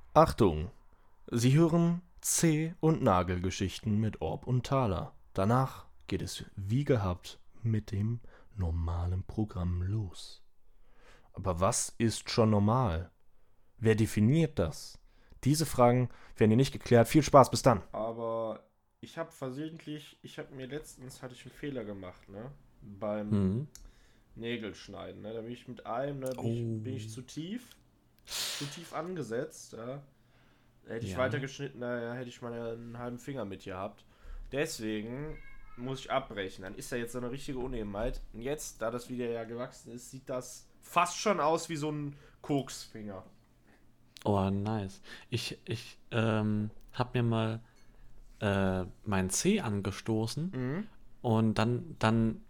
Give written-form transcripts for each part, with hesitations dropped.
Achtung! Sie hören Zeh- und Nagelgeschichten mit Orb und Thaler. Danach geht es wie gehabt mit dem normalen Programm los. Aber was ist schon normal? Wer definiert das? Diese Fragen werden hier nicht geklärt. Viel Spaß, bis dann. Aber ich habe letztens hatte ich einen Fehler gemacht, ne? Beim Nägelschneiden, ne? Da bin ich mit einem, bin ich zu tief angesetzt, ja. Hätte ich weitergeschnitten, da hätte ich meinen halben Finger mit gehabt. Deswegen muss ich abbrechen. Dann ist da jetzt so eine richtige Unebenheit. Und jetzt, da das wieder ja gewachsen ist, sieht das fast schon aus wie so ein Koksfinger. Oh, nice. Ich hab mir mal meinen Zeh angestoßen und dann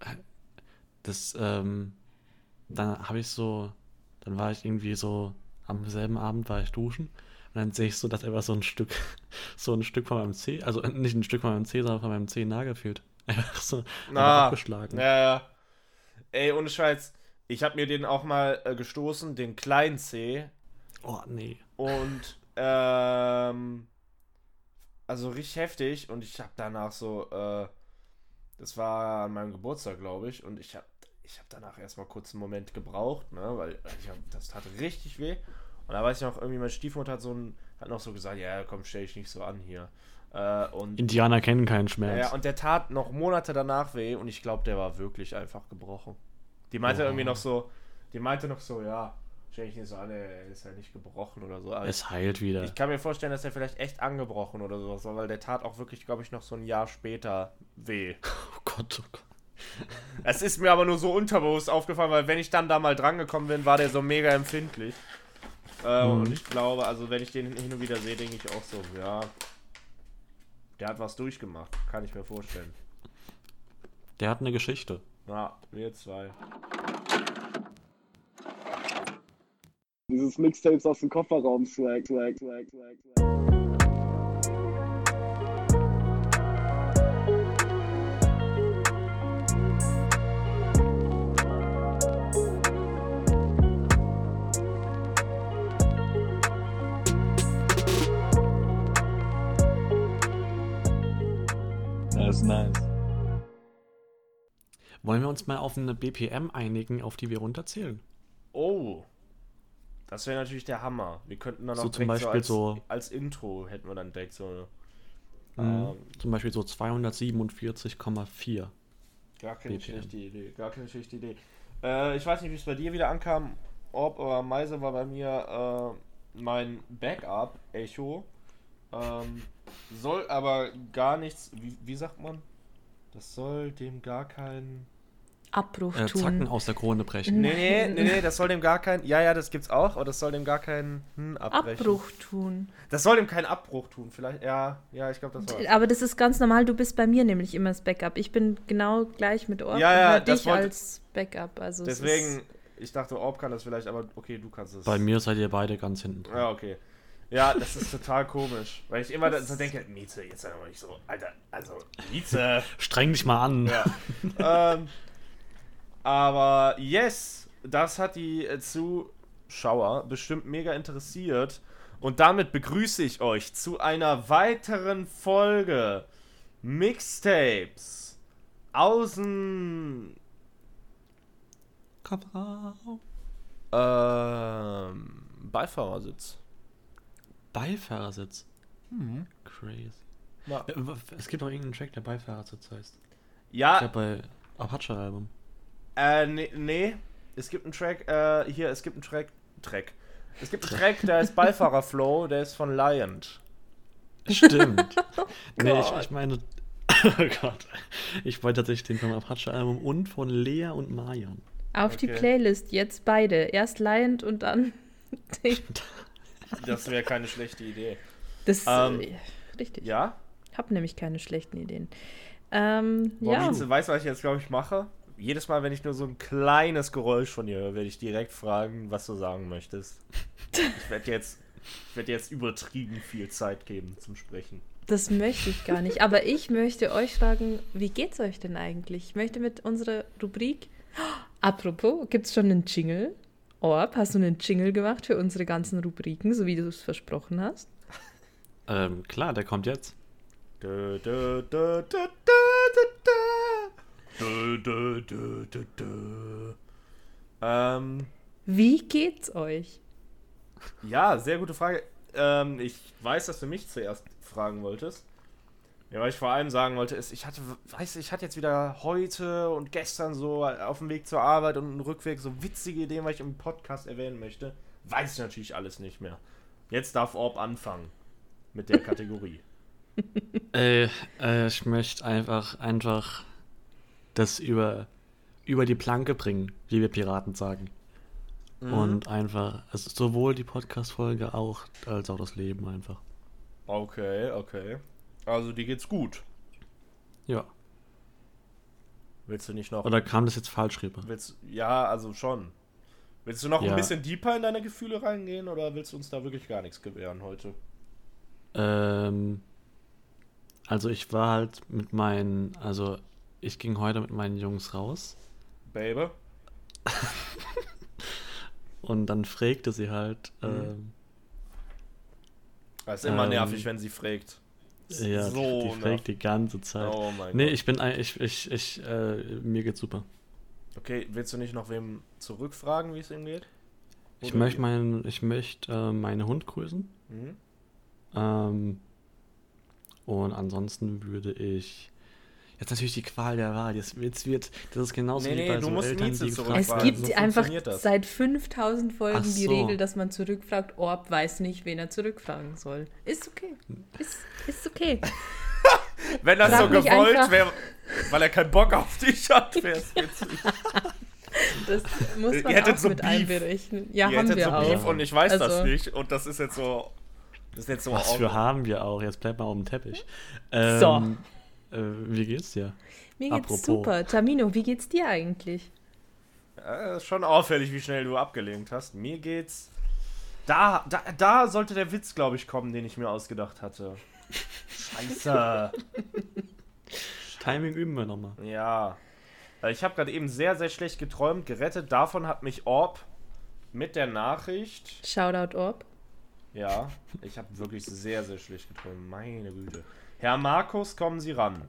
habe ich so, dann war ich irgendwie so, am selben Abend war ich duschen und dann sehe ich so, dass einfach so ein Stück von meinem Zeh, also nicht ein Stück von meinem Zeh, sondern von meinem Zehennagel fehlt. Einfach so einfach abgeschlagen. Ja. Ey, ohne Scheiß. Ich habe mir den auch mal gestoßen, den kleinen Zeh. Oh, nee. Und, also richtig heftig. Und ich habe danach so, das war an meinem Geburtstag, glaube ich. Und ich hab danach erstmal kurz einen Moment gebraucht, ne, weil das tat richtig weh. Und da weiß ich noch, irgendwie meine Stiefmutter hat noch so gesagt, ja, komm, stell dich nicht so an hier. Und Indianer kennen keinen Schmerz. ja, und der tat noch Monate danach weh und ich glaube, der war wirklich einfach gebrochen. Die meinte noch so, ja, stell dich nicht so an, er ist ja nicht gebrochen oder so. Aber es heilt wieder. Ich kann mir vorstellen, dass er vielleicht echt angebrochen oder sowas war, weil der tat auch wirklich, glaube ich, noch so ein Jahr später weh. Oh Gott, oh Gott. Es ist mir aber nur so unterbewusst aufgefallen, weil wenn ich dann da mal dran gekommen bin, war der so mega empfindlich. Und ich glaube, also wenn ich den hin und wieder sehe, denke ich auch so, ja, der hat was durchgemacht, kann ich mir vorstellen. Der hat eine Geschichte. Ja, wir zwei. Dieses Mixtapes aus dem Kofferraum swag. Das ist nice. Wollen wir uns mal auf eine BPM einigen, auf die wir runterzählen? Oh, das wäre natürlich der Hammer. Wir könnten dann so auch zum Beispiel als Intro hätten wir dann direkt so. Zum Beispiel so 247,4. Gar keine schlechte Idee. Ich weiß nicht, wie es bei dir wieder ankam, aber Meise war bei mir mein Backup-Echo. Soll aber gar nichts, wie sagt man? Das soll dem gar keinen Abbruch tun. Zacken aus der Krone brechen. Nee, das soll dem gar keinen, ja, das gibt's auch, aber das soll dem gar keinen abbrechen. Abbruch tun. Das soll dem keinen Abbruch tun, vielleicht, ja, ich glaube, das war's. Aber das ist ganz normal, du bist bei mir nämlich immer das Backup. Ich bin genau gleich mit Orb und dich als Backup. Also deswegen, ich dachte, Orb kann das vielleicht, aber okay, du kannst es. Bei mir seid ihr beide ganz hinten dran. Ja, okay. Ja, das ist total komisch, weil ich immer so denke, Mieze, jetzt sei doch mal nicht so, Alter, also, Mieze. Streng dich mal an. Ja. Aber yes, das hat die Zuschauer bestimmt mega interessiert. Und damit begrüße ich euch zu einer weiteren Folge Mixtapes Außen Kofferraum. Beifahrersitz. Beifahrersitz? Crazy. Ja. Es gibt auch irgendeinen Track, der Beifahrersitz heißt. Ja. Ich glaube bei Apache-Album. Nee. Es gibt einen Track, es gibt einen Track. Es gibt einen Track, der ist Beifahrerflow, der ist von Lion. Stimmt. Nee, ich meine, oh Gott. Ich wollte tatsächlich den vom Apache-Album und von Lea und Marjan. Auf die Playlist, jetzt beide. Erst Lion und dann Das wäre keine schlechte Idee. Das richtig. Ja? Hab nämlich keine schlechten Ideen. Ja. Ja. Weißt du, was ich jetzt, glaube ich, mache? Jedes Mal, wenn ich nur so ein kleines Geräusch von dir höre, werde ich direkt fragen, was du sagen möchtest. Ich werde jetzt übertrieben viel Zeit geben zum Sprechen. Das möchte ich gar nicht. Aber ich möchte euch fragen, wie geht's euch denn eigentlich? Ich möchte mit unserer Rubrik... Apropos, gibt's schon einen Jingle? Orb, hast du einen Jingle gemacht für unsere ganzen Rubriken, so wie du es versprochen hast? Klar, der kommt jetzt. Wie geht's euch? Ja, sehr gute Frage. Ich weiß, dass du mich zuerst fragen wolltest. Ja, was ich vor allem sagen wollte, ist, ich hatte jetzt wieder heute und gestern so auf dem Weg zur Arbeit und im Rückweg so witzige Ideen, was ich im Podcast erwähnen möchte. Weiß ich natürlich alles nicht mehr. Jetzt darf Orb anfangen mit der Kategorie. Ich möchte einfach das über die Planke bringen, wie wir Piraten sagen. Und einfach, also sowohl die Podcast-Folge als auch das Leben einfach. Okay. Also dir geht's gut. Ja. Willst du nicht noch... Oder kam das jetzt falsch rüber? Ja, also schon. Willst du noch ein bisschen deeper in deine Gefühle reingehen oder willst du uns da wirklich gar nichts gewähren heute? Also ich war halt ich ging heute mit meinen Jungs raus. Baby. Und dann fragte sie halt. Das ist immer nervig, wenn sie fragt. Ja, so die fragt die ganze Zeit. Oh mein Gott. Mir geht's super. Okay, willst du nicht noch wem zurückfragen, wie es ihm geht? Ich möchte meine Hund grüßen. Und ansonsten würde ich... Jetzt natürlich die Qual der Wahl. Das ist genauso wie bei so Eltern, die es gibt so einfach seit 5000 Folgen die Regel, dass man zurückfragt. Orb weiß nicht, wen er zurückfragen soll. Ist okay. Ist okay. Wenn das so gewollt wäre, weil er keinen Bock auf dich hat, wäre es witzig. Das muss man auch mit einberechnen. Ja, haben wir auch. Beef und ich weiß das nicht. Und das ist jetzt so... Was für haben wir auch? Jetzt bleibt mal auf dem Teppich. Wie geht's dir? Mir geht's super. Tamino, wie geht's dir eigentlich? Ist schon auffällig, wie schnell du abgelenkt hast. Mir geht's... Da sollte der Witz, glaube ich, kommen, den ich mir ausgedacht hatte. Scheiße. Timing üben wir nochmal. Ja. Ich habe gerade eben sehr, sehr schlecht geträumt. Gerettet davon hat mich Orb mit der Nachricht... Shoutout Orb. Ja, ich habe wirklich sehr, sehr schlecht geträumt. Meine Güte. Herr Markus, kommen Sie ran.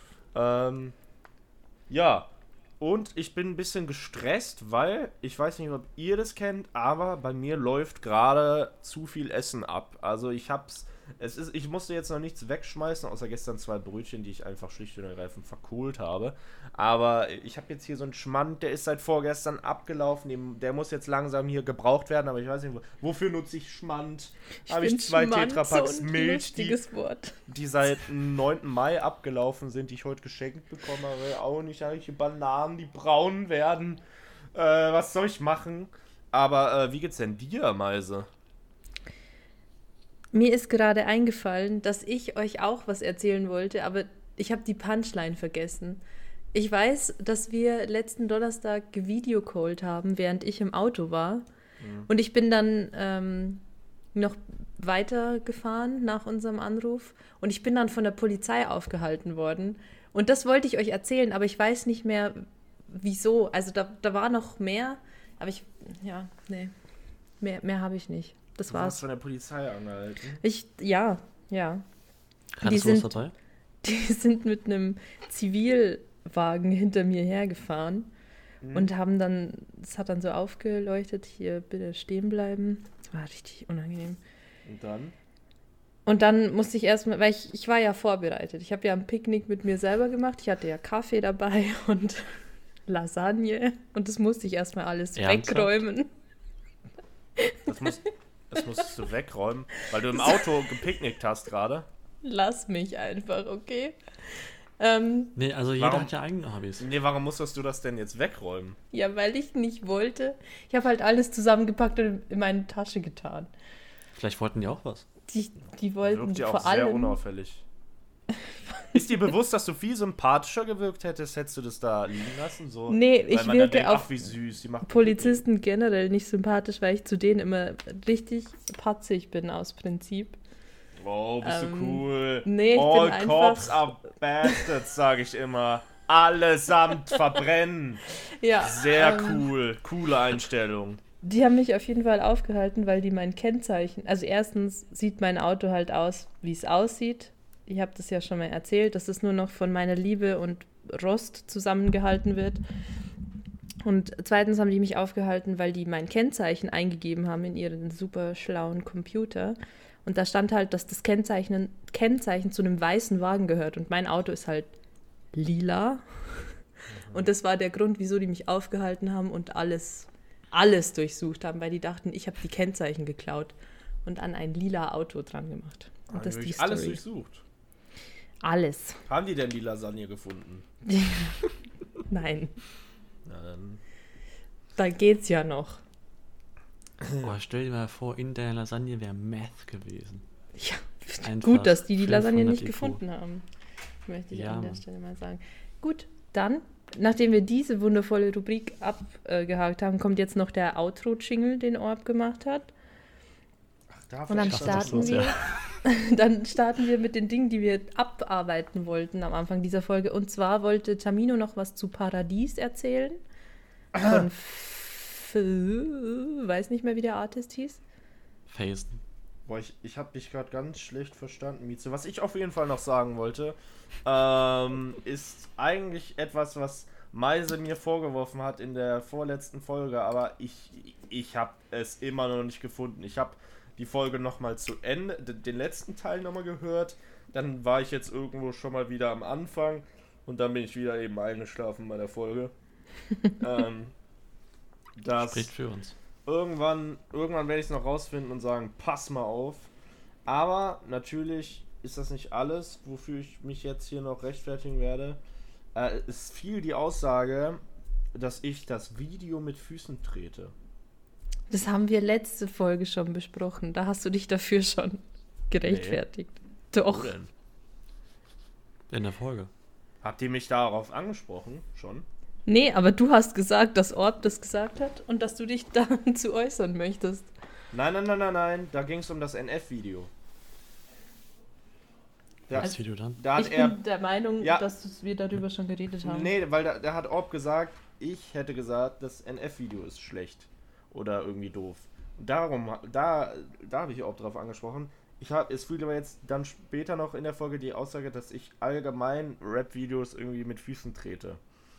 Ja, und ich bin ein bisschen gestresst, weil, ich weiß nicht, ob ihr das kennt, aber bei mir läuft gerade zu viel Essen ab. Also ich musste jetzt noch nichts wegschmeißen, außer gestern 2 Brötchen, die ich einfach schlicht und ergreifend verkohlt habe. Aber ich habe jetzt hier so einen Schmand, der ist seit vorgestern abgelaufen, der muss jetzt langsam hier gebraucht werden, aber ich weiß nicht, wofür nutze ich Schmand? Habe ich 2 Tetrapacks Milch, die seit 9. Mai abgelaufen sind, die ich heute geschenkt bekommen habe. Auch nicht, habe ich Bananen, die braun werden. Was soll ich machen? Aber wie geht's denn dir, Meise? Mir ist gerade eingefallen, dass ich euch auch was erzählen wollte, aber ich habe die Punchline vergessen. Ich weiß, dass wir letzten Donnerstag gevideocallt haben, während ich im Auto war. Und ich bin dann noch weitergefahren nach unserem Anruf und ich bin dann von der Polizei aufgehalten worden. Und das wollte ich euch erzählen, aber ich weiß nicht mehr, wieso. Also da war noch mehr, aber mehr habe ich nicht. Das war's. Du warst von der Polizei angehalten? Ja. Hattest du was dabei? Die sind mit einem Zivilwagen hinter mir hergefahren und es hat dann so aufgeleuchtet, hier bitte stehen bleiben. Das war richtig unangenehm. Und dann musste ich erstmal, weil ich war ja vorbereitet. Ich habe ja ein Picknick mit mir selber gemacht. Ich hatte ja Kaffee dabei und Lasagne und das musste ich erstmal alles wegräumen. Das musstest du wegräumen, weil du im Auto gepicknickt hast gerade. Lass mich einfach, okay? Nee, also jeder hat ja eigene Hobbys. Nee, warum musstest du das denn jetzt wegräumen? Ja, weil ich nicht wollte. Ich habe halt alles zusammengepackt und in meine Tasche getan. Vielleicht wollten die auch was. Die wollten wirkt ja vor auch allem... sehr unauffällig. Ist dir bewusst, dass du viel sympathischer gewirkt hättest du das da liegen lassen? So, nee, ich wirke auf wie süß, die macht Polizisten generell nicht sympathisch, weil ich zu denen immer richtig patzig bin aus Prinzip. Oh, bist du cool. Nee, All cops are bastards, sage ich immer. Allesamt verbrennen. Ja. Sehr cool. Coole Einstellung. Die haben mich auf jeden Fall aufgehalten, weil die mein Kennzeichen, also erstens sieht mein Auto halt aus, wie es aussieht. Ich habe das ja schon mal erzählt, dass es nur noch von meiner Liebe und Rost zusammengehalten wird. Und zweitens haben die mich aufgehalten, weil die mein Kennzeichen eingegeben haben in ihren super schlauen Computer. Und da stand halt, dass das Kennzeichen zu einem weißen Wagen gehört. Und mein Auto ist halt lila. Und das war der Grund, wieso die mich aufgehalten haben und alles durchsucht haben, weil die dachten, ich habe die Kennzeichen geklaut und an ein lila Auto dran gemacht. Und das ist die Story. Alles durchsucht. Alles. Haben die denn die Lasagne gefunden? Nein. Na dann. Da geht's ja noch. Oh, stell dir mal vor, in der Lasagne wäre Meth gewesen. Ja, Einfach gut, dass die Lasagne 500 nicht IQ. gefunden haben. Möchte ich Ja, an der Mann. Stelle mal sagen. Gut, dann, nachdem wir diese wundervolle Rubrik abgehakt haben, kommt jetzt noch der Outro-Jingle, den Orb gemacht hat. Ach, Und dann das starten los, wir. ja. Dann starten wir mit den Dingen, die wir abarbeiten wollten am Anfang dieser Folge. Und zwar wollte Tamino noch was zu Paradies erzählen. Von weiß nicht mehr, wie der Artist hieß. Phasen. Boah, ich habe dich gerade ganz schlecht verstanden, Mieze. Was ich auf jeden Fall noch sagen wollte, ist eigentlich etwas, was Meise mir vorgeworfen hat in der vorletzten Folge, aber ich habe es immer noch nicht gefunden. Ich habe die Folge nochmal zu Ende, den letzten Teil nochmal gehört, dann war ich jetzt irgendwo schon mal wieder am Anfang und dann bin ich wieder eben eingeschlafen bei der Folge. Das Spricht für uns. Irgendwann werde ich es noch rausfinden und sagen, pass mal auf. Aber natürlich ist das nicht alles, wofür ich mich jetzt hier noch rechtfertigen werde. Es fiel die Aussage, dass ich das Video mit Füßen trete. Das haben wir letzte Folge schon besprochen. Da hast du dich dafür schon gerechtfertigt. Doch. Wo denn? In der Folge. Habt ihr mich darauf angesprochen? Schon? Nee, aber du hast gesagt, dass Orb das gesagt hat und dass du dich dazu äußern möchtest. Nein. Da ging es um das NF-Video. Das Video dann? Da hat Ich bin der Meinung, Ja. dass wir darüber schon geredet haben. Nee, weil da hat Orb gesagt, ich hätte gesagt, das NF-Video ist schlecht. Oder irgendwie doof. Darum, da habe ich Orb drauf angesprochen. Es fiel aber jetzt dann später noch in der Folge die Aussage, dass ich allgemein Rap-Videos irgendwie mit Füßen trete.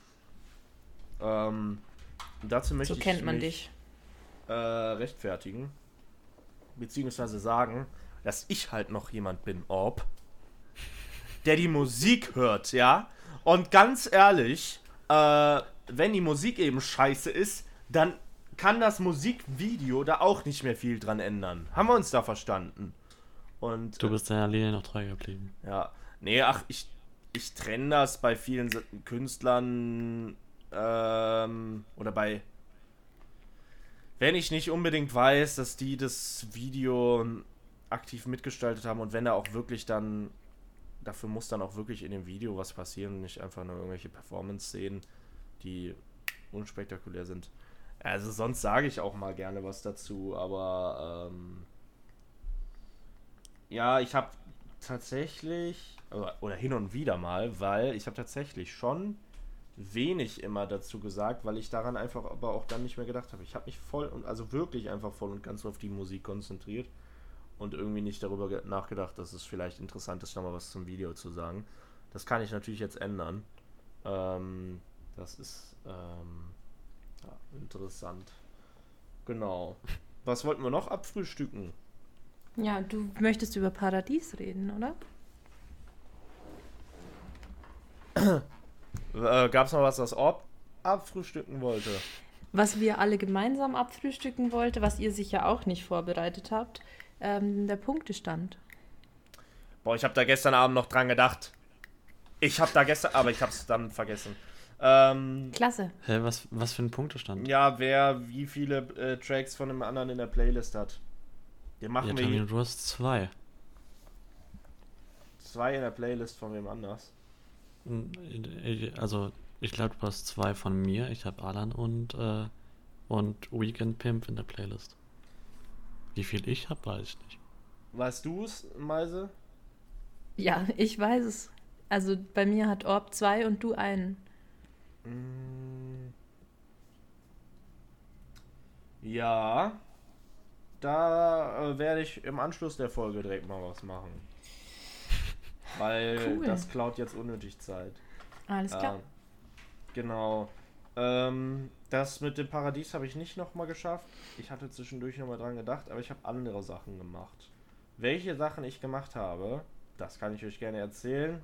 Dazu möchte So kennt man mich dich. rechtfertigen. Beziehungsweise sagen, dass ich halt noch jemand bin, Orb, der die Musik hört, ja? Und ganz ehrlich, wenn die Musik eben scheiße ist, dann kann das Musikvideo da auch nicht mehr viel dran ändern. Haben wir uns da verstanden? Und Du bist deiner Linie noch treu geblieben. ja, nee, ich trenne das bei vielen Künstlern oder bei, wenn ich nicht unbedingt weiß, dass die das Video aktiv mitgestaltet haben und wenn da auch wirklich dann, dafür muss dann auch wirklich in dem Video was passieren und nicht einfach nur irgendwelche Performance-Szenen, die unspektakulär sind. Also sonst sage ich auch mal gerne was dazu, aber ja, ich habe tatsächlich, oder hin und wieder mal, weil ich habe tatsächlich schon wenig immer dazu gesagt, weil ich daran einfach aber auch dann nicht mehr gedacht habe. Ich habe mich wirklich einfach voll und ganz auf die Musik konzentriert und irgendwie nicht darüber nachgedacht, dass es vielleicht interessant ist, nochmal was zum Video zu sagen. Das kann ich natürlich jetzt ändern. Das ist interessant. Genau. Was wollten wir noch abfrühstücken? Ja, du möchtest über Paradies reden, oder? Gab es noch was Orb abfrühstücken wollte? Was wir alle gemeinsam abfrühstücken wollten, was ihr sicher auch nicht vorbereitet habt, der Punktestand. Boah, ich habe da gestern Abend noch dran gedacht. Aber ich habe es dann vergessen. Klasse. Hä, was für ein Punktestand? Ja, wer wie viele Tracks von dem anderen in der Playlist hat. Den machen Ja, wir Tamino, du hast 2. 2 in der Playlist von wem anders. Also, ich glaube, du hast 2 von mir. Ich habe Alan und Weekend Pimp in der Playlist. Wie viel ich habe, weiß ich nicht. Weißt du es, Meise? Ja, ich weiß es. Also bei mir hat Orb 2 und du einen. Ja, da werde ich im Anschluss der Folge direkt mal was machen. Weil das klaut jetzt unnötig Zeit. Alles klar. Genau. Das mit dem Paradies habe ich nicht nochmal geschafft. Ich hatte zwischendurch nochmal dran gedacht, aber ich habe andere Sachen gemacht. Welche Sachen ich gemacht habe, das kann ich euch gerne erzählen.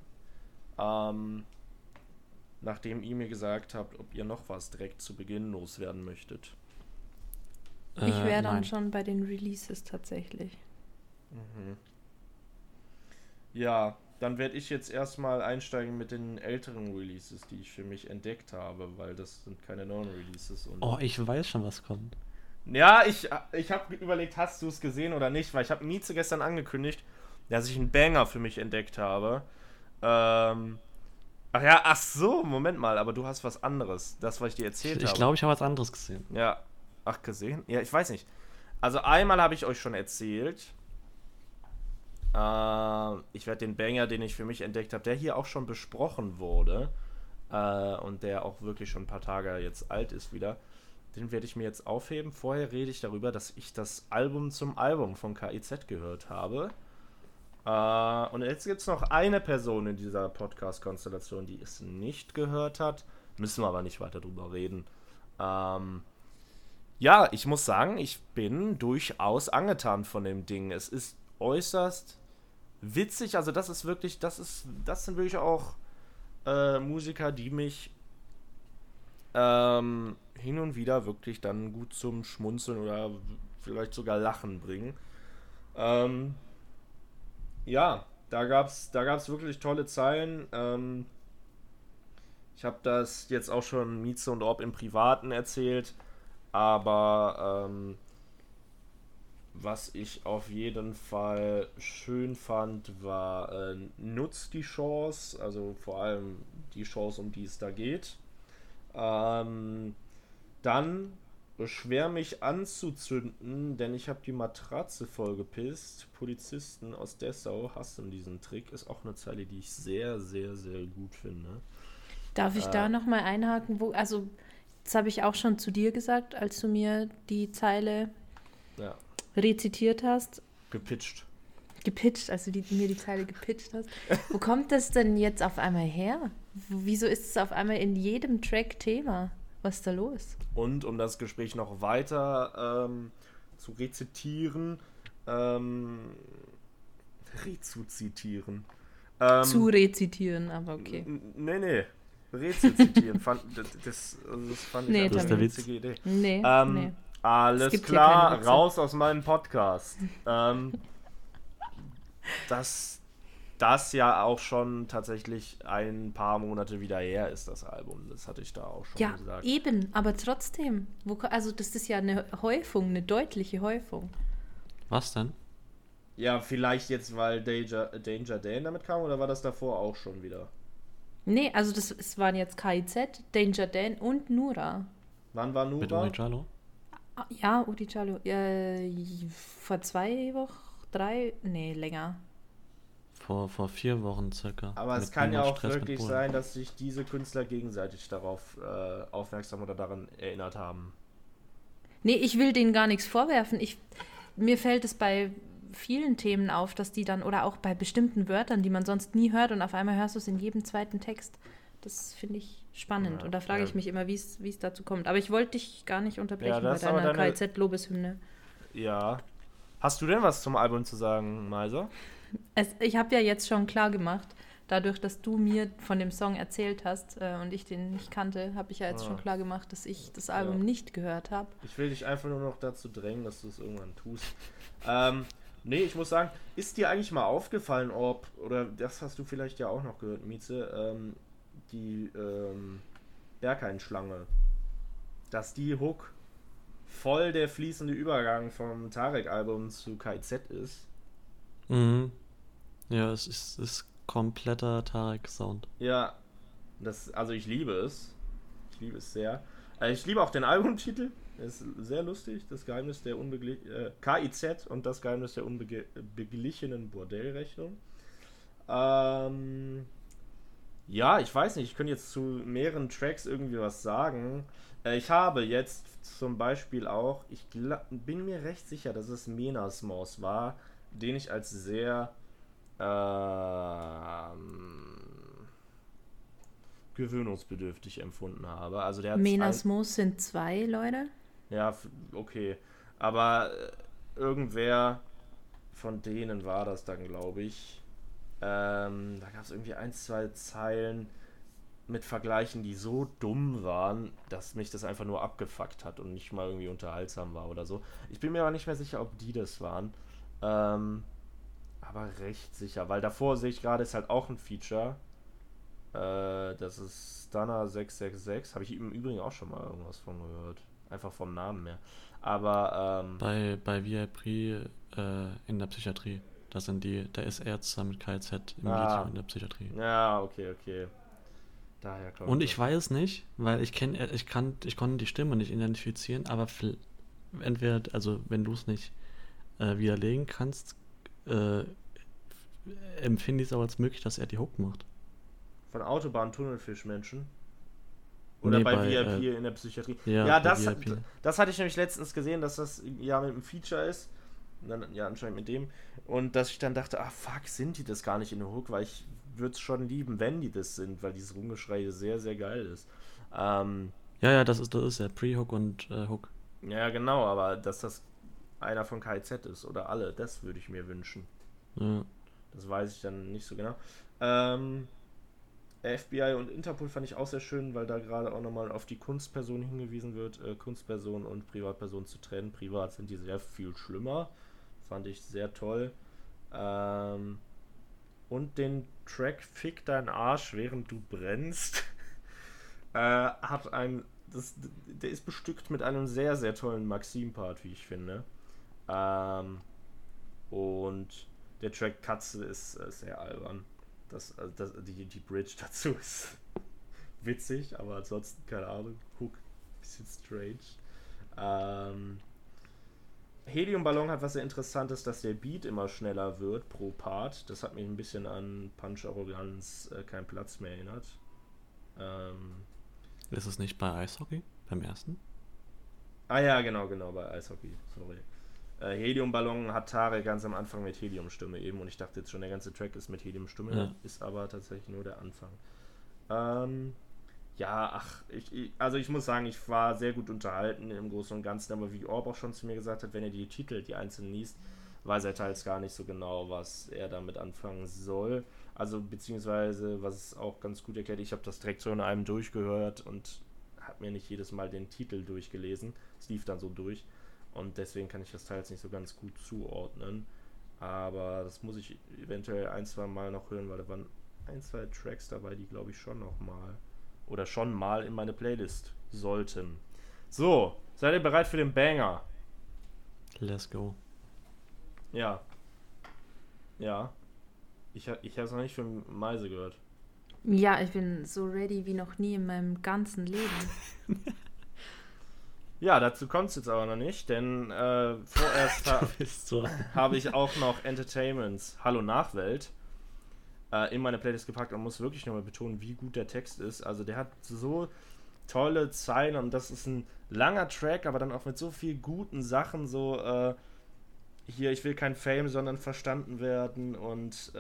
Nachdem ihr mir gesagt habt, ob ihr noch was direkt zu Beginn loswerden möchtet. Ich wäre dann schon bei den Releases tatsächlich. Mhm. Ja, dann werde ich jetzt erstmal einsteigen mit den älteren Releases, die ich für mich entdeckt habe, weil das sind keine neuen Releases. Und ich weiß schon, was kommt. ja, ich habe überlegt, hast du es gesehen oder nicht, weil ich habe Mieze gestern angekündigt, dass ich einen Banger für mich entdeckt habe. Ach so, Moment mal, aber du hast was anderes, das, was ich dir erzählt habe. Ich glaube, ich habe was anderes gesehen. Ja, gesehen? Ja, ich weiß nicht. Also einmal habe ich euch schon erzählt, ich werde den Banger, den ich für mich entdeckt habe, der hier auch schon besprochen wurde und der auch wirklich schon ein paar Tage jetzt alt ist wieder, den werde ich mir jetzt aufheben. Vorher rede ich darüber, dass ich das Album zum Album von KIZ gehört habe. Und jetzt gibt es noch eine Person in dieser Podcast-Konstellation, die es nicht gehört hat. Müssen wir aber nicht weiter drüber reden. Ja, ich muss sagen, ich bin durchaus angetan von dem Ding. Es ist äußerst witzig, also das sind wirklich auch Musiker, die mich hin und wieder wirklich dann gut zum Schmunzeln oder vielleicht sogar Lachen bringen. Ja, da gab's wirklich tolle Zeilen. Ich habe das jetzt auch schon Mieze und Orb im Privaten erzählt, aber was ich auf jeden Fall schön fand, war nutzt die Chance, also vor allem die Chance, um die es da geht. Dann schwer mich anzuzünden, denn ich habe die Matratze vollgepisst. Polizisten aus Dessau hassen diesen Trick. Ist auch eine Zeile, die ich sehr, sehr, sehr gut finde. Darf ich da nochmal einhaken? Also, das habe ich auch schon zu dir gesagt, als du mir die Zeile rezitiert hast. Gepitcht, als du mir die Zeile gepitcht hast. Wo kommt das denn jetzt auf einmal her? Wieso ist es auf einmal in jedem Track Thema? Was ist da los? Und um das Gespräch noch weiter zu rezitieren, zu rezitieren, aber okay. Nee. Rezitieren. Das fand ich eine witzige Idee. Nee. Alles klar, raus aus meinem Podcast. Das ja auch schon tatsächlich ein paar Monate wieder her ist, das Album. Das hatte ich da auch schon gesagt. Ja, eben, aber trotzdem. Also das ist ja eine Häufung, eine deutliche Häufung. Was denn? Ja, vielleicht jetzt, weil Danger Dan damit kam, oder war das davor auch schon wieder? Nee, also es waren jetzt KIZ, Danger Dan und Nura. Wann war Nura? Mit Udi Jallo? Ja, Udi Jallo. Vor 2 Wochen, 3? Nee, länger. Vor 4 Wochen circa. Aber es kann ja auch wirklich sein, dass sich diese Künstler gegenseitig darauf aufmerksam oder daran erinnert haben. Nee, ich will denen gar nichts vorwerfen. Mir fällt es bei vielen Themen auf, dass die dann, oder auch bei bestimmten Wörtern, die man sonst nie hört und auf einmal hörst du es in jedem zweiten Text. Das finde ich spannend. Ja, und da frage ich mich immer, wie es dazu kommt. Aber ich wollte dich gar nicht unterbrechen bei deiner KIZ-Lobeshymne. Ja. Hast du denn was zum Album zu sagen, Meiser? Ich habe ja jetzt schon klar gemacht, dadurch, dass du mir von dem Song erzählt hast und ich den nicht kannte, habe ich ja jetzt schon klar gemacht, dass ich das Album nicht gehört habe. Ich will dich einfach nur noch dazu drängen, dass du es irgendwann tust. Nee, ich muss sagen, ist dir eigentlich mal aufgefallen, oder das hast du vielleicht ja auch noch gehört, Mieze, die Berghain-Schlange, dass die Hook voll der fließende Übergang vom Tarek-Album zu KIZ ist? Mhm. Ja, es ist kompletter Tarek-Sound. Ja, also ich liebe es. Ich liebe es sehr. Ich liebe auch den Albumtitel. Ist sehr lustig. Das Geheimnis der KIZ und das Geheimnis der unbeglichenen Bordellrechnung. Ja, ich weiß nicht. Ich könnte jetzt zu mehreren Tracks irgendwie was sagen. Ich habe jetzt zum Beispiel auch, bin mir recht sicher, dass es Menasmos war, den ich als sehr gewöhnungsbedürftig empfunden habe. Also der hat Menasmos sind 2 Leute. Ja, okay. Aber irgendwer von denen war das dann, glaube ich. Da gab es irgendwie 1, 2 Zeilen mit Vergleichen, die so dumm waren, dass mich das einfach nur abgefuckt hat und nicht mal irgendwie unterhaltsam war oder so. Ich bin mir aber nicht mehr sicher, ob die das waren. Aber recht sicher, weil davor sehe ich gerade, ist halt auch ein Feature. Das ist Stunner 666. Habe ich im Übrigen auch schon mal irgendwas von gehört. Einfach vom Namen her. Aber Bei VIP in der Psychiatrie. Da ist er zusammen mit KZ im Video in der Psychiatrie. Ja, okay. Daher kommt Und ich weiß nicht, weil ich konnte die Stimme nicht identifizieren, aber entweder, also wenn du es nicht widerlegen kannst, empfinde ich es auch als möglich, dass er die Hook macht. Von Autobahn-Tunnelfischmenschen? Oder nee, bei VIP in der Psychiatrie? Ja, das hatte ich nämlich letztens gesehen, dass das ja mit einem Feature ist. Und dann, ja, anscheinend mit dem. Und dass ich dann dachte, fuck, sind die das gar nicht in der Hook? Weil ich würde es schon lieben, wenn die das sind, weil dieses Rumgeschrei sehr, sehr geil ist. Ja, das ist ja Pre-Hook und Hook. Ja, genau, aber dass das einer von KZ ist oder alle, das würde ich mir wünschen. Ja. Das weiß ich dann nicht so genau. FBI und Interpol fand ich auch sehr schön, weil da gerade auch nochmal auf die Kunstperson hingewiesen wird, Kunstperson und Privatperson zu trennen. Privat sind die sehr viel schlimmer. Fand ich sehr toll. Und den Track Fick dein Arsch, während du brennst, der ist bestückt mit einem sehr, sehr tollen Maxim-Part, wie ich finde. Und der Track Katze ist sehr albern. Die Bridge dazu ist witzig, aber ansonsten, keine Ahnung, Hook, bisschen strange. Heliumballon hat was sehr Interessantes, dass der Beat immer schneller wird pro Part. Das hat mich ein bisschen an Punch Arroganz kein Platz mehr erinnert. Ist es nicht bei Eishockey? Beim ersten? Ja, genau, bei Eishockey, sorry. Heliumballon hat Tarek ganz am Anfang mit Heliumstimme eben und ich dachte jetzt schon, der ganze Track ist mit Heliumstimme, ist aber tatsächlich nur der Anfang. Ich muss sagen, ich war sehr gut unterhalten im Großen und Ganzen, aber wie Orb auch schon zu mir gesagt hat, wenn er die Titel, die einzelnen liest, weiß er teils gar nicht so genau, was er damit anfangen soll. Also beziehungsweise, was es auch ganz gut erklärt, ich habe das direkt so in einem durchgehört und habe mir nicht jedes Mal den Titel durchgelesen. Es lief dann so durch. Und deswegen kann ich das teils nicht so ganz gut zuordnen. Aber das muss ich eventuell 1, 2 Mal noch hören, weil da waren 1, 2 Tracks dabei, die glaube ich schon mal in meine Playlist sollten. So, seid ihr bereit für den Banger? Let's go. Ja. Ich habe es noch nicht von Meise gehört. Ja, ich bin so ready wie noch nie in meinem ganzen Leben. Ja, dazu kommt es jetzt aber noch nicht, denn vorerst habe ich auch noch Entertainments Hallo Nachwelt in meine Playlist gepackt und muss wirklich nochmal betonen, wie gut der Text ist. Also der hat so tolle Zeilen und das ist ein langer Track, aber dann auch mit so viel guten Sachen, so hier, ich will kein Fame, sondern verstanden werden und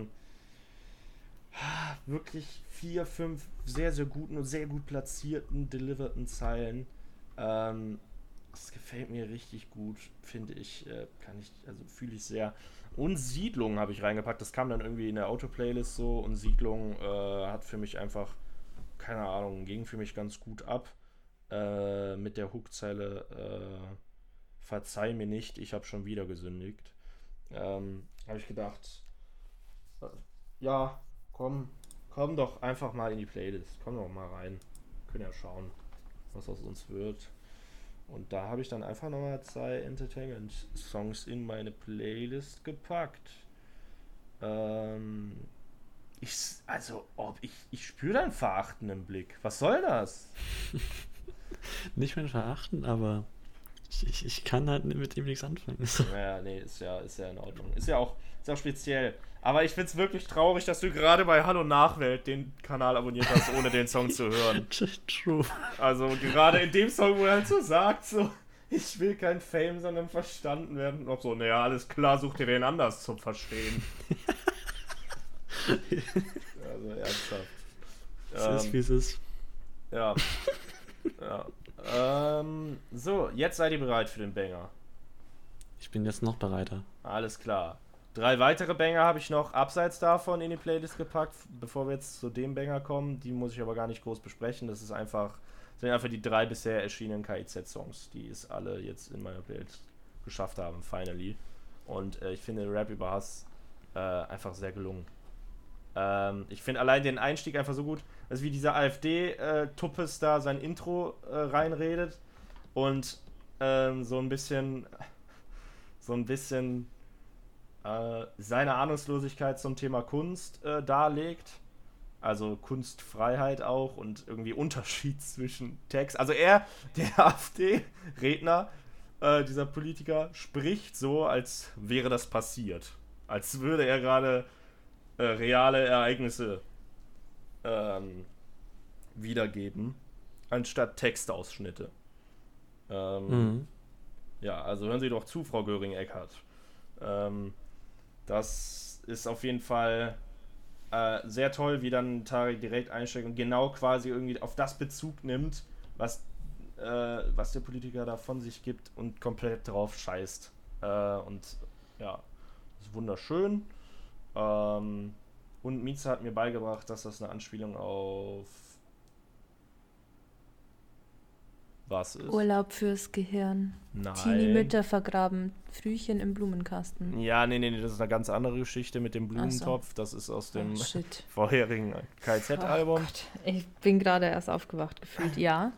wirklich 4, 5 sehr, sehr guten und sehr gut platzierten, deliverten Zeilen. Das gefällt mir richtig gut, finde ich, fühle ich sehr. Und Siedlung habe ich reingepackt, das kam dann irgendwie in der Auto-Playlist so und Siedlung hat für mich einfach, keine Ahnung, ging für mich ganz gut ab mit der Hookzeile verzeih mir nicht, ich habe schon wieder gesündigt. Habe ich gedacht, ja, komm doch einfach mal in die Playlist, komm doch mal rein, können ja schauen, was aus uns wird. Und da habe ich dann einfach nochmal 2 Entertainment-Songs in meine Playlist gepackt. Ich spüre da einen verachtenden Blick. Was soll das? Nicht mehr verachten, aber Ich kann halt mit ihm nichts anfangen. Ja, nee, ist ja in Ordnung. Ist ja auch speziell. Aber ich find's wirklich traurig, dass du gerade bei Hallo Nachwelt den Kanal abonniert hast, ohne den Song zu hören. True. Also gerade in dem Song, wo er halt so sagt, so, ich will kein Fame, sondern verstanden werden. Und so, naja, alles klar, such dir wen anders zum Verstehen. Also ernsthaft. Es ist, wie es ist. Ja. So, jetzt seid ihr bereit für den Banger. Ich bin jetzt noch bereiter. Alles klar. 3 weitere Banger habe ich noch abseits davon in die Playlist gepackt, bevor wir jetzt zu dem Banger kommen. Die muss ich aber gar nicht groß besprechen. Das sind einfach die 3 bisher erschienenen KIZ-Songs, die es alle jetzt in meiner Playlist geschafft haben, finally. Und ich finde Rap über Hass einfach sehr gelungen. Ich finde allein den Einstieg einfach so gut, also wie dieser AfD-Tuppes da sein Intro reinredet und so ein bisschen seine Ahnungslosigkeit zum Thema Kunst darlegt. Also Kunstfreiheit auch und irgendwie Unterschied zwischen Text. Also der AfD-Redner, dieser Politiker, spricht so, als wäre das passiert. Als würde er gerade reale Ereignisse wiedergeben, anstatt Textausschnitte. Ja, also hören Sie doch zu, Frau Göring-Eckardt. Das ist auf jeden Fall sehr toll, wie dann Tarek direkt einsteigt und genau quasi irgendwie auf das Bezug nimmt, was der Politiker da von sich gibt und komplett drauf scheißt. Und ja, das ist wunderschön. Und Mieze hat mir beigebracht, dass das eine Anspielung auf was ist? Urlaub fürs Gehirn. Nein. Teenie-Mütter vergraben Frühchen im Blumenkasten. Ja, nee, das ist eine ganz andere Geschichte mit dem Blumentopf. Das ist aus dem vorherigen KZ-Album. Oh, ich bin gerade erst aufgewacht gefühlt, ja.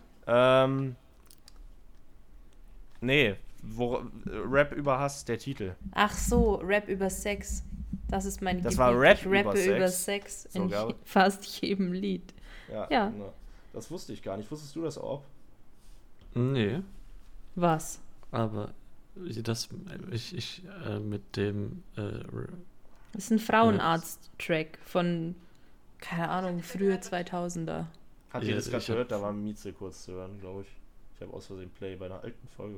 Nee, Rap über Hass, der Titel. Ach so, Rap über Sex. Das ist mein Das Gebiet. war Rap ich rappe über über Sex. Sex in Sogar. fast jedem Lied. Ja. Genau. Das wusste ich gar nicht. Wusstest du das auch? Nee, Was? aber ich mit dem Das ist ein Frauenarzt-Track von, keine Ahnung, frühe 2000er. Habt ihr Ja, das gerade ich hab- gehört? Da war Mieze kurz zu hören, glaube ich. Ich habe aus Versehen Play bei einer alten Folge.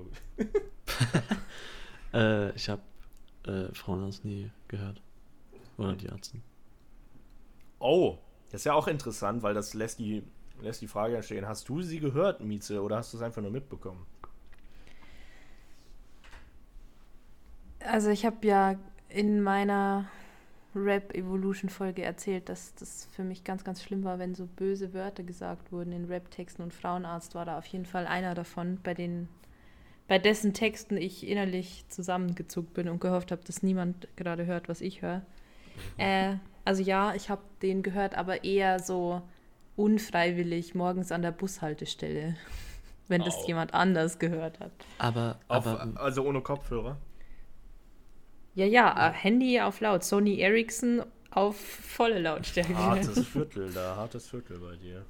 ich habe Frauenarzt nie gehört. Oder die Ärzte. Oh, das ist ja auch interessant, weil das lässt die Frage entstehen. Hast du sie gehört, Mieze, oder hast du es einfach nur mitbekommen? Also ich habe ja in meiner Rap-Evolution-Folge erzählt, dass das für mich ganz, ganz schlimm war, wenn so böse Wörter gesagt wurden in Rap-Texten, und Frauenarzt war da auf jeden Fall einer davon, bei dessen Texten ich innerlich zusammengezuckt bin und gehofft habe, dass niemand gerade hört, was ich höre. Also ja, ich habe den gehört, aber eher so unfreiwillig morgens an der Bushaltestelle, wenn das jemand anders gehört hat. Aber Also ohne Kopfhörer? Ja, Handy auf laut, Sony Ericsson auf volle Lautstärke. Hartes Viertel bei dir.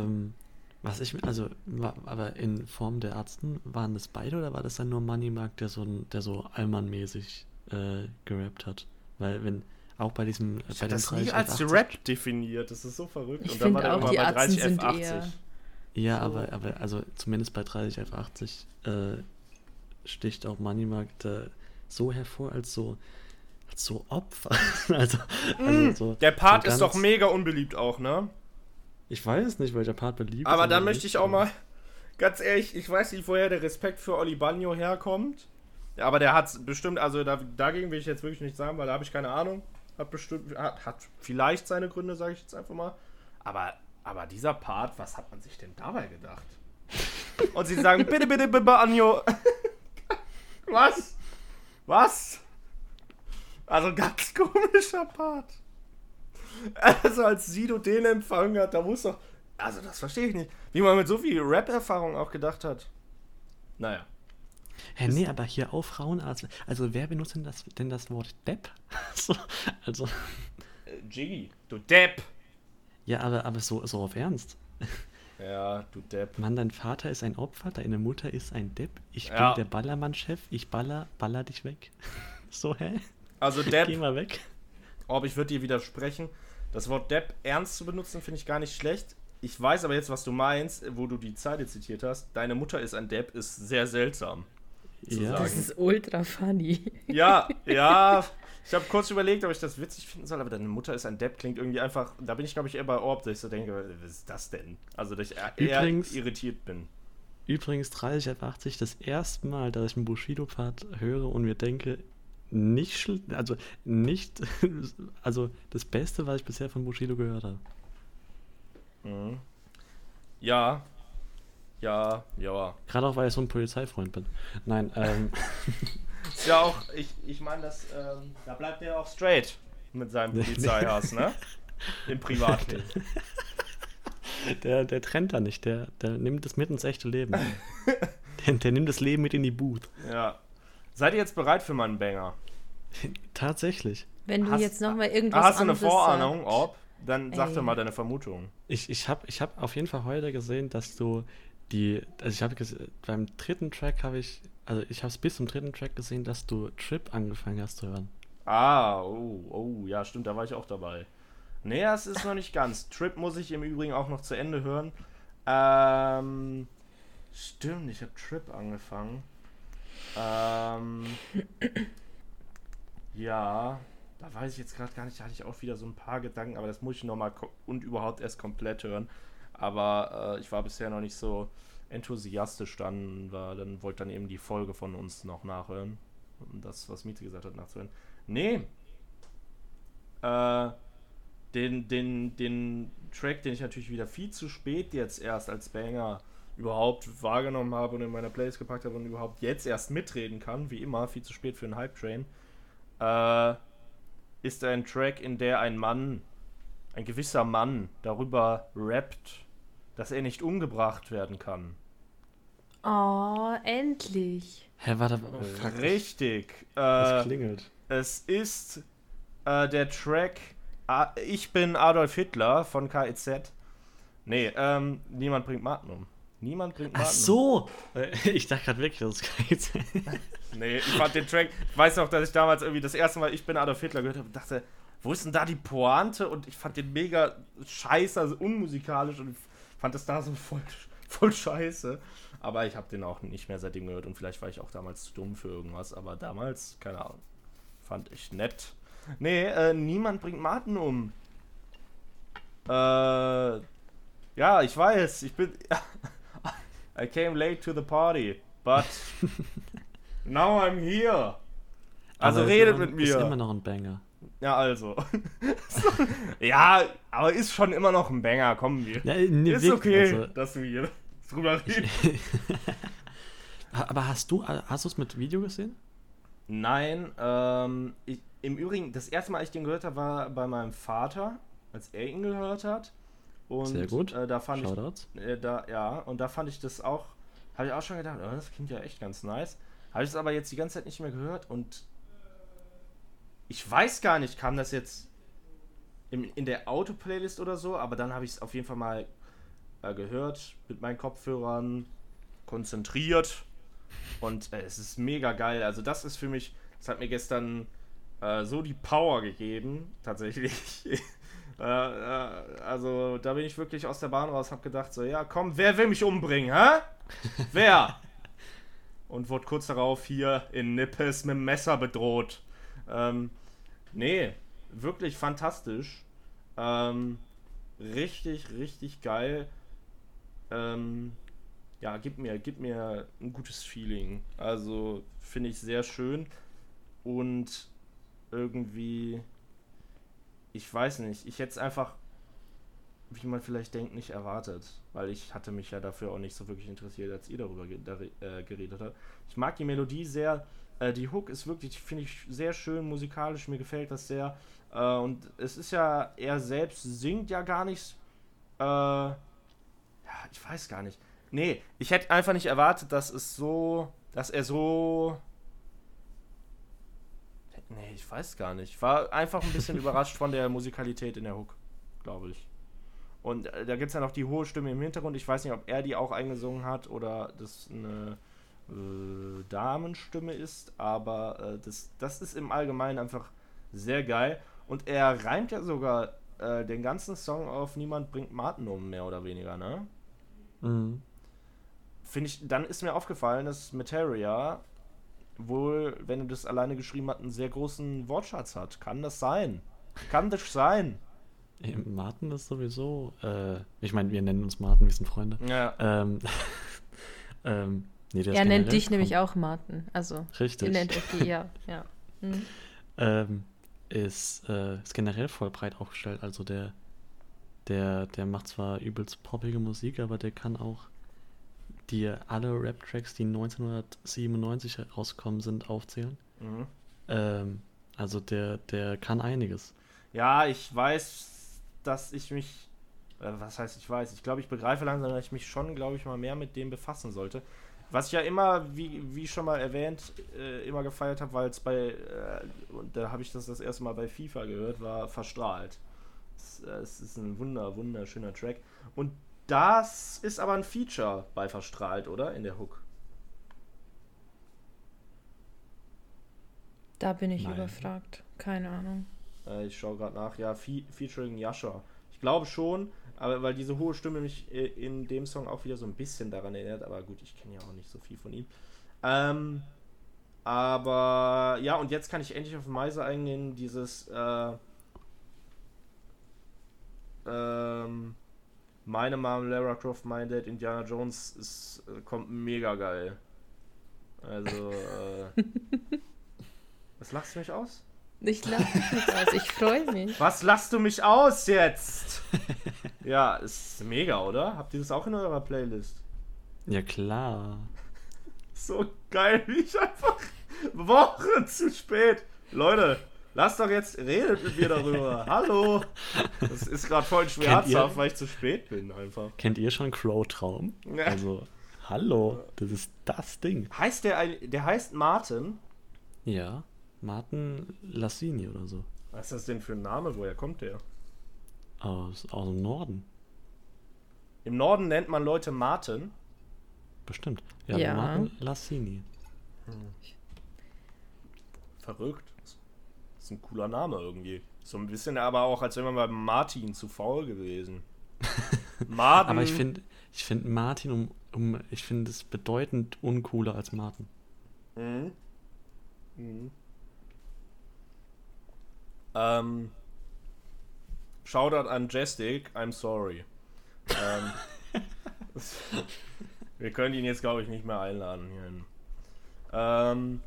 Aber in Form der Ärzten, waren das beide oder war das dann nur Money Mark, der so Allmann-mäßig gerappt hat? Weil wenn auch bei diesem Ich habe das nie als Rap definiert, das ist so verrückt. Ich und dann war finde der auch, immer die bei Ärzte sind 30F80. eher... Ja, so. aber also zumindest bei 30F80 sticht auch Money Mark so hervor als so Opfer. also so, Der Part so ist doch mega unbeliebt auch, ne? Ich weiß nicht, welcher Part beliebt ist. Aber dann möchte ich auch mal, ganz ehrlich, ich weiß nicht, woher der Respekt für Oli Bagno herkommt. Ja, aber der hat bestimmt, also dagegen will ich jetzt wirklich nichts sagen, weil da habe ich keine Ahnung. Hat vielleicht seine Gründe, sage ich jetzt einfach mal. Aber dieser Part, was hat man sich denn dabei gedacht? Und sie sagen, bitte, Bagno. Was? Also ganz komischer Part. Also als Sido den empfangen hat, da muss doch... Also das verstehe ich nicht. Wie man mit so viel Rap-Erfahrung auch gedacht hat. Naja. Hä, nee, aber hier auch Frauenarzt. Also wer benutzt denn das Wort Depp? Jiggy, du Depp. Ja, aber so auf Ernst. Ja, du Depp. Mann, dein Vater ist ein Opfer, deine Mutter ist ein Depp. Ich bin Ja. der Ballermann-Chef, ich baller dich weg. So, hä? Also Geh Depp, mal weg. ich würde dir widersprechen. Das Wort Depp ernst zu benutzen, finde ich gar nicht schlecht. Ich weiß aber jetzt, was du meinst, wo du die Zeile zitiert hast. Deine Mutter ist ein Depp, ist sehr seltsam. Zu Ja. Das sagen. ist ultra funny. Ja. Ich habe kurz überlegt, ob ich das witzig finden soll, aber deine Mutter ist ein Depp klingt irgendwie einfach. Da bin ich, glaube ich, eher bei Orb, dass ich so denke, was ist das denn? Also, dass ich eher Übrigens- irritiert bin. Übrigens 30 auf 80, das erste Mal, dass ich einen Bushido-Part höre und mir denke, also das Beste, was ich bisher von Bushido gehört habe. Mhm. Ja. Gerade auch, weil ich so ein Polizeifreund bin. Nein, Ist ja auch, ich meine, da bleibt er auch straight mit seinem Polizeihass, ne? Im Privatleben. der trennt da nicht, der nimmt das mit ins echte Leben. der nimmt das Leben mit in die Booth. Ja. Seid ihr jetzt bereit für meinen Banger? Tatsächlich. Wenn du Hast- jetzt nochmal irgendwas Hast du eine anderes Vorahnung, sagst. Orb? Dann sag Ey. doch mal deine Vermutung. Ich hab auf jeden Fall heute gesehen, dass du beim dritten Track ich habe es bis zum dritten Track gesehen, dass du Trip angefangen hast zu hören. Ja, stimmt, da war ich auch dabei. Nee, es ist noch nicht ganz. Trip muss ich im Übrigen auch noch zu Ende hören. Stimmt, ich habe Trip angefangen. Ja, da weiß ich jetzt gerade gar nicht, da hatte ich auch wieder so ein paar Gedanken, aber das muss ich nochmal und überhaupt erst komplett hören. Aber ich war bisher noch nicht so enthusiastisch wollte dann eben die Folge von uns noch nachhören. Um das, was Miete gesagt hat, nachzuhören. Nee. Den Track, den ich natürlich wieder viel zu spät jetzt erst als Banger überhaupt wahrgenommen habe und in meiner Playlist gepackt habe und überhaupt jetzt erst mitreden kann, wie immer, viel zu spät für einen Hype-Train, ist ein Track, in der ein gewisser Mann darüber rappt, dass er nicht umgebracht werden kann. Oh, endlich. Hä, warte, Richtig. das klingelt. Es ist der Track Ich bin Adolf Hitler von KIZ. Nee, niemand bringt Martin um. Niemand bringt Martin Ach so! Ich dachte gerade wirklich, das ist Nee, ich fand den Track, ich weiß noch, dass ich damals irgendwie das erste Mal Ich bin Adolf Hitler gehört habe und dachte, wo ist denn da die Pointe? Und ich fand den mega scheiße, also unmusikalisch und fand das da so voll scheiße. Aber ich habe den auch nicht mehr seitdem gehört und vielleicht war ich auch damals zu dumm für irgendwas, aber damals, keine Ahnung, fand ich nett. Nee, niemand bringt Martin um. Ja, ich weiß, ich bin... I came late to the party, but now I'm here. Also Aber redet mit Ist mir. immer noch ein Banger. Ja, also. Ja, aber ist schon immer noch ein Banger, kommen wir. Ja, nee, Ist wirklich, okay, also- dass wir drüber reden. Aber hast du es mit Video gesehen? Nein, im Übrigen, das erste Mal, als ich den gehört habe, war bei meinem Vater, als er ihn gehört hat. Und Sehr gut. Da fand Shoutouts. da fand ich das auch, habe ich auch schon gedacht, oh, das klingt ja echt ganz nice. Habe ich es aber jetzt die ganze Zeit nicht mehr gehört und ich weiß gar nicht, kam das jetzt in der Auto-Playlist oder so, aber dann habe ich es auf jeden Fall mal gehört, mit meinen Kopfhörern konzentriert und es ist mega geil. Also das ist für mich, das hat mir gestern so die Power gegeben, tatsächlich. Also da bin ich wirklich aus der Bahn raus, hab gedacht so, ja komm, wer will mich umbringen, hä? Wer? Und wurde kurz darauf hier in Nippes mit dem Messer bedroht. Nee, wirklich fantastisch. Richtig, richtig geil. Ja, gib mir ein gutes Feeling. Also finde ich sehr schön und irgendwie... Ich weiß nicht, ich hätte es einfach, wie man vielleicht denkt, nicht erwartet, weil ich hatte mich ja dafür auch nicht so wirklich interessiert, als ihr darüber geredet habt. Ich mag die Melodie sehr, die Hook ist wirklich, finde ich, sehr schön musikalisch, mir gefällt das sehr und es ist ja, er selbst singt ja gar nicht, ja, ich weiß gar nicht. Nee, ich hätte einfach nicht erwartet, dass er so... Nee, ich weiß gar nicht. Ich war einfach ein bisschen überrascht von der Musikalität in der Hook, glaube ich. Und da gibt es ja noch die hohe Stimme im Hintergrund. Ich weiß nicht, ob er die auch eingesungen hat oder das eine Damenstimme ist, aber das ist im Allgemeinen einfach sehr geil. Und er reimt ja sogar den ganzen Song auf Niemand bringt Martin um, mehr oder weniger, ne? Mhm. Dann ist mir aufgefallen, dass Materia wohl, wenn er das alleine geschrieben hat, einen sehr großen Wortschatz hat. Kann das sein? Kann das sein? Martin ist sowieso, ich meine, wir nennen uns Martin, wir sind Freunde. Ja. Nee, der Er ist nennt dich generell nämlich auch Martin. Also, Richtig. ihr nennt euch die, ja. Mhm. Ist generell voll breit aufgestellt. Also der macht zwar übelst poppige Musik, aber der kann auch dir alle Rap-Tracks, die 1997 rausgekommen sind, aufzählen. Mhm. Also der kann einiges. Ja, ich weiß, dass ich mich, was heißt ich weiß, ich glaube, ich begreife langsam, dass ich mich schon, glaube ich, mal mehr mit dem befassen sollte. Was ich ja immer, wie schon mal erwähnt, immer gefeiert habe, weil es und da habe ich das erste Mal bei FIFA gehört, war Verstrahlt. Es ist ein wunderschöner Track. Und das ist aber ein Feature bei Verstrahlt, oder? In der Hook. Da bin ich Nein. überfragt. Keine Ahnung. Ich schaue gerade nach. Ja, featuring Yasha. Ich glaube schon, aber weil diese hohe Stimme mich in dem Song auch wieder so ein bisschen daran erinnert. Aber gut, ich kenne ja auch nicht so viel von ihm. Aber ja, und jetzt kann ich endlich auf Meise eingehen. Dieses meine Mom, Lara Croft, mein Dad, Indiana Jones kommt mega geil. Also, was lachst du mich aus? Ich lache mich nicht aus, ich freue mich. Was lachst du mich aus jetzt? Ja, ist mega, oder? Habt ihr das auch in eurer Playlist? Ja, klar. So geil, wie ich einfach Wochen zu spät. Leute, lasst doch jetzt, redet mit mir darüber. Hallo. Das ist gerade voll schmerzhaft, weil ich zu spät bin einfach. Kennt ihr schon Crow-Traum? Ja. Also, hallo, das ist das Ding. Heißt der heißt Martin? Ja, Martin Lassini oder so. Was ist das denn für ein Name? Woher kommt der? Aus dem Norden. Im Norden nennt man Leute Martin. Bestimmt. Ja, Ja. Martin Lassini. Verrückt. Das ist ein cooler Name irgendwie. So ein bisschen aber auch, als wäre man bei Martin zu faul gewesen. Martin. Aber ich finde Martin ich finde es bedeutend uncooler als Martin. Mhm. Mhm. Shoutout an Jestik, I'm sorry. Wir können ihn jetzt, glaube ich, nicht mehr einladen hierhin.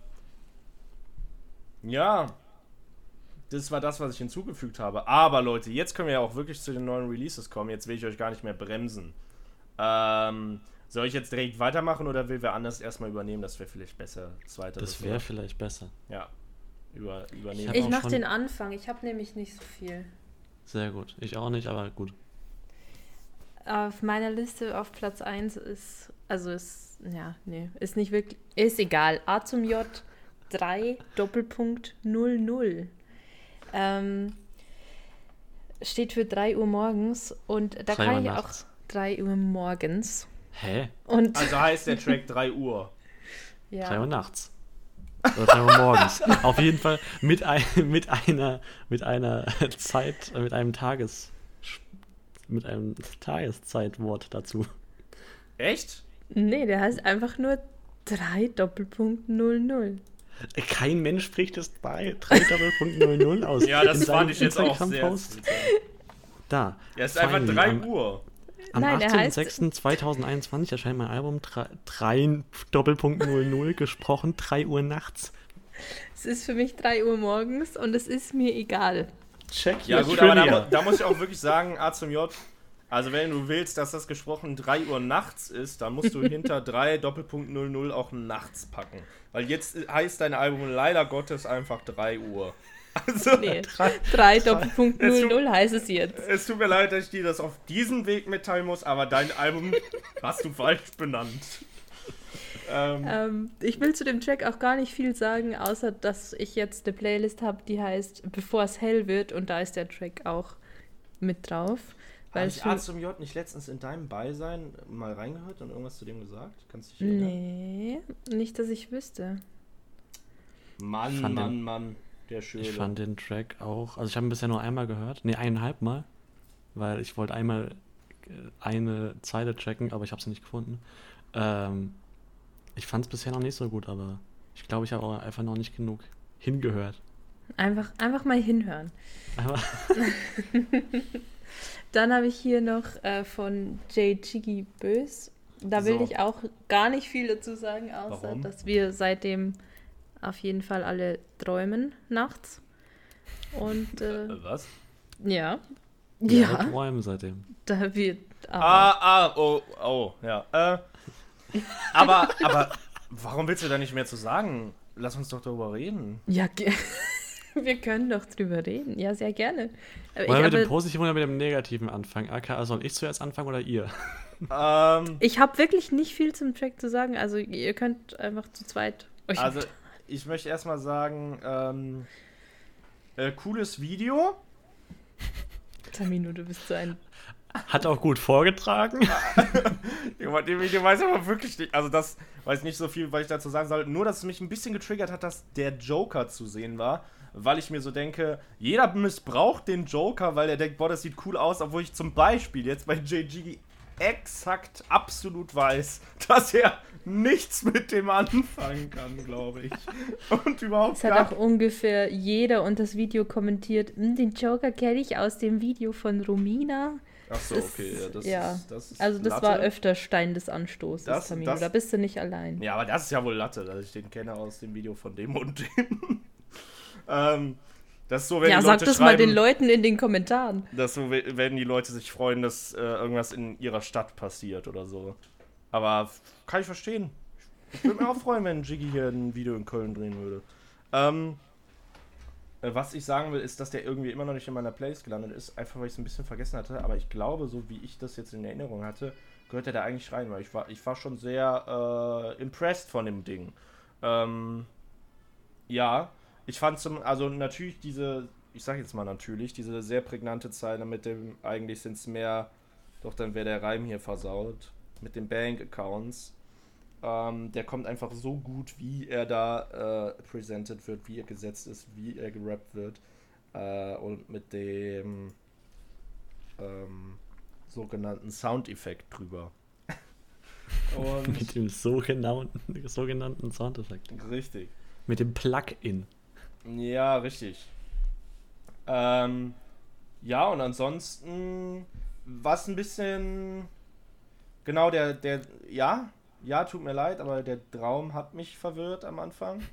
Ja, das war das, was ich hinzugefügt habe. Aber Leute, jetzt können wir ja auch wirklich zu den neuen Releases kommen. Jetzt will ich euch gar nicht mehr bremsen. Soll ich jetzt direkt weitermachen oder will wer anders erstmal übernehmen? Das wäre vielleicht besser. Das wäre vielleicht besser. Ja, übernehmen. Ich auch mache schon- den Anfang, ich habe nämlich nicht so viel. Sehr gut. Ich auch nicht, aber gut. Auf meiner Liste auf Platz 1 ist nicht wirklich, ist egal. A zum J 3 Doppelpunkt 00. Steht für 3 Uhr morgens und da 3 kann Uhr ich nachts. auch 3 Uhr morgens. Hä? Und Also heißt der Track 3 Uhr. 3 Uhr ja, nachts. Oder 3 Uhr morgens. Auf jeden Fall mit einer Zeit, mit einem Tageszeitwort dazu. Echt? nee, der heißt einfach nur 3 Doppelpunkt 00. Kein Mensch spricht das 3.00 aus. Ja, das In seinem fand ich jetzt auch sehr. Instagram-Post. Da. Ja, ist einfach Finally, 3 Uhr. Am Nein, der heißt- 18.06.2021 erscheint mein Album 3.00 gesprochen, 3 Uhr nachts. Es ist für mich 3 Uhr morgens und es ist mir egal. Check Ja gut, aber da muss ich auch wirklich sagen, A zum J, also wenn du willst, dass das gesprochen 3 Uhr nachts ist, dann musst du hinter 3 Doppelpunkt 00 auch nachts packen. Weil jetzt heißt dein Album leider Gottes einfach 3 Uhr. Also, Nee, 3 Doppelpunkt 00 heißt es jetzt. es tut mir leid, dass ich dir das auf diesem Weg mitteilen muss, aber dein Album hast du falsch benannt. Ich will zu dem Track auch gar nicht viel sagen, außer dass ich jetzt eine Playlist habe, die heißt Bevor es hell wird und da ist der Track auch mit drauf. Weil Habe ich A zum J nicht letztens in deinem Beisein mal reingehört und irgendwas zu dem gesagt? Kannst du dich erinnern? Nee, nicht, dass ich wüsste. Mann, der Schöne. Ich fand den Track auch, also ich habe ihn bisher nur einmal gehört, nee, 1,5 Mal, weil ich wollte einmal eine Zeile checken, aber ich habe sie nicht gefunden. Ich fand es bisher noch nicht so gut, aber ich glaube, ich habe auch einfach noch nicht genug hingehört. Einfach mal hinhören. Aber Dann habe ich hier noch von J. Jiggy Bös. Da will So. ich auch gar nicht viel dazu sagen, außer Warum? dass wir seitdem auf jeden Fall alle träumen nachts. Und Was? ja, ja, wir träumen seitdem. da wird. Aber Ja. Aber warum willst du da nicht mehr zu sagen? Lass uns doch darüber reden. ja, wir können doch drüber reden. Ja, sehr gerne. Wollen wir mit dem Aber Positiven oder mit dem Negativen anfangen? AKA, soll ich zuerst anfangen oder ihr? ich habe wirklich nicht viel zum Track zu sagen. Also ihr könnt einfach zu zweit euch. Also, ich möchte erstmal sagen, cooles Video. Tamino, du bist so ein. Hat auch gut vorgetragen. Dem Video weiß ich aber wirklich nicht. Also das weiß nicht so viel, was ich dazu sagen soll. Nur, dass es mich ein bisschen getriggert hat, dass der Joker zu sehen war. Weil ich mir so denke, jeder missbraucht den Joker, weil er denkt, boah, das sieht cool aus. Obwohl ich zum Beispiel jetzt bei JG exakt absolut weiß, dass er nichts mit dem anfangen kann, glaube ich. Und überhaupt Es hat auch ungefähr jeder und das Video kommentiert, den Joker kenne ich aus dem Video von Romina. Achso, Das- okay. ja. Das ist Also das Latte. war öfter Stein des Anstoßes, Das- Tamino. das- Da bist du nicht allein. Ja, aber das ist ja wohl Latte, dass ich den kenne aus dem Video von dem und dem. Das ist so, wenn Ja, die sag Leute das mal den schreiben, Leuten in den Kommentaren. dass so, wenn die Leute sich freuen, dass irgendwas in ihrer Stadt passiert oder so. Aber kann ich verstehen. Ich würde mich auch freuen, wenn Jiggy hier ein Video in Köln drehen würde. Was ich sagen will, ist, dass der irgendwie immer noch nicht in meiner Playlist gelandet ist, einfach weil ich es ein bisschen vergessen hatte. Aber ich glaube, so wie ich das jetzt in Erinnerung hatte, gehört er da eigentlich rein, weil ich war schon sehr impressed von dem Ding. Ja, ich fand also natürlich ich sag jetzt mal natürlich, diese sehr prägnante Zeile mit dem, eigentlich sind es mehr, doch dann wäre der Reim hier versaut, mit den Bank-Accounts. Der kommt einfach so gut, wie er da presented wird, wie er gesetzt ist, wie er gerappt wird. Und mit dem sogenannten Soundeffekt drüber. Und Mit dem sogenannten Soundeffekt. richtig. Mit dem Plugin. Ja, richtig. Ja, und ansonsten was ein bisschen genau ja, tut mir leid, aber der Traum hat mich verwirrt am Anfang.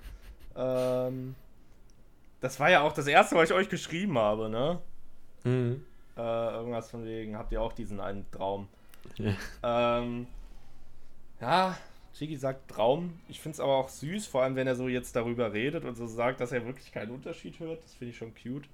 Das war ja auch das erste, was ich euch geschrieben habe, ne? Mhm. Irgendwas von wegen, habt ihr auch diesen einen Traum? Ja. Ja, Chigi sagt Traum. Ich finde es aber auch süß, vor allem wenn er so jetzt darüber redet und so sagt, dass er wirklich keinen Unterschied hört. Das finde ich schon cute.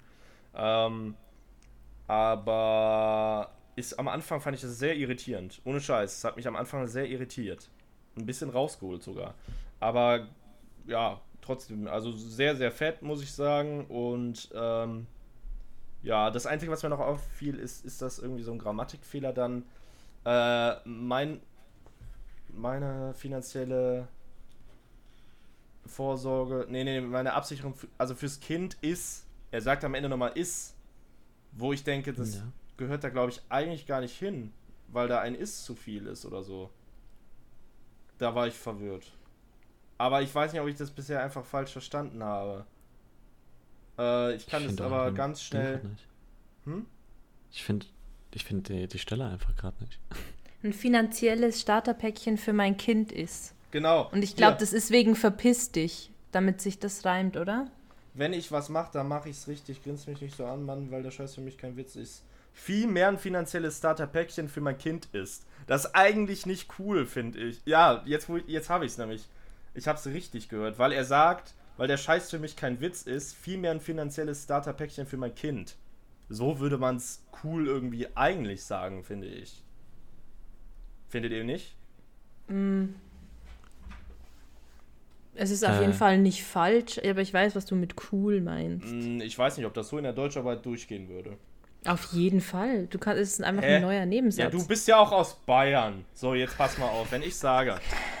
Aber am Anfang fand ich das sehr irritierend. Ohne Scheiß. Es hat mich am Anfang sehr irritiert. Ein bisschen rausgeholt sogar. Aber ja, trotzdem, also sehr, sehr fett, muss ich sagen. Und ja, das Einzige, was mir noch auffiel, ist das irgendwie so ein Grammatikfehler dann. Meine finanzielle Vorsorge, meine Absicherung, also fürs Kind ist, er sagt am Ende nochmal ist, wo ich denke, das gehört da, glaube ich, eigentlich gar nicht hin, weil da ein ist zu viel ist oder so. Da war ich verwirrt. Aber ich weiß nicht, ob ich das bisher einfach falsch verstanden habe. Ich kann es aber ganz schnell... Ich finde die Stelle einfach gerade nicht. Ein finanzielles Starterpäckchen für mein Kind ist. Genau. Und ich glaube, das ist wegen verpiss dich, damit sich das reimt, oder? Wenn ich was mache, dann mache ich es richtig. Grins mich nicht so an, Mann, weil der Scheiß für mich kein Witz ist. Viel mehr ein finanzielles Starterpäckchen für mein Kind ist. Das ist eigentlich nicht cool, finde ich. Ja, jetzt habe ich es nämlich. Ich habe es richtig gehört, weil er sagt, weil der Scheiß für mich kein Witz ist, viel mehr ein finanzielles Starterpäckchen für mein Kind. So würde man es cool irgendwie eigentlich sagen, finde ich. Findet ihr nicht? Es ist auf jeden Fall nicht falsch, aber ich weiß, was du mit cool meinst. Ich weiß nicht, ob das so in der Deutscharbeit durchgehen würde. Auf jeden Fall. Es ist einfach ein neuer Nebensatz. Ja, du bist ja auch aus Bayern. So, jetzt pass mal auf. Wenn ich sage,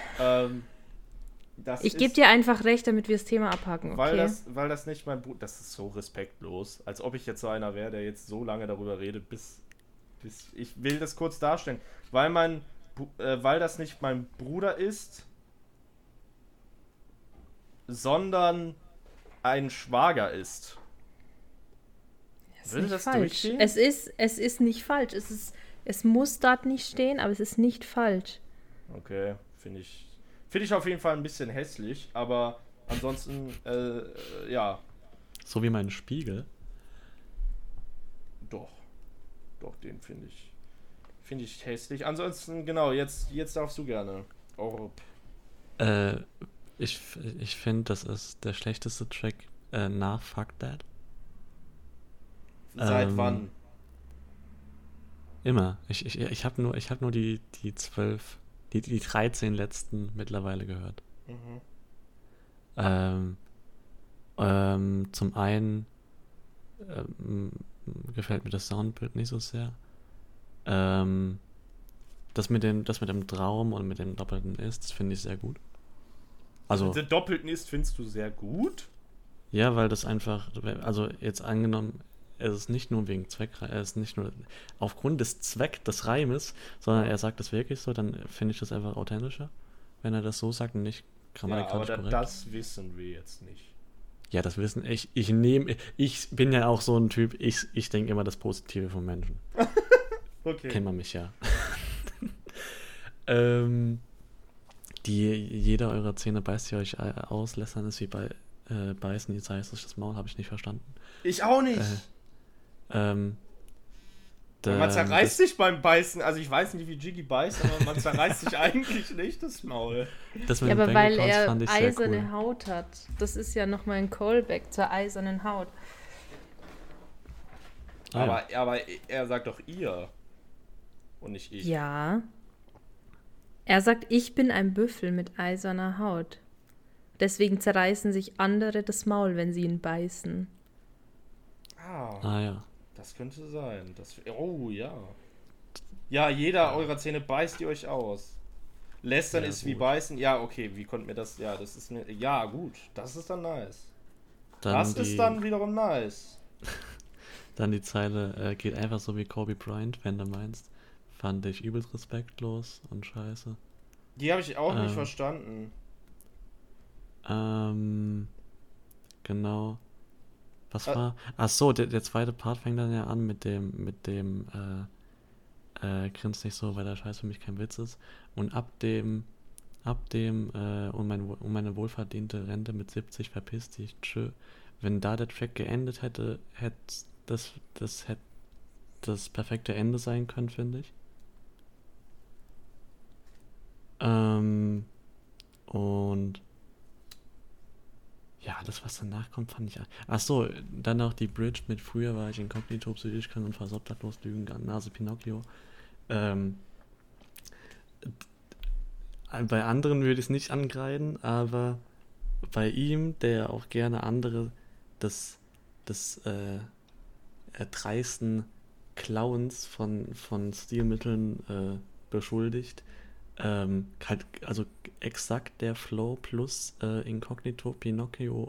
ich gebe dir einfach recht, damit wir das Thema abhaken, okay? Weil das nicht mein Bruder... Das ist so respektlos. Als ob ich jetzt so einer wäre, der jetzt so lange darüber redet, bis ich will das kurz darstellen. Weil das nicht mein Bruder ist, sondern ein Schwager ist. Würde das durchgehen? Es ist nicht falsch. Es muss dort nicht stehen, aber es ist nicht falsch. Okay, finde ich auf jeden Fall ein bisschen hässlich, aber ansonsten, ja. So wie mein Spiegel? Doch, den finde ich hässlich. Ansonsten, genau, jetzt darfst du gerne. Orb. Ich finde, das ist der schlechteste Track nach Fuck That. Seit wann? Immer. Ich habe nur die 12, die 13 letzten mittlerweile gehört. Zum einen gefällt mir das Soundbild nicht so sehr. Das mit dem Traum und mit dem doppelten Ist, das finde ich sehr gut. Also den doppelten Ist findest du sehr gut? Ja, weil das einfach, also jetzt angenommen, es ist nicht nur wegen es ist nicht nur aufgrund des des Reimes, sondern er sagt das wirklich so, dann finde ich das einfach authentischer, wenn er das so sagt und nicht grammatikalisch korrekt. Aber das wissen wir jetzt nicht. Ja, das wissen ich bin ja auch so ein Typ, ich denke immer das Positive vom Menschen. Okay. Kennt man mich ja. Jeder eurer Zähne beißt ihr euch aus, lässern ist wie bei Beißen, jetzt heißt es das Maul, habe ich nicht verstanden. Ich auch nicht. Man zerreißt sich beim Beißen, also ich weiß nicht, wie Jiggy beißt, aber man zerreißt sich eigentlich nicht das Maul. Ja, aber weil er eiserne Haut hat. Das ist ja nochmal ein Callback zur eisernen Haut. Aber er sagt doch ihr und nicht ich. Ja. Er sagt, ich bin ein Büffel mit eiserner Haut. Deswegen zerreißen sich andere das Maul, wenn sie ihn beißen. Ja. Das könnte sein. Oh ja. Ja, jeder eurer Zähne beißt ihr euch aus. Lästern ist gut. Wie beißen. Ja, okay, wie konnten wir das? Ja, das ist mir. Ja, gut. Das ist dann nice. Ist dann wiederum nice. Dann die Zeile, geht einfach so wie Kobe Bryant, wenn du meinst. Fand ich übelst respektlos und scheiße. Die habe ich auch nicht verstanden. Genau. Was war? Ach so, der zweite Part fängt dann ja an mit dem grinst nicht so, weil der Scheiß für mich kein Witz ist. Und ab dem meine wohlverdiente Rente mit 70 verpiss dich, tschö. Wenn da der Track geendet hätte das perfekte Ende sein können, finde ich. Und ja, das, was danach kommt, fand ich... Achso, dann noch die Bridge mit früher war ich inkognito, psychisch krank und versobtlos lügen, Nase Pinocchio. Bei anderen würde ich es nicht angreifen, aber bei ihm, der auch gerne andere des dreisten Clowns von Stilmitteln beschuldigt, also exakt der Flow plus Inkognito Pinocchio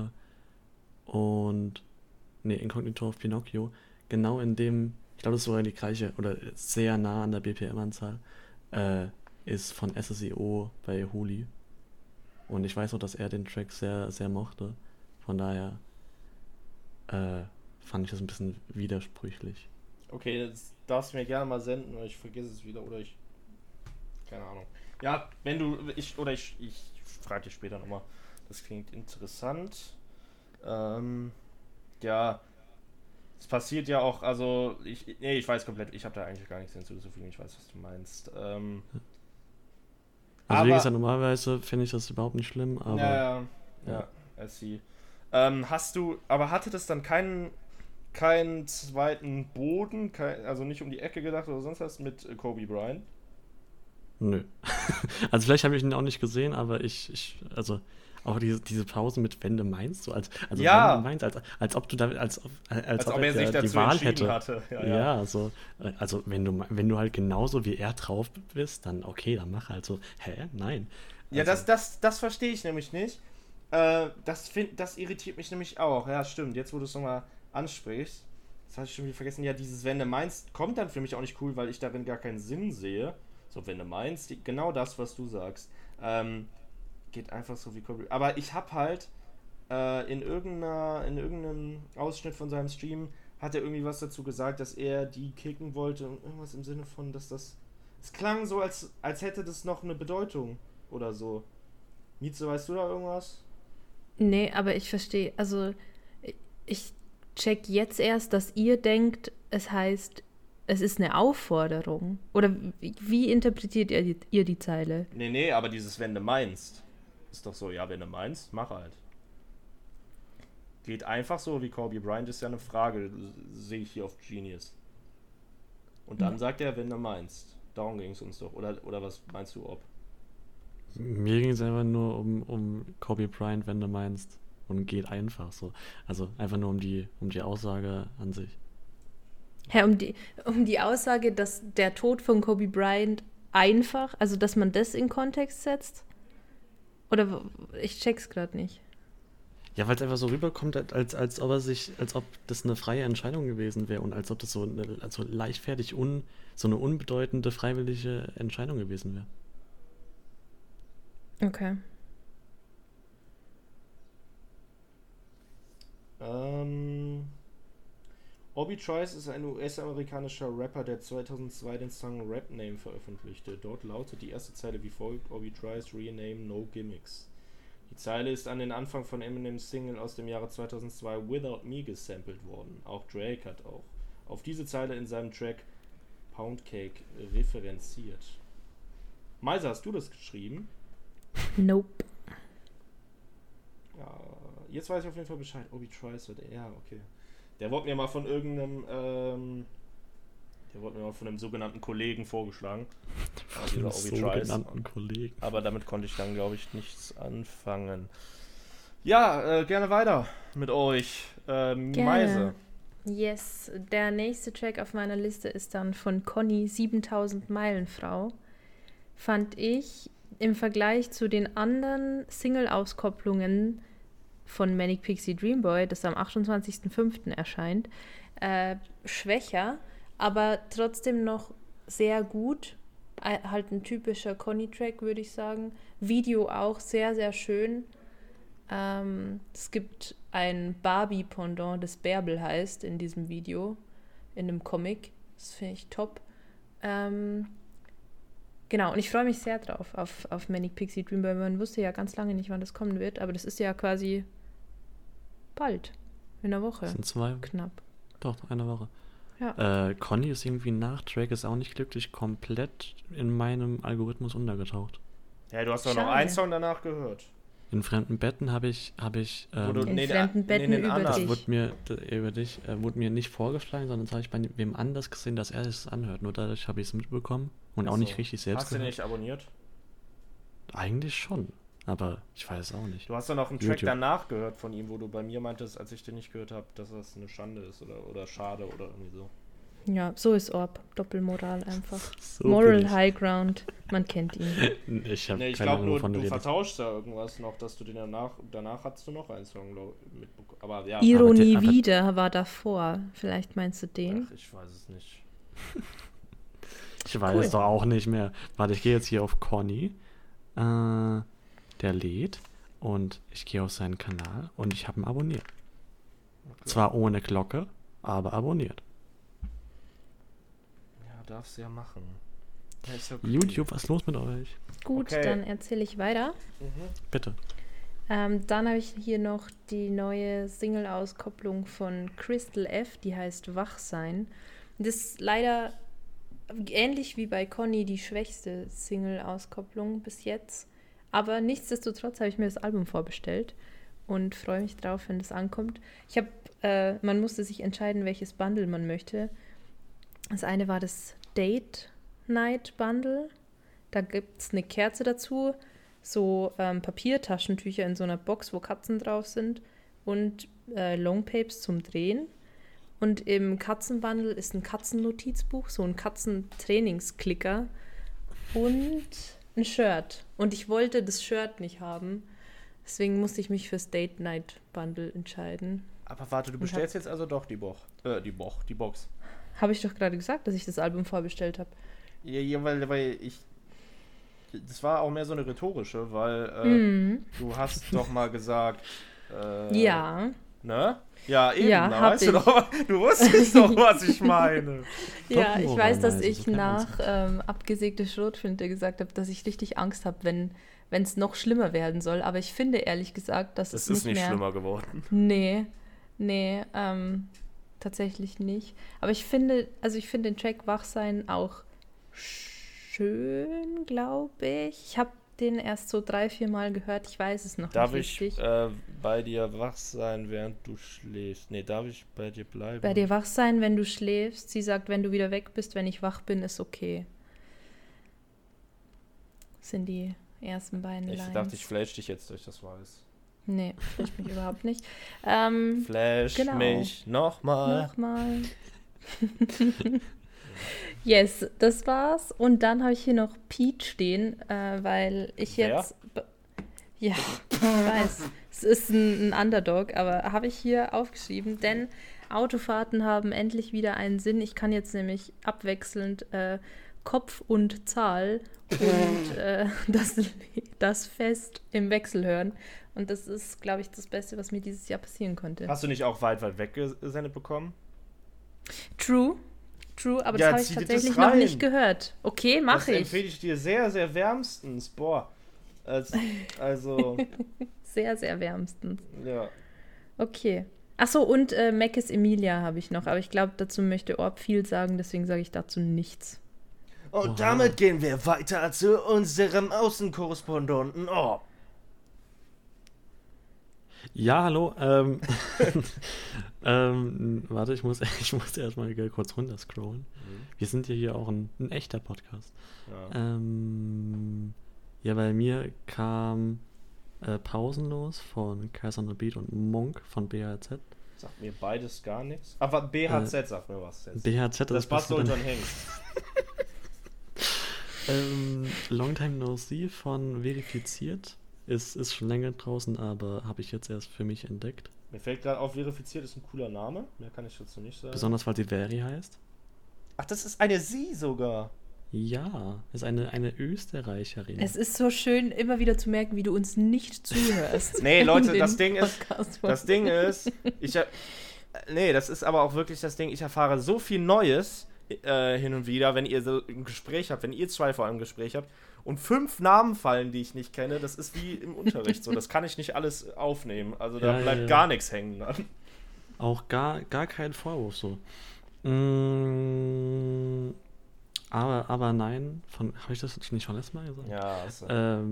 Inkognito auf Pinocchio, genau in dem, ich glaube, das ist sogar die gleiche oder sehr nah an der BPM-Anzahl, ist von SSEO bei Huli. Und ich weiß auch, dass er den Track sehr, sehr mochte. Von daher fand ich das ein bisschen widersprüchlich. Okay, das darfst du mir gerne mal senden, oder ich vergesse es wieder, oder ich... Keine Ahnung. Ja, wenn du... Ich frage dich später nochmal. Das klingt interessant. Ja... Es passiert ja auch, also... Ich weiß komplett, ich habe da eigentlich gar nichts hinzuzufügen. Ich weiß, was du meinst. Also wie gesagt, normalerweise finde ich das überhaupt nicht schlimm, aber... Ja, I see. Hatte das dann keinen zweiten Boden, also nicht um die Ecke gedacht oder sonst was mit Kobe Bryant? Nö. Also vielleicht habe ich ihn auch nicht gesehen, aber auch diese Pause mit Wende meinst du, als Ja. Wende meinst, als ob du damit, als ob ob er sich die dazu Wahl entschieden hätte. hatte. Ja, so, also wenn du halt genauso wie er drauf bist, dann okay, dann mach halt so, nein. Ja, Also, das verstehe ich nämlich nicht. Das irritiert mich nämlich auch. Ja, stimmt. Jetzt, wo du es nochmal ansprichst, das hatte ich schon wieder vergessen. Ja, dieses wenn du meinst, kommt dann für mich auch nicht cool, weil ich darin gar keinen Sinn sehe. So, wenn du meinst, genau das, was du sagst. Geht einfach so wie Kobe. Aber ich habe halt in irgendeinem Ausschnitt von seinem Stream hat er irgendwie was dazu gesagt, dass er die kicken wollte und irgendwas im Sinne von, dass das... Es klang so, als hätte das noch eine Bedeutung oder so. Mieze, weißt du da irgendwas? Nee, aber ich verstehe, also ich check jetzt erst, dass ihr denkt, es heißt, es ist eine Aufforderung. Oder wie interpretiert ihr die Zeile? Nee, aber dieses wenn du meinst, ist doch so, ja, wenn du meinst, mach halt. Geht einfach so wie Kobe Bryant, ist ja eine Frage, sehe ich hier auf Genius. Und dann sagt er, wenn du meinst. Darum ging es uns doch. Oder was meinst du, ob? mir ging es einfach nur um Kobe Bryant, wenn du meinst, und geht einfach so. Also einfach nur um die Aussage an sich. Ja, um die Aussage, dass der Tod von Kobe Bryant einfach, also dass man das in Kontext setzt? Oder ich check's gerade nicht. Ja, weil es einfach so rüberkommt, als ob das eine freie Entscheidung gewesen wäre und als ob das so leichtfertig so eine unbedeutende freiwillige Entscheidung gewesen wäre. Okay. Obi Trice ist ein US-amerikanischer Rapper, der 2002 den Song Rap Name veröffentlichte. Dort lautet die erste Zeile wie folgt: Obi Trice Rename No Gimmicks. Die Zeile ist an den Anfang von Eminems Single aus dem Jahre 2002 Without Me gesampelt worden. Auch Drake hat auch auf diese Zeile in seinem Track Pound Cake referenziert. Meise, hast du das geschrieben? Nope. Ja, jetzt weiß ich auf jeden Fall Bescheid. Obi Trice wird ja, okay. Der wurde mir mal von einem sogenannten Kollegen vorgeschlagen. Von sogenannten Kollegen. Aber damit konnte ich dann, glaube ich, nichts anfangen. Ja, gerne weiter mit euch. Meise. Yes, der nächste Track auf meiner Liste ist dann von Conny, 7000 Meilen Frau. Fand ich im Vergleich zu den anderen Single-Auskopplungen von Manic Pixie Dream Boy, das am 28.05. erscheint, schwächer, aber trotzdem noch sehr gut. Halt ein typischer Conny-Track, würde ich sagen. Video auch sehr, sehr schön. Es gibt ein Barbie-Pendant, das Bärbel heißt, in diesem Video, in einem Comic. Das finde ich top. Genau, und ich freue mich sehr drauf, auf Manic Pixie Dream Boy. Man wusste ja ganz lange nicht, wann das kommen wird, aber das ist ja quasi bald, in einer Woche. Das sind 2. Knapp. Doch, eine Woche. Ja. Conny ist irgendwie nach Track ist auch nicht glücklich, komplett in meinem Algorithmus untergetaucht. Ja, du hast doch noch Schade. einen Song danach gehört. In fremden Betten habe ich In fremden Betten über dich. wurde mir nicht vorgeschlagen, sondern das habe ich bei wem anders gesehen, dass er es anhört. Nur dadurch habe ich es mitbekommen und auch nicht richtig selbst Hast du den nicht abonniert? Eigentlich schon, aber ich weiß es auch nicht. Du hast doch noch einen Track YouTube. danach gehört von ihm, wo du bei mir meintest, als ich den nicht gehört habe, dass das eine Schande ist oder schade oder irgendwie so. Ja, so ist Orb. Doppelmoral einfach. So Moral bin ich. High Ground. Man kennt ihn. Ich habe Nee, ich keine glaube Ahnung, nur, wovon du du redest. vertauschst da irgendwas noch, dass du den danach hattest du noch einen Song mitbekommen. Aber ja, Ironie aber- wieder war davor. Vielleicht meinst du den? ach, ich weiß es nicht. Ich weiß Cool. es doch auch nicht mehr. Warte, ich gehe jetzt hier auf Conny. Der lädt und ich gehe auf seinen Kanal und ich habe ihn abonniert. Okay. Zwar ohne Glocke, aber abonniert. Ja, darfst du ja machen. Ja, ist ja okay. YouTube, was ist los mit euch? Gut, Okay. dann erzähle ich weiter. Bitte. Dann habe ich hier noch die neue Single-Auskopplung von Crystal F, die heißt Wachsein. Das ist leider ähnlich wie bei Conny die schwächste Single-Auskopplung bis jetzt. Aber nichtsdestotrotz habe ich mir das Album vorbestellt und freue mich drauf, wenn das ankommt. Man musste sich entscheiden, welches Bundle man möchte. Das eine war das Date Night Bundle. Da gibt es eine Kerze dazu, so Papiertaschentücher in so einer Box, wo Katzen drauf sind und Longpapes zum Drehen. Und im Katzenbundle ist ein Katzennotizbuch, so ein Katzentrainingsklicker und ein Shirt. Und ich wollte das Shirt nicht haben, deswegen musste ich mich fürs Date Night Bundle entscheiden. Aber warte, du bestellst jetzt also doch die Box. Habe ich doch gerade gesagt, dass ich das Album vorbestellt habe. Ja, weil ich... Das war auch mehr so eine rhetorische, weil du hast doch mal gesagt... Ja. Ne? Ja, eben, Ja, na, hab weißt du doch, du wusstest doch, was ich meine. Ja, ich weiß, dass Doppelmoral, ich so kennt man's. nach abgesägte Schrotflinte gesagt habe, dass ich richtig Angst habe, wenn es noch schlimmer werden soll. Aber ich finde ehrlich gesagt, dass Das es ist nicht nicht mehr... schlimmer geworden. Nee, tatsächlich nicht. Aber ich finde den Track Wachsein auch schön, glaube ich. Ich habe den erst so 3-4 Mal gehört. Ich weiß es noch Darf nicht ich richtig. bei dir wach sein, während du schläfst? Nee, darf ich bei dir bleiben? Bei dir wach sein, wenn du schläfst. Sie sagt, wenn du wieder weg bist, wenn ich wach bin, ist okay. Das sind die ersten beiden Ich Lines. dachte, ich flash dich jetzt durch das Weiß. Nee, flasht mich überhaupt nicht. Flash Genau. mich nochmal. Nochmal. Yes, das war's. Und dann habe ich hier noch Pete stehen, weil ich Wer? jetzt... Ja, ich weiß. Es ist ein Underdog, aber habe ich hier aufgeschrieben, denn Autofahrten haben endlich wieder einen Sinn. Ich kann jetzt nämlich abwechselnd Kopf und Zahl und das Fest im Wechsel hören. Und das ist, glaube ich, das Beste, was mir dieses Jahr passieren konnte. Hast du nicht auch weit weg gesendet bekommen? True, aber Ja, das habe ich zieh dir das tatsächlich noch rein. nicht gehört. Okay, Das mache ich. empfehle ich dir sehr, sehr wärmstens. Boah. Also, Sehr, sehr wärmstens. ja. Okay. Achso, und Meckes Emilia habe ich noch, aber ich glaube, dazu möchte Orb viel sagen, deswegen sage ich dazu nichts. Und Wow. damit gehen wir weiter zu unserem Außenkorrespondenten Orb. Ja, hallo. Warte, ich muss erstmal kurz runterscrollen. Wir sind ja hier auch ein echter Podcast. Ja. Ja, bei mir kam Pausenlos von Kaiser on the Beat und Monk von BHZ. Sagt mir beides gar nichts. Aber BHZ sagt mir was jetzt. BHZ Das passt Beste Sultan Hengst. Long Time No See von Verifiziert. Ist schon länger draußen, aber habe ich jetzt erst für mich entdeckt. Mir fällt gerade auf, verifiziert ist ein cooler Name. Mehr kann ich dazu nicht sagen. Besonders weil sie Veri heißt. Ach, das ist eine Sie sogar. Ja, ist eine Österreicherin. Es ist so schön, immer wieder zu merken, wie du uns nicht zuhörst. Nee, Leute, in das den Ding ist, das ist aber auch wirklich das Ding, ich erfahre so viel Neues hin und wieder, wenn ihr so ein Gespräch habt, wenn ihr zwei vor allem ein Gespräch habt und 5 Namen fallen, die ich nicht kenne, das ist wie im Unterricht so, das kann ich nicht alles aufnehmen, also da Ja, bleibt ja. gar nichts hängen dann. Auch gar kein Vorwurf so. Aber nein, habe ich das nicht schon letztes Mal gesagt? Ja, also,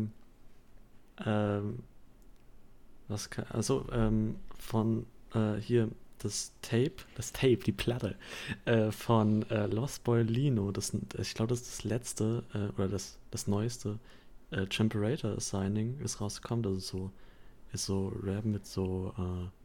von hier das Tape, die Platte von Lost Boy Lino, ich glaube, das ist das letzte oder das neueste Chimperator-Signing ist rausgekommen, das ist so Rap mit so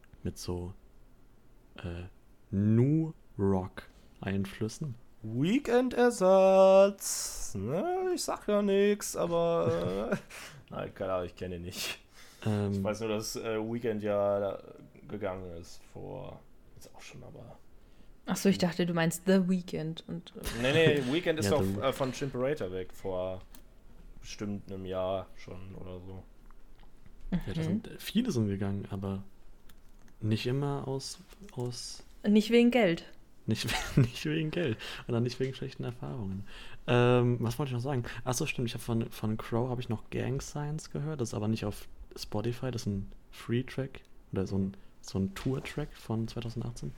New Rock Einflüssen. Weekend-Ersatz, ne? Ich sag ja nichts, aber nein, keine Ahnung, ich kenne ihn nicht. Ich weiß nur, dass Weekend ja da gegangen ist vor, jetzt auch schon, aber... Achso, ich dachte, du meinst The Weeknd. Und, Nee, Weekend ist Ja, doch von Chimperator weg, vor bestimmt einem Jahr schon oder so. Ja, viele sind gegangen, aber nicht immer aus Nicht wegen Geld. nicht wegen Geld und dann nicht wegen schlechten Erfahrungen. Was wollte ich noch sagen? Achso, stimmt, ich habe von Crow habe ich noch Gang Signs gehört, das ist aber nicht auf Spotify, das ist ein Free-Track oder so ein Tour-Track von 2018.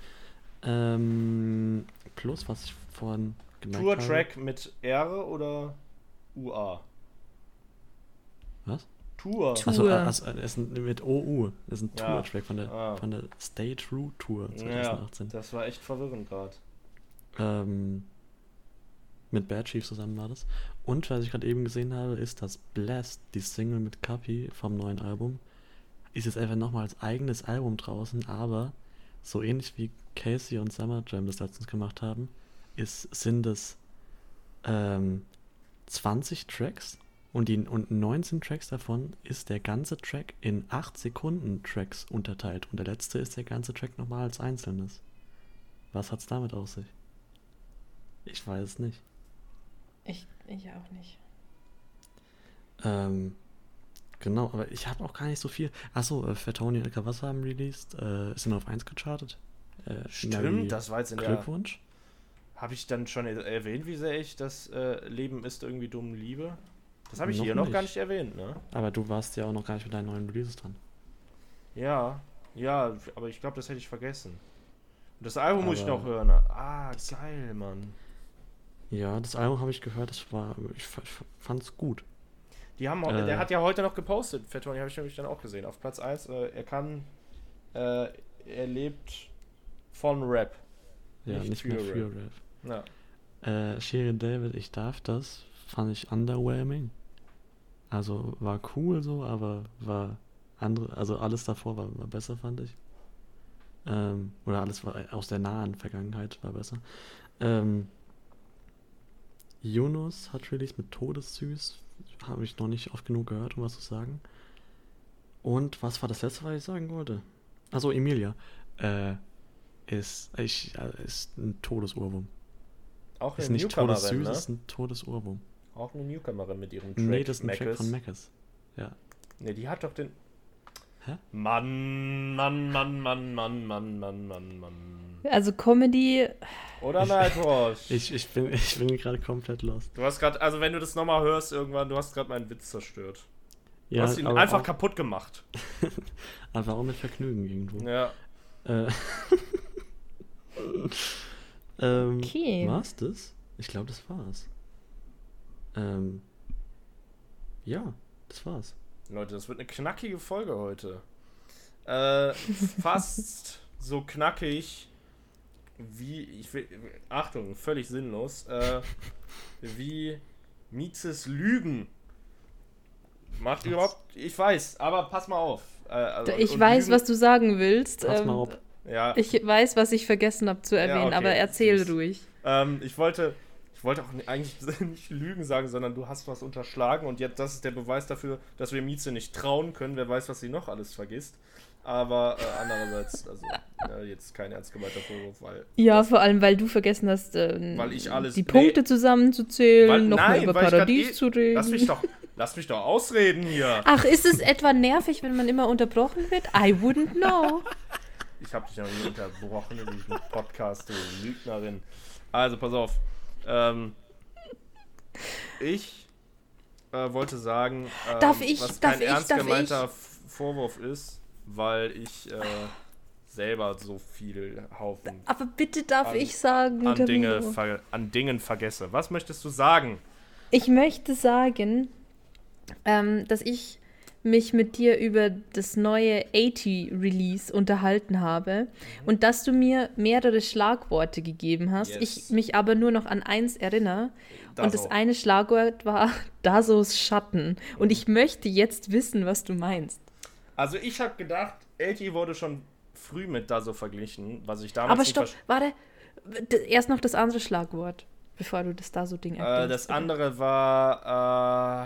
Plus, was ich vorhin gemerkt habe. Tour-Track mit R oder UA? Was? Tour. Tour. Also es ist mit OU. Das ist ein Ja. Tour-Track von der Stay True Tour Ja, 2018. das war echt verwirrend gerade. Mit Bad Chief zusammen war das. Und was ich gerade eben gesehen habe, ist, dass Blast, die Single mit Kapi vom neuen Album, ist jetzt einfach nochmal als eigenes Album draußen, aber so ähnlich wie Casey und Summer Jam das letztens gemacht haben, sind es 20 Tracks und 19 Tracks davon ist der ganze Track in 8 Sekunden Tracks unterteilt und der letzte ist der ganze Track nochmal als einzelnes. Was hat's damit auf sich? Ich weiß es nicht. Ich auch nicht. Genau, aber ich habe auch gar nicht so viel. Achso, Fatoni und El Cavazza haben released. Ist immer auf 1 gechartet. Stimmt, das war jetzt in der... Glückwunsch. Habe ich dann schon erwähnt, wie sehr ich das Leben ist irgendwie dumm liebe? Das habe ich Noch hier noch nicht. gar nicht erwähnt, ne? Aber du warst ja auch noch gar nicht mit deinen neuen Releases dran. Ja, aber ich glaube, das hätte ich vergessen. Und das Album muss ich Aber noch hören. Ah, geil, Mann. Ja, das Album habe ich gehört, ich fand's gut. Der hat ja heute noch gepostet, Fatoni, habe ich nämlich dann auch gesehen. Auf Platz 1, er lebt von Rap. Ja, nicht mehr für Rap. Ja. Shirin David, ich darf das, fand ich underwhelming. Also war cool so, aber war also alles davor war besser, fand ich. Oder alles war aus der nahen Vergangenheit war besser. Yunus hat released mit Todessüß. Habe ich noch nicht oft genug gehört, um was zu sagen. Und was war das letzte, was ich sagen wollte? Also Emilia. Ist ein Todesurwurm. Auch Ist eine nicht Newcomerin, Todessüß, ne? ist ein Todesurwurm. Auch eine Newcomerin mit ihrem Track. Nee, das ist ein Track Mackes. von Mackes. Ja. Ne, die hat doch den... Hä? Mann. Also Comedy, Oder Nightwash? Ich bin gerade komplett lost. Du hast gerade, also wenn du das nochmal hörst irgendwann, du hast gerade meinen Witz zerstört. Du Ja, hast ihn aber einfach auch, kaputt gemacht. aber auch mit Vergnügen irgendwo. Ja. Okay. War's das? Ich glaube, das war's. Ja, das war's. Leute, das wird eine knackige Folge heute. Fast so knackig wie, Achtung, völlig sinnlos, wie Mietzes Lügen. Macht überhaupt, ich weiß, aber pass mal auf. Also, Ich und weiß, Lügen, was du sagen willst. Pass mal auf. Ja, Ich weiß, was ich vergessen habe zu erwähnen, okay, aber erzähl süß. ruhig. ich wollte auch eigentlich nicht Lügen sagen, sondern du hast was unterschlagen und jetzt, das ist der Beweis dafür, dass wir Mieze nicht trauen können. Wer weiß, was sie noch alles vergisst. Aber andererseits, also jetzt kein ernst gemeinter Vorwurf, weil... Ja, vor allem, weil du vergessen hast, weil ich alles... die Punkte zusammenzuzählen, nein, über weil ich Paradies zu reden. Lass mich doch ausreden hier. Ach, ist es etwa nervig, wenn man immer unterbrochen wird? I wouldn't know. Ich hab dich noch nie unterbrochen in diesem Podcast, du Lügnerin. Also, pass auf. Ich wollte sagen, was kein ernst gemeinter Vorwurf ist, weil ich selber so viel Haufen Aber bitte darf ich sagen, an Tamino. Dingen vergesse. Was möchtest du sagen? Ich möchte sagen, dass ich mich mit dir über das neue 80-Release unterhalten habe und dass du mir mehrere Schlagworte gegeben hast, Yes. ich mich aber nur noch an eins erinnere. Und das Daso. eine Schlagwort war Dasos Schatten. Und ich möchte jetzt wissen, was du meinst. Also ich habe gedacht, 80 wurde schon früh mit Daso verglichen, was ich damals Aber nicht stopp, warte. Erst noch das andere Schlagwort, bevor du das Daso-Ding erklärst. Das bitte. andere war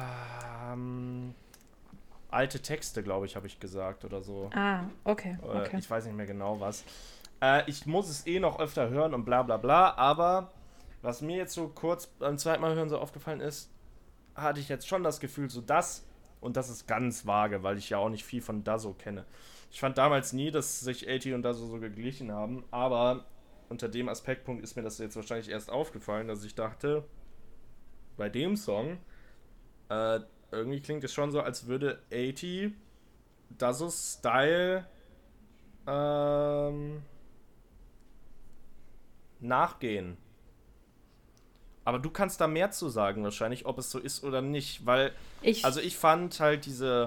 alte Texte, glaube ich, habe ich gesagt oder so. Ah, okay. Ich weiß nicht mehr genau was. Ich muss es noch öfter hören und bla bla bla, aber was mir jetzt so kurz beim zweiten Mal hören so aufgefallen ist, hatte ich jetzt schon das Gefühl, so das, und das ist ganz vage, weil ich ja auch nicht viel von Daso kenne. Ich fand damals nie, dass sich 80 und Daso so geglichen haben, aber unter dem Aspektpunkt ist mir das jetzt wahrscheinlich erst aufgefallen, dass ich dachte, bei dem Song, irgendwie klingt es schon so, als würde 80 Dasos Style nachgehen. Aber du kannst da mehr zu sagen wahrscheinlich, ob es so ist oder nicht, weil ich fand halt diese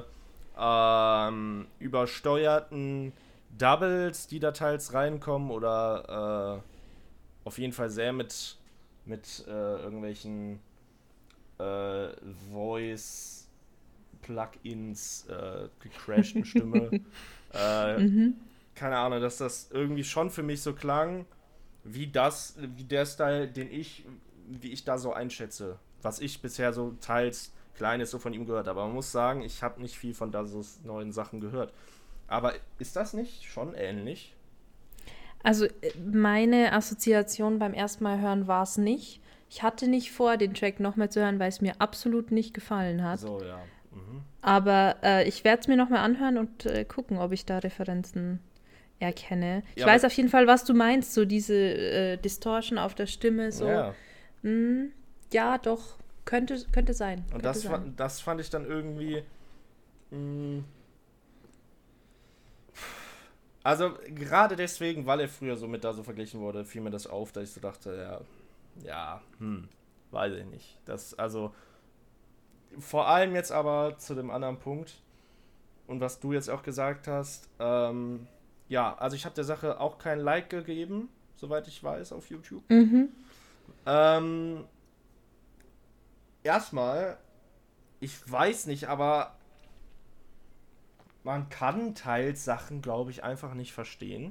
übersteuerten Doubles, die da teils reinkommen oder auf jeden Fall sehr mit mit irgendwelchen Voice-Plugins, gecrashten Stimme. Keine Ahnung, dass das irgendwie schon für mich so klang, wie der Style, wie ich da so einschätze. Was ich bisher so teils Kleines so von ihm gehört habe. Aber man muss sagen, ich habe nicht viel von Dazos neuen Sachen gehört. Aber ist das nicht schon ähnlich? Also meine Assoziation beim ersten Mal hören war es nicht. Ich hatte nicht vor, den Track nochmal zu hören, weil es mir absolut nicht gefallen hat. So, ja. Aber ich werde es mir nochmal anhören und gucken, ob ich da Referenzen erkenne. Ich Ja, weiß auf jeden Fall, was du meinst, so diese Distortion auf der Stimme. So. Ja. Ja, doch, könnte sein. Und könnte sein. das fand ich dann irgendwie. Also, gerade deswegen, weil er früher so mit da so verglichen wurde, fiel mir das auf, dass ich so dachte, weiß ich nicht. Also, vor allem jetzt aber zu dem anderen Punkt und was du jetzt auch gesagt hast, also ich habe der Sache auch kein Like gegeben, soweit ich weiß, auf YouTube. Erstmal, ich weiß nicht, aber man kann teils Sachen, glaube ich, einfach nicht verstehen.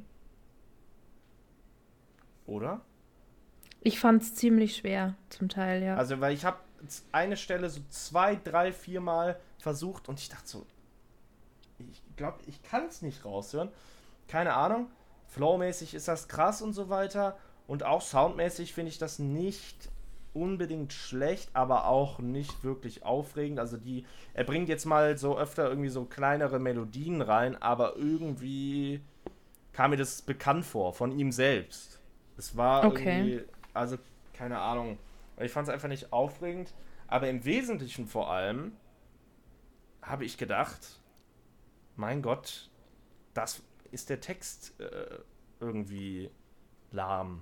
Oder? Ich fand es ziemlich schwer, zum Teil, ja. Also, weil ich habe eine Stelle so 2, 3, 4 Mal versucht und ich dachte so, ich glaube, ich kann es nicht raushören. Keine Ahnung. Flowmäßig ist das krass und so weiter. Und auch soundmäßig finde ich das nicht unbedingt schlecht, aber auch nicht wirklich aufregend. Also er bringt jetzt mal so öfter irgendwie so kleinere Melodien rein, aber irgendwie kam mir das bekannt vor, von ihm selbst. Es war irgendwie, also keine Ahnung. Ich fand es einfach nicht aufregend, aber im Wesentlichen vor allem habe ich gedacht, mein Gott, das ist der Text irgendwie lahm.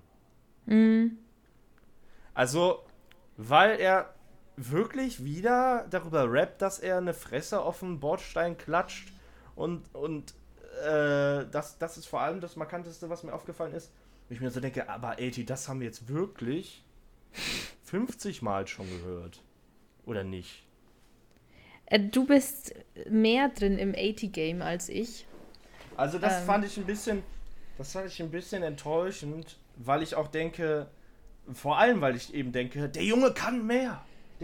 Also, weil er wirklich wieder darüber rappt, dass er eine Fresse auf den Bordstein klatscht und das ist vor allem das Markanteste, was mir aufgefallen ist. Ich mir so denke, aber 80, das haben wir jetzt wirklich 50 Mal schon gehört. Oder nicht? Du bist mehr drin im 80-Game als ich. Also das fand ich ein bisschen enttäuschend, weil ich auch denke, vor allem, weil ich eben denke, der Junge kann mehr.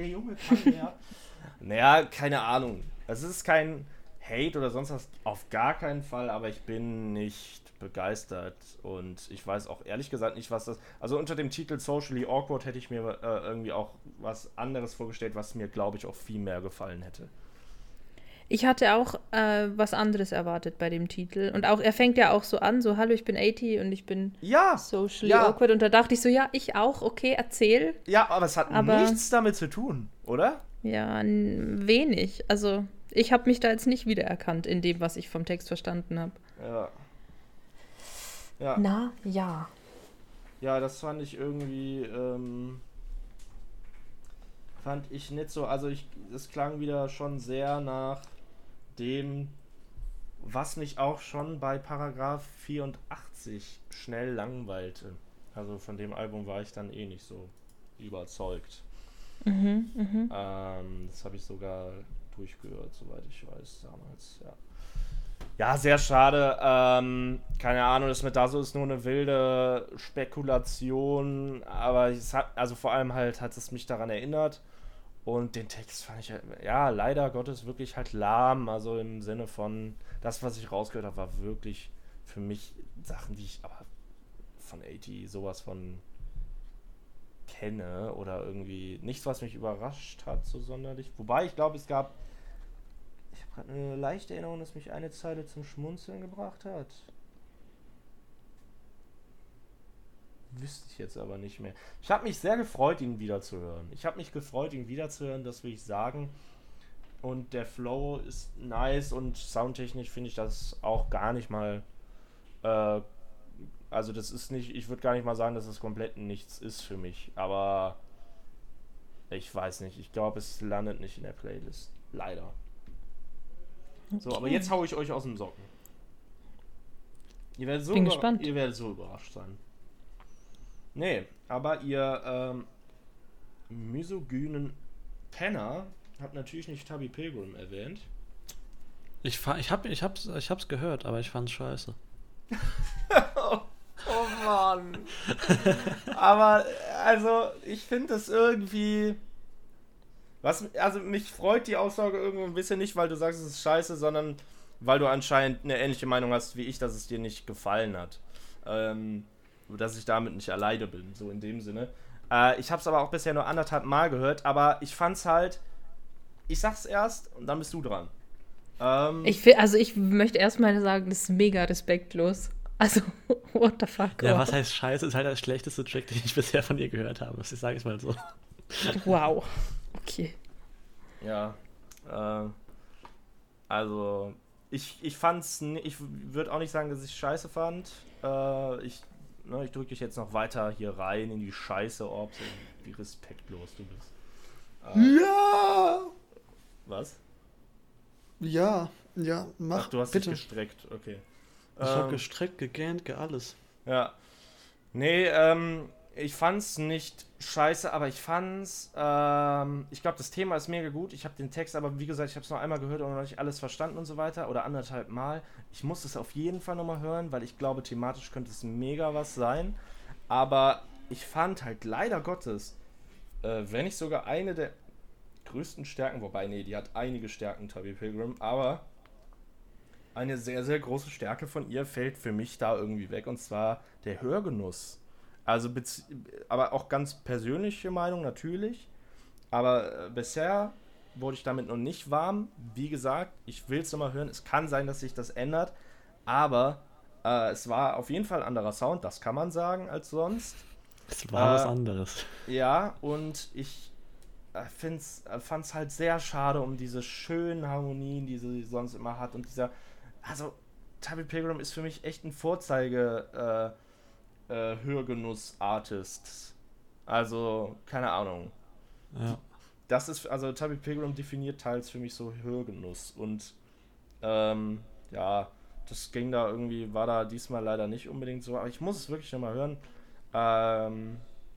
Naja, keine Ahnung. Es ist kein Hate oder sonst was, auf gar keinen Fall, aber ich bin nicht begeistert und ich weiß auch ehrlich gesagt nicht, was das... Also unter dem Titel Socially Awkward hätte ich mir irgendwie auch was anderes vorgestellt, was mir, glaube ich, auch viel mehr gefallen hätte. Ich hatte auch was anderes erwartet bei dem Titel. Und auch, er fängt ja auch so an, so, hallo, ich bin 80 und ich bin socially awkward. Und da dachte ich so, ja, ich auch, okay, erzähl. Ja, aber es hat nichts damit zu tun, oder? Ja, wenig. Also, ich habe mich da jetzt nicht wiedererkannt in dem, was ich vom Text verstanden habe. Ja. Na, ja. Ja, das fand ich irgendwie, fand ich nicht so, also es klang wieder schon sehr nach dem, was mich auch schon bei Paragraph 84 schnell langweilte. Also von dem Album war ich dann eh nicht so überzeugt. Das habe ich sogar durchgehört, soweit ich weiß, damals, ja. Ja, sehr schade. Keine Ahnung, das mit Dazo ist nur eine wilde Spekulation, aber vor allem halt hat es mich daran erinnert. Und den Text fand ich, ja, leider Gottes wirklich halt lahm. Also im Sinne von, das, was ich rausgehört habe, war wirklich für mich Sachen, die ich aber von 80 sowas von kenne oder irgendwie nichts, was mich überrascht hat, so sonderlich. Wobei, ich glaube, ich habe gerade eine leichte Erinnerung, dass mich eine Zeile zum Schmunzeln gebracht hat. Wüsste ich jetzt aber nicht mehr. Ich habe mich sehr gefreut, ihn wiederzuhören. Das will ich sagen. Und der Flow ist nice und soundtechnisch finde ich das auch gar nicht mal. Also das ist nicht, ich würde gar nicht mal sagen, dass es komplett nichts ist für mich. Aber ich weiß nicht. Ich glaube, es landet nicht in der Playlist. Leider. Okay. So, aber jetzt haue ich euch aus dem Socken. Ihr werdet so gespannt. Ihr werdet so überrascht sein. Nee, aber ihr misogynen Penner hat natürlich nicht Tubby Pilgrim erwähnt. Ich hab's gehört, aber ich fand's scheiße. Oh Mann. Aber, also, ich finde das irgendwie... Also, mich freut die Aussage irgendwo ein bisschen nicht, weil du sagst, es ist scheiße, sondern weil du anscheinend eine ähnliche Meinung hast wie ich, dass es dir nicht gefallen hat. Dass ich damit nicht alleine bin, so in dem Sinne. Ich habe es aber auch bisher nur 1,5 Mal gehört, aber ich fand's halt... Ich sag's erst und dann bist du dran. Ich möchte erstmal sagen, das ist mega respektlos. Also, what the fuck? Ja, was heißt scheiße? Ist halt der schlechteste Track, den ich bisher von ihr gehört habe. Ich sage es mal so. Wow. Okay. Ja. Also, ich fand's... Ich würde auch nicht sagen, dass ich scheiße fand. Ich drücke dich jetzt noch weiter hier rein in die Scheiße, Orb, so wie respektlos du bist. Ja! Was? Ja, mach. Ach, du hast bitte. dich gestreckt, okay. Ich hab gestreckt, gegähnt, alles. Ja. Nee, ich fand's nicht scheiße, aber ich fand's, ich glaube, das Thema ist mega gut. Ich habe den Text, aber wie gesagt, ich habe es noch einmal gehört und noch nicht alles verstanden und so weiter. Oder 1,5 Mal. Ich muss es auf jeden Fall nochmal hören, weil ich glaube, thematisch könnte es mega was sein. Aber ich fand halt leider Gottes, wenn nicht sogar eine der größten Stärken, wobei, nee, die hat einige Stärken, Tubby Pilgrim, aber eine sehr, sehr große Stärke von ihr fällt für mich da irgendwie weg, und zwar der Hörgenuss. Also, aber auch ganz persönliche Meinung natürlich, aber bisher wurde ich damit noch nicht warm. Wie gesagt, ich will es nochmal hören, es kann sein, dass sich das ändert, aber es war auf jeden Fall ein anderer Sound, das kann man sagen, als sonst. Es war was anderes. Ja, und ich fand es halt sehr schade um diese schönen Harmonien, die sie sonst immer hat. Und also Tubby Pilgrim ist für mich echt ein Vorzeige Hörgenuss-Artist. Also, keine Ahnung. Ja. Das ist, also Tubby Pilgrim definiert teils für mich so Hörgenuss. Und ja, das ging da irgendwie, war da diesmal leider nicht unbedingt so, aber ich muss es wirklich nochmal hören.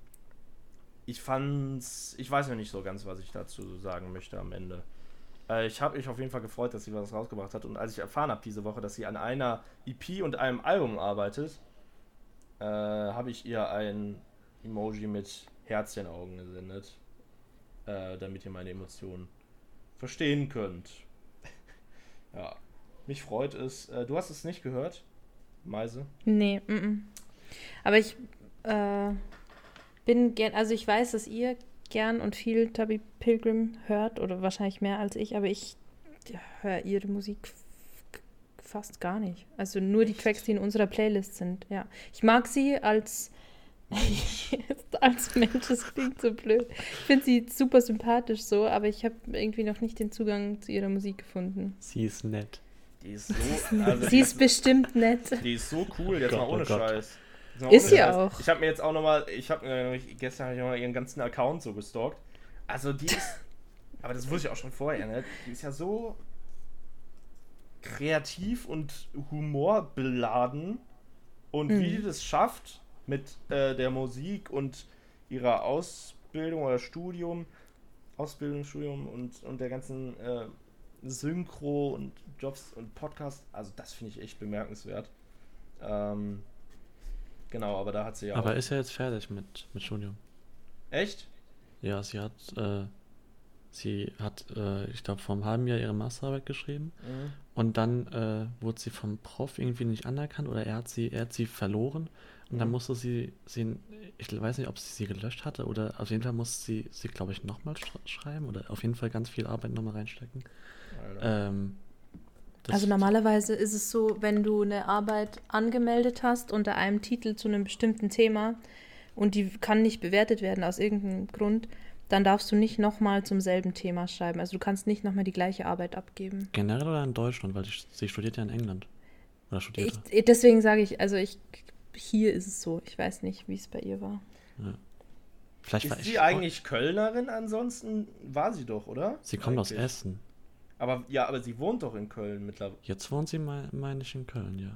Ich weiß noch nicht so ganz, was ich dazu sagen möchte am Ende. Ich habe mich auf jeden Fall gefreut, dass sie was rausgebracht hat. Und als ich erfahren habe diese Woche, dass sie an einer EP und einem Album arbeitet, habe ich ihr ein Emoji mit Herzchenaugen gesendet, damit ihr meine Emotionen verstehen könnt. Ja, mich freut es. Du hast es nicht gehört, Meise? Nee, aber ich bin gern, also ich weiß, dass ihr gern und viel Tubby Pilgrim hört, oder wahrscheinlich mehr als ich, aber ich höre ihre Musik fast gar nicht. Also nur die Tracks, die in unserer Playlist sind, ja. Ich mag sie als Mensch, das klingt so blöd. Ich finde sie super sympathisch so, aber ich habe irgendwie noch nicht den Zugang zu ihrer Musik gefunden. Sie ist nett. Die ist so... Also sie ist bestimmt nett. Die ist so cool, jetzt Gott, mal ohne oh Gott. Scheiß. Ist sie auch. Ich habe mir jetzt auch nochmal, gestern habe ich nochmal ihren ganzen Account so gestalkt. Also die ist, aber das wusste ich auch schon vorher, ne? Die ist ja so kreativ und humorbeladen, und wie die das schafft mit der Musik und ihrer Ausbildung oder Studium und der ganzen Synchro und Jobs und Podcast, also das finde ich echt bemerkenswert. Genau, aber da hat sie ja Aber auch... ist ja jetzt fertig mit Studium. Echt? Ja, sie hat, ich glaube, vor einem halben Jahr ihre Masterarbeit geschrieben. Und dann wurde sie vom Prof irgendwie nicht anerkannt, oder er hat sie verloren. Und dann musste sie, ich weiß nicht, ob sie gelöscht hatte, oder auf jeden Fall musste sie glaube ich, nochmal schreiben, oder auf jeden Fall ganz viel Arbeit nochmal reinstecken. Also normalerweise ist es so, wenn du eine Arbeit angemeldet hast unter einem Titel zu einem bestimmten Thema und die kann nicht bewertet werden aus irgendeinem Grund, dann darfst du nicht nochmal zum selben Thema schreiben. Also du kannst nicht nochmal die gleiche Arbeit abgeben. Generell oder in Deutschland? Weil sie studiert ja in England. Oder studierte. Deswegen sage ich, also hier ist es so. Ich weiß nicht, wie es bei ihr war. Ja. Vielleicht ist sie eigentlich Kölnerin ansonsten? War sie doch, oder? Sie kommt aus Essen. Aber sie wohnt doch in Köln mittlerweile. Jetzt wohnt sie, meine ich, in Köln, ja.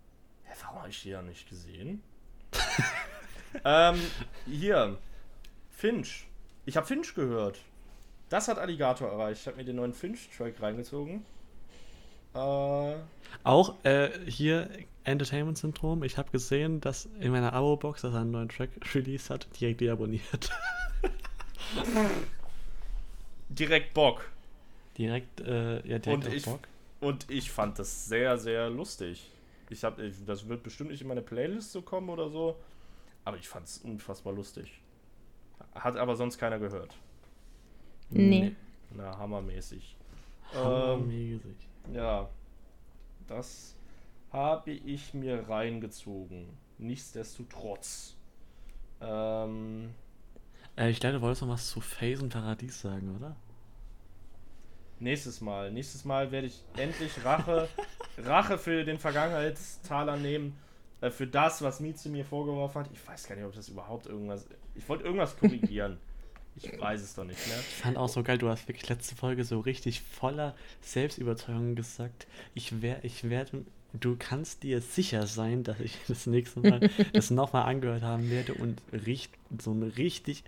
Warum habe ich die ja nicht gesehen? Hier. Finch. Ich habe Finch gehört. Das hat Alligator erreicht. Ich habe mir den neuen Finch-Track reingezogen. Auch hier Entertainment-Syndrom. Ich habe gesehen, dass in meiner Abo-Box, dass er einen neuen Track released hat, direkt deabonniert. Direkt Bock. Direkt auf Bock. Und ich fand das sehr, sehr lustig. Das wird bestimmt nicht in meine Playlist so kommen oder so, aber ich fand es unfassbar lustig. Hat aber sonst keiner gehört. Nee. Na, hammermäßig. Hammermäßig. Ja, das habe ich mir reingezogen. Nichtsdestotrotz. Ich glaube, du wolltest noch was zu Phase und Paradies sagen, oder? Nächstes Mal werde ich endlich Rache für den Vergangenheitstaler nehmen. Für das, was Mieze mir vorgeworfen hat. Ich weiß gar nicht, ob das überhaupt irgendwas... Ich wollte irgendwas korrigieren. Ich weiß es doch nicht mehr. Ich fand auch so geil, du hast wirklich letzte Folge so richtig voller Selbstüberzeugung gesagt, du kannst dir sicher sein, dass ich das nächste Mal das nochmal angehört haben werde und so ein richtig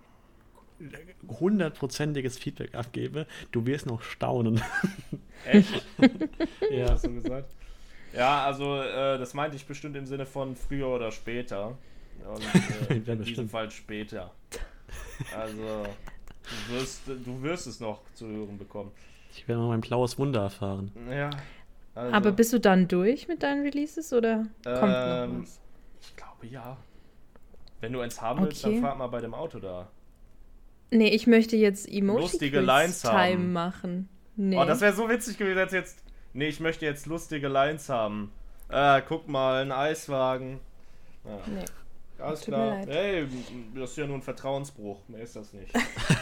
100%iges Feedback abgebe. Du wirst noch staunen. Echt? Ja. Hast du gesagt? Ja, also das meinte ich bestimmt im Sinne von früher oder später. Und in diesem Fall später. Also, du wirst es noch zu hören bekommen. Ich werde mal mein blaues Wunder erfahren. Ja. Also, Aber bist du dann durch mit deinen Releases oder kommt noch was? Ich glaube ja. Wenn du eins haben willst, dann frag mal bei dem Auto da. Nee, ich möchte jetzt Lustige Lines Emoji-Quiz-Time haben. machen. Nee. Oh, das wäre so witzig gewesen jetzt. Nee, ich möchte jetzt lustige Lines haben. Guck mal, ein Eiswagen. Ja. Nee. Alles Tut klar. mir leid. Hey, das ist ja nur ein Vertrauensbruch. Mehr ist das nicht.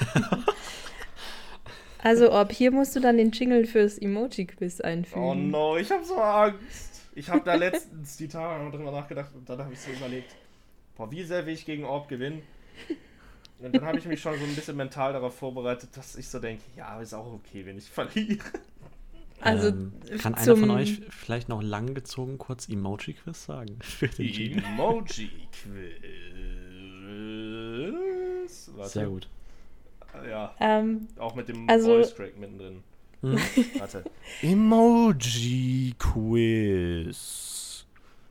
Also, hier musst du dann den Jingle fürs Emoji-Quiz einfügen. Oh no, ich hab so Angst. Ich habe da letztens die Tage noch drüber nachgedacht und dann habe ich so überlegt, boah, wie sehr will ich gegen Orb gewinnen? Und dann habe ich mich schon so ein bisschen mental darauf vorbereitet, dass ich so denke, ja, ist auch okay, wenn ich verliere. Also, kann einer von euch vielleicht noch langgezogen kurz Emoji-Quiz sagen? Für den Jingle? Emoji-Quiz. Sehr gut. Ja, auch mit dem also, Voice-Track mittendrin. Warte. Emoji-Quiz.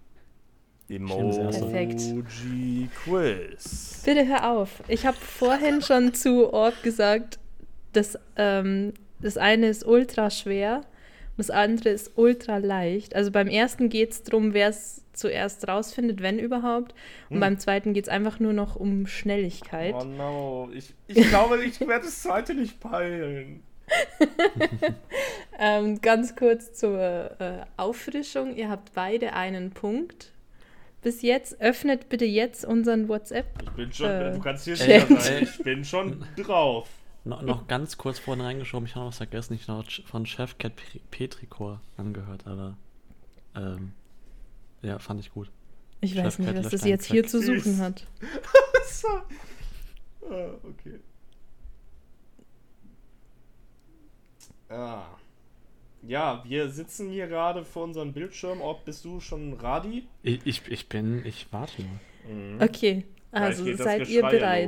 Emoji-Quiz. Bitte hör auf. Ich habe vorhin schon zu Orb gesagt, das eine ist ultra schwer und das andere ist ultra leicht. Also beim ersten geht es darum, wer es zuerst rausfindet, wenn überhaupt. Und beim zweiten geht es einfach nur noch um Schnelligkeit. Oh no, ich glaube, ich werde das zweite nicht peilen. Ganz kurz zur Auffrischung. Ihr habt beide einen Punkt. Bis jetzt, öffnet bitte jetzt unseren WhatsApp. Ich bin schon, du kannst hier sicher sein, ich bin schon drauf. Noch ganz kurz vorhin reingeschoben, ich habe noch was vergessen, ich habe noch von Chefcat Petrichor angehört, aber ja, fand ich gut. Ich weiß nicht, was das jetzt hier zu suchen hat. Okay. Ja, wir sitzen hier gerade vor unserem Bildschirm. Ob bist du schon Radi? Ich warte nur. Okay, also seid ihr bereit?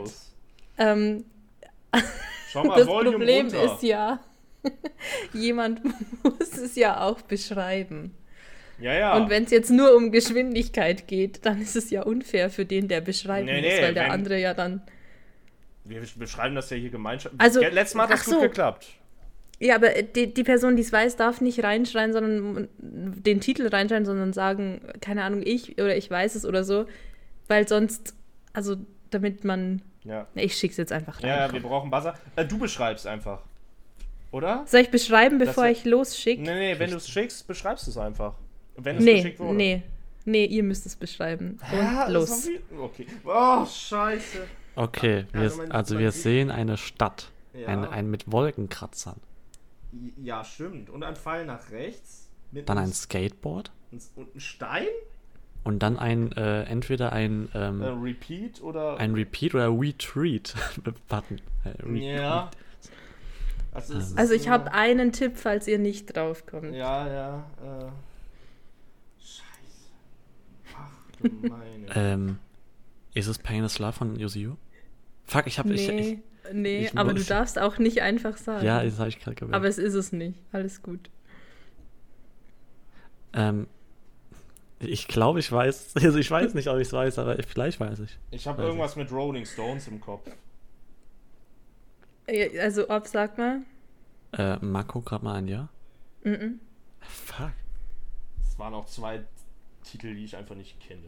Schau mal, das Volume Problem runter. ist ja, jemand muss es ja auch beschreiben. Ja. Und wenn es jetzt nur um Geschwindigkeit geht, dann ist es ja unfair für den, der beschreiben muss, weil der andere ja dann... Wir beschreiben das ja hier gemeinschaftlich. Also, letztes Mal hat das gut geklappt. Ja, aber die Person, die es weiß, darf nicht reinschreien, sondern den Titel reinschreien, sondern sagen, keine Ahnung, ich weiß es oder so, weil sonst, also damit man... Ja. Ich schick's jetzt einfach rein. Ja, wir brauchen Buzzer. Du beschreibst einfach. Oder? Soll ich beschreiben, bevor ich losschicke? Nee, wenn du es schickst, beschreibst du es einfach. Wenn es geschickt wurde. Nee, ihr müsst es beschreiben. Und los. Okay. Oh, scheiße. Okay, wir sehen eine Stadt. Ja. Ein mit Wolkenkratzern. Ja, stimmt. Und ein Pfeil nach rechts. Dann ein Skateboard. Und ein Stein? Und dann entweder ein Repeat oder... Ein Repeat oder Retreat-Button. Ja. Also ich habe einen Tipp, falls ihr nicht draufkommt. Ja. Scheiße. Ach du meine. Ist es Pain is Love von Yuzio? Fuck, ich aber du darfst auch nicht einfach sagen. Ja, das habe ich gerade gemerkt. Aber es ist es nicht. Alles gut. Ich glaube, ich weiß. Also ich weiß nicht, ob ich es weiß, aber vielleicht weiß ich. Ich habe irgendwas mit Rolling Stones im Kopf. Also, sag mal. Marco, gerade mal ein Ja? Mhm. Fuck. Es waren auch 2 Titel, die ich einfach nicht kenne.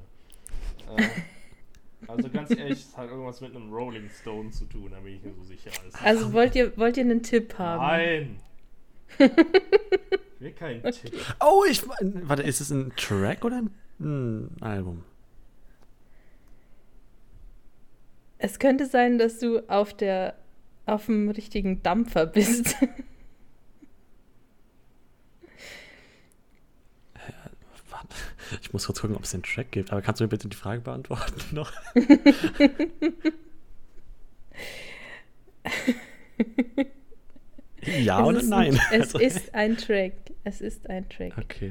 Also ganz ehrlich, es hat irgendwas mit einem Rolling Stone zu tun, da bin ich mir so sicher. Also wollt ihr einen Tipp haben? Nein! Ich will keinen Tipp. Oh, warte, ist es ein Track oder ein Album? Es könnte sein, dass du auf dem richtigen Dampfer bist. Warte, ich muss kurz gucken, ob es den Track gibt. Aber kannst du mir bitte die Frage beantworten noch? Ja oder nein? Es ist ein Track. Es ist ein Track. Okay.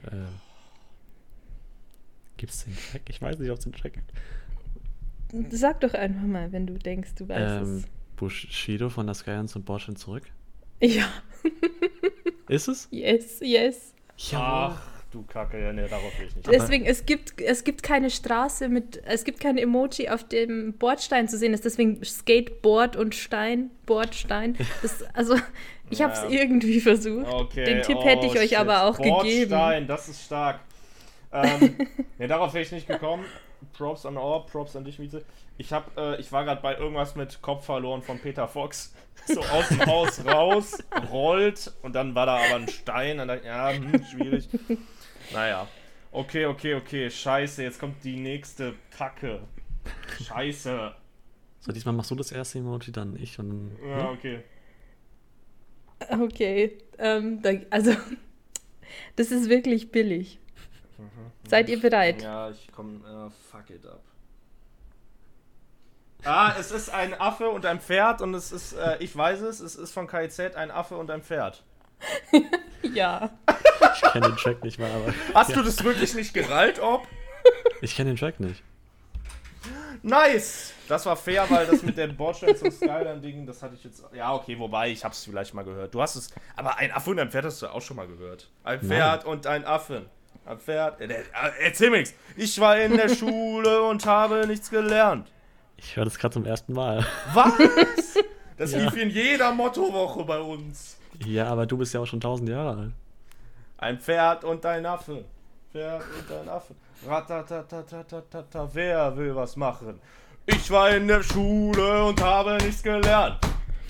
Gibt es den Track? Ich weiß nicht, ob es den Track gibt. Sag doch einfach mal, wenn du denkst, du weißt es. Bushido von der Skyline zum Bordstein zurück? Ja. Ist es? Yes. Ja. Ach, du Kacke, ja, nee, darauf will ich nicht. Deswegen, es gibt keine Straße es gibt kein Emoji, auf dem Bordstein zu sehen ist. Deswegen Skateboard und Stein, Bordstein. Ich habe es irgendwie versucht. Okay, Den Tipp hätte ich euch aber auch gegeben. Bordstein, das ist stark. Nee, darauf wäre ich nicht gekommen. Props an Orb, Props an dich, Mieze. Ich war gerade bei irgendwas mit Kopf verloren von Peter Fox. So aus dem Haus raus, rollt und dann war da aber ein Stein. Und dann, ja, schwierig. Naja. Okay. Scheiße, jetzt kommt die nächste Kacke. Scheiße. So, diesmal machst du das erste Emoji, dann ich und dann. Ja, okay. Okay. Das ist wirklich billig. Seid ihr bereit? Ja, ich komme. Fuck it up. Es ist ein Affe und ein Pferd und es ist, ich weiß es ist von KIZ ein Affe und ein Pferd. Ja. Ich kenne den Track nicht mal, aber. Hast du das wirklich nicht gerallt, Ob? Ich kenne den Track nicht. Nice! Das war fair, weil das mit dem Bordstein zum Skyline-Ding, das hatte ich jetzt. Ja, okay, wobei, ich hab's vielleicht mal gehört. Du hast es. Aber ein Affe und ein Pferd hast du auch schon mal gehört. Ein Pferd und ein Affe. Ein Pferd. Erzähl mir nichts. Ich war in der Schule und habe nichts gelernt. Ich höre das gerade zum ersten Mal. Was? Das lief in jeder Mottowoche bei uns. Ja, aber du bist ja auch schon 1000 Jahre alt. Ein Pferd und ein Affe. Pferd und ein Affe. Ratatatatata, wer will was machen? Ich war in der Schule und habe nichts gelernt.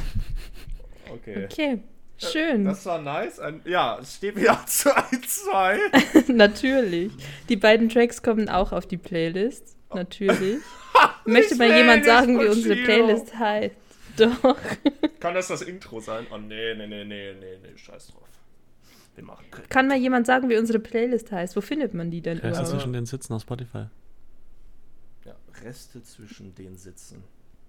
Okay. Schön. Das war nice. Es steht wieder 2-2. Natürlich. Die beiden Tracks kommen auch auf die Playlist. Natürlich. Möchte mal jemand sagen, wie unsere Playlist heißt? Doch. Kann das Intro sein? Oh, nee, scheiß drauf. Wir machen. Kann mal jemand sagen, wie unsere Playlist heißt? Wo findet man die denn Reste überhaupt? zwischen den Sitzen auf Spotify. Ja, Reste zwischen den Sitzen.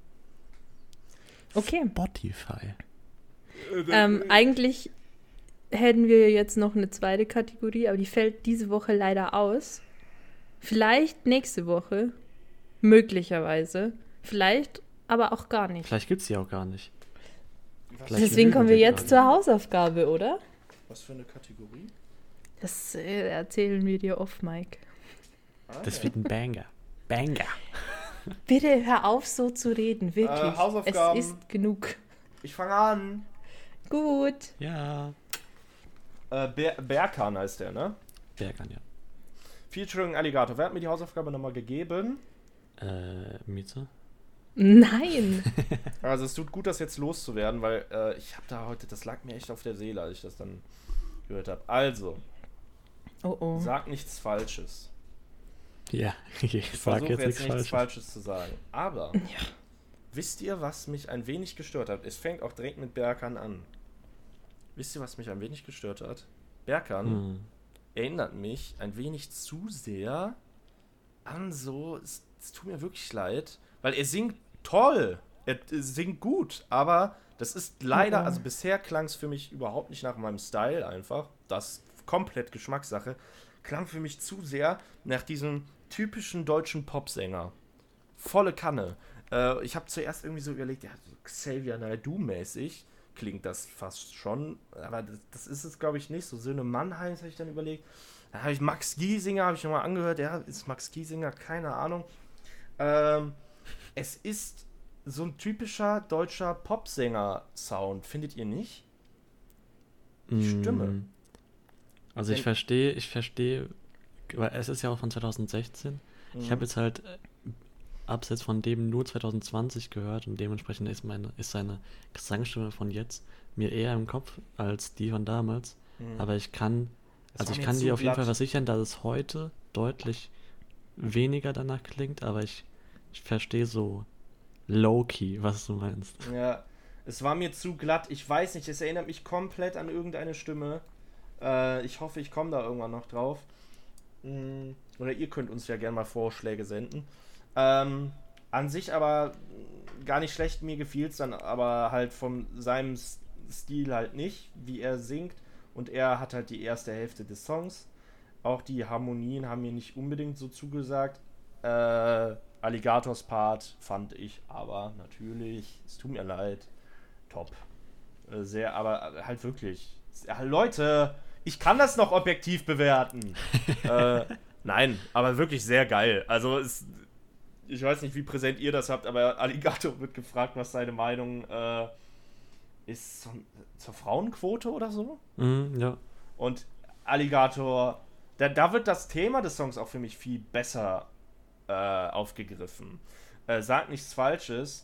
Okay. Spotify. Eigentlich hätten wir jetzt noch eine zweite Kategorie, aber die fällt diese Woche leider aus. Vielleicht nächste Woche. Möglicherweise. Vielleicht aber auch gar nicht. Vielleicht gibt es die auch gar nicht. Deswegen kommen wir jetzt zur Hausaufgabe, oder? Was für eine Kategorie? Das erzählen wir dir off, Mike. Das wird ein Banger. Banger. Bitte hör auf, so zu reden, wirklich. Hausaufgaben. Es ist genug. Ich fange an. Gut. Ja. Berkan heißt der, ne? Berkan, ja. Featuring Alligator. Wer hat mir die Hausaufgabe nochmal gegeben? Mieze? Nein. Also es tut gut, das jetzt loszuwerden, weil ich habe da heute, das lag mir echt auf der Seele, als ich das dann gehört habe. Also, sag nichts Falsches. Ja, ich versuche jetzt nichts Falsches zu sagen. Aber, wisst ihr, was mich ein wenig gestört hat? Es fängt auch direkt mit Berkan an. Wisst ihr, was mich ein wenig gestört hat? Berkan erinnert mich ein wenig zu sehr an so, es tut mir wirklich leid, weil er singt toll, er singt gut, aber das ist leider, also bisher klang es für mich überhaupt nicht nach meinem Style einfach, das ist komplett Geschmackssache, klang für mich zu sehr nach diesem typischen deutschen Popsänger. Volle Kanne. Ich habe zuerst irgendwie so überlegt, ja, so Xavier Naidoo-mäßig klingt das fast schon, aber das ist es, glaube ich, nicht. So Söhne Mannheims habe ich dann überlegt. Dann habe ich Max Giesinger, habe ich nochmal angehört. Ja, ist Max Giesinger? Keine Ahnung. Es ist so ein typischer deutscher Popsänger-Sound, findet ihr nicht? Die Stimme. Also ich verstehe, weil es ist ja auch von 2016. Ich habe jetzt halt abseits von dem nur 2020 gehört und dementsprechend ist seine Gesangsstimme von jetzt mir eher im Kopf als die von damals. Aber ich kann dir auf jeden Fall versichern, dass es heute deutlich weniger danach klingt, aber ich verstehe so low-key, was du meinst. Ja, es war mir zu glatt. Ich weiß nicht, es erinnert mich komplett an irgendeine Stimme. Ich hoffe, ich komme da irgendwann noch drauf. Oder ihr könnt uns ja gerne mal Vorschläge senden. An sich aber gar nicht schlecht. Mir gefiel es dann aber halt von seinem Stil halt nicht, wie er singt. Und er hat halt die erste Hälfte des Songs. Auch die Harmonien haben mir nicht unbedingt so zugesagt. Alligators Part fand ich aber natürlich, es tut mir leid, top. Sehr, aber halt wirklich. Leute, ich kann das noch objektiv bewerten. Nein, aber wirklich sehr geil. Also, ich weiß nicht, wie präsent ihr das habt, aber Alligator wird gefragt, was seine Meinung ist zur Frauenquote oder so. Ja. Und Alligator, da wird das Thema des Songs auch für mich viel besser aufgegriffen. Sagt nichts Falsches.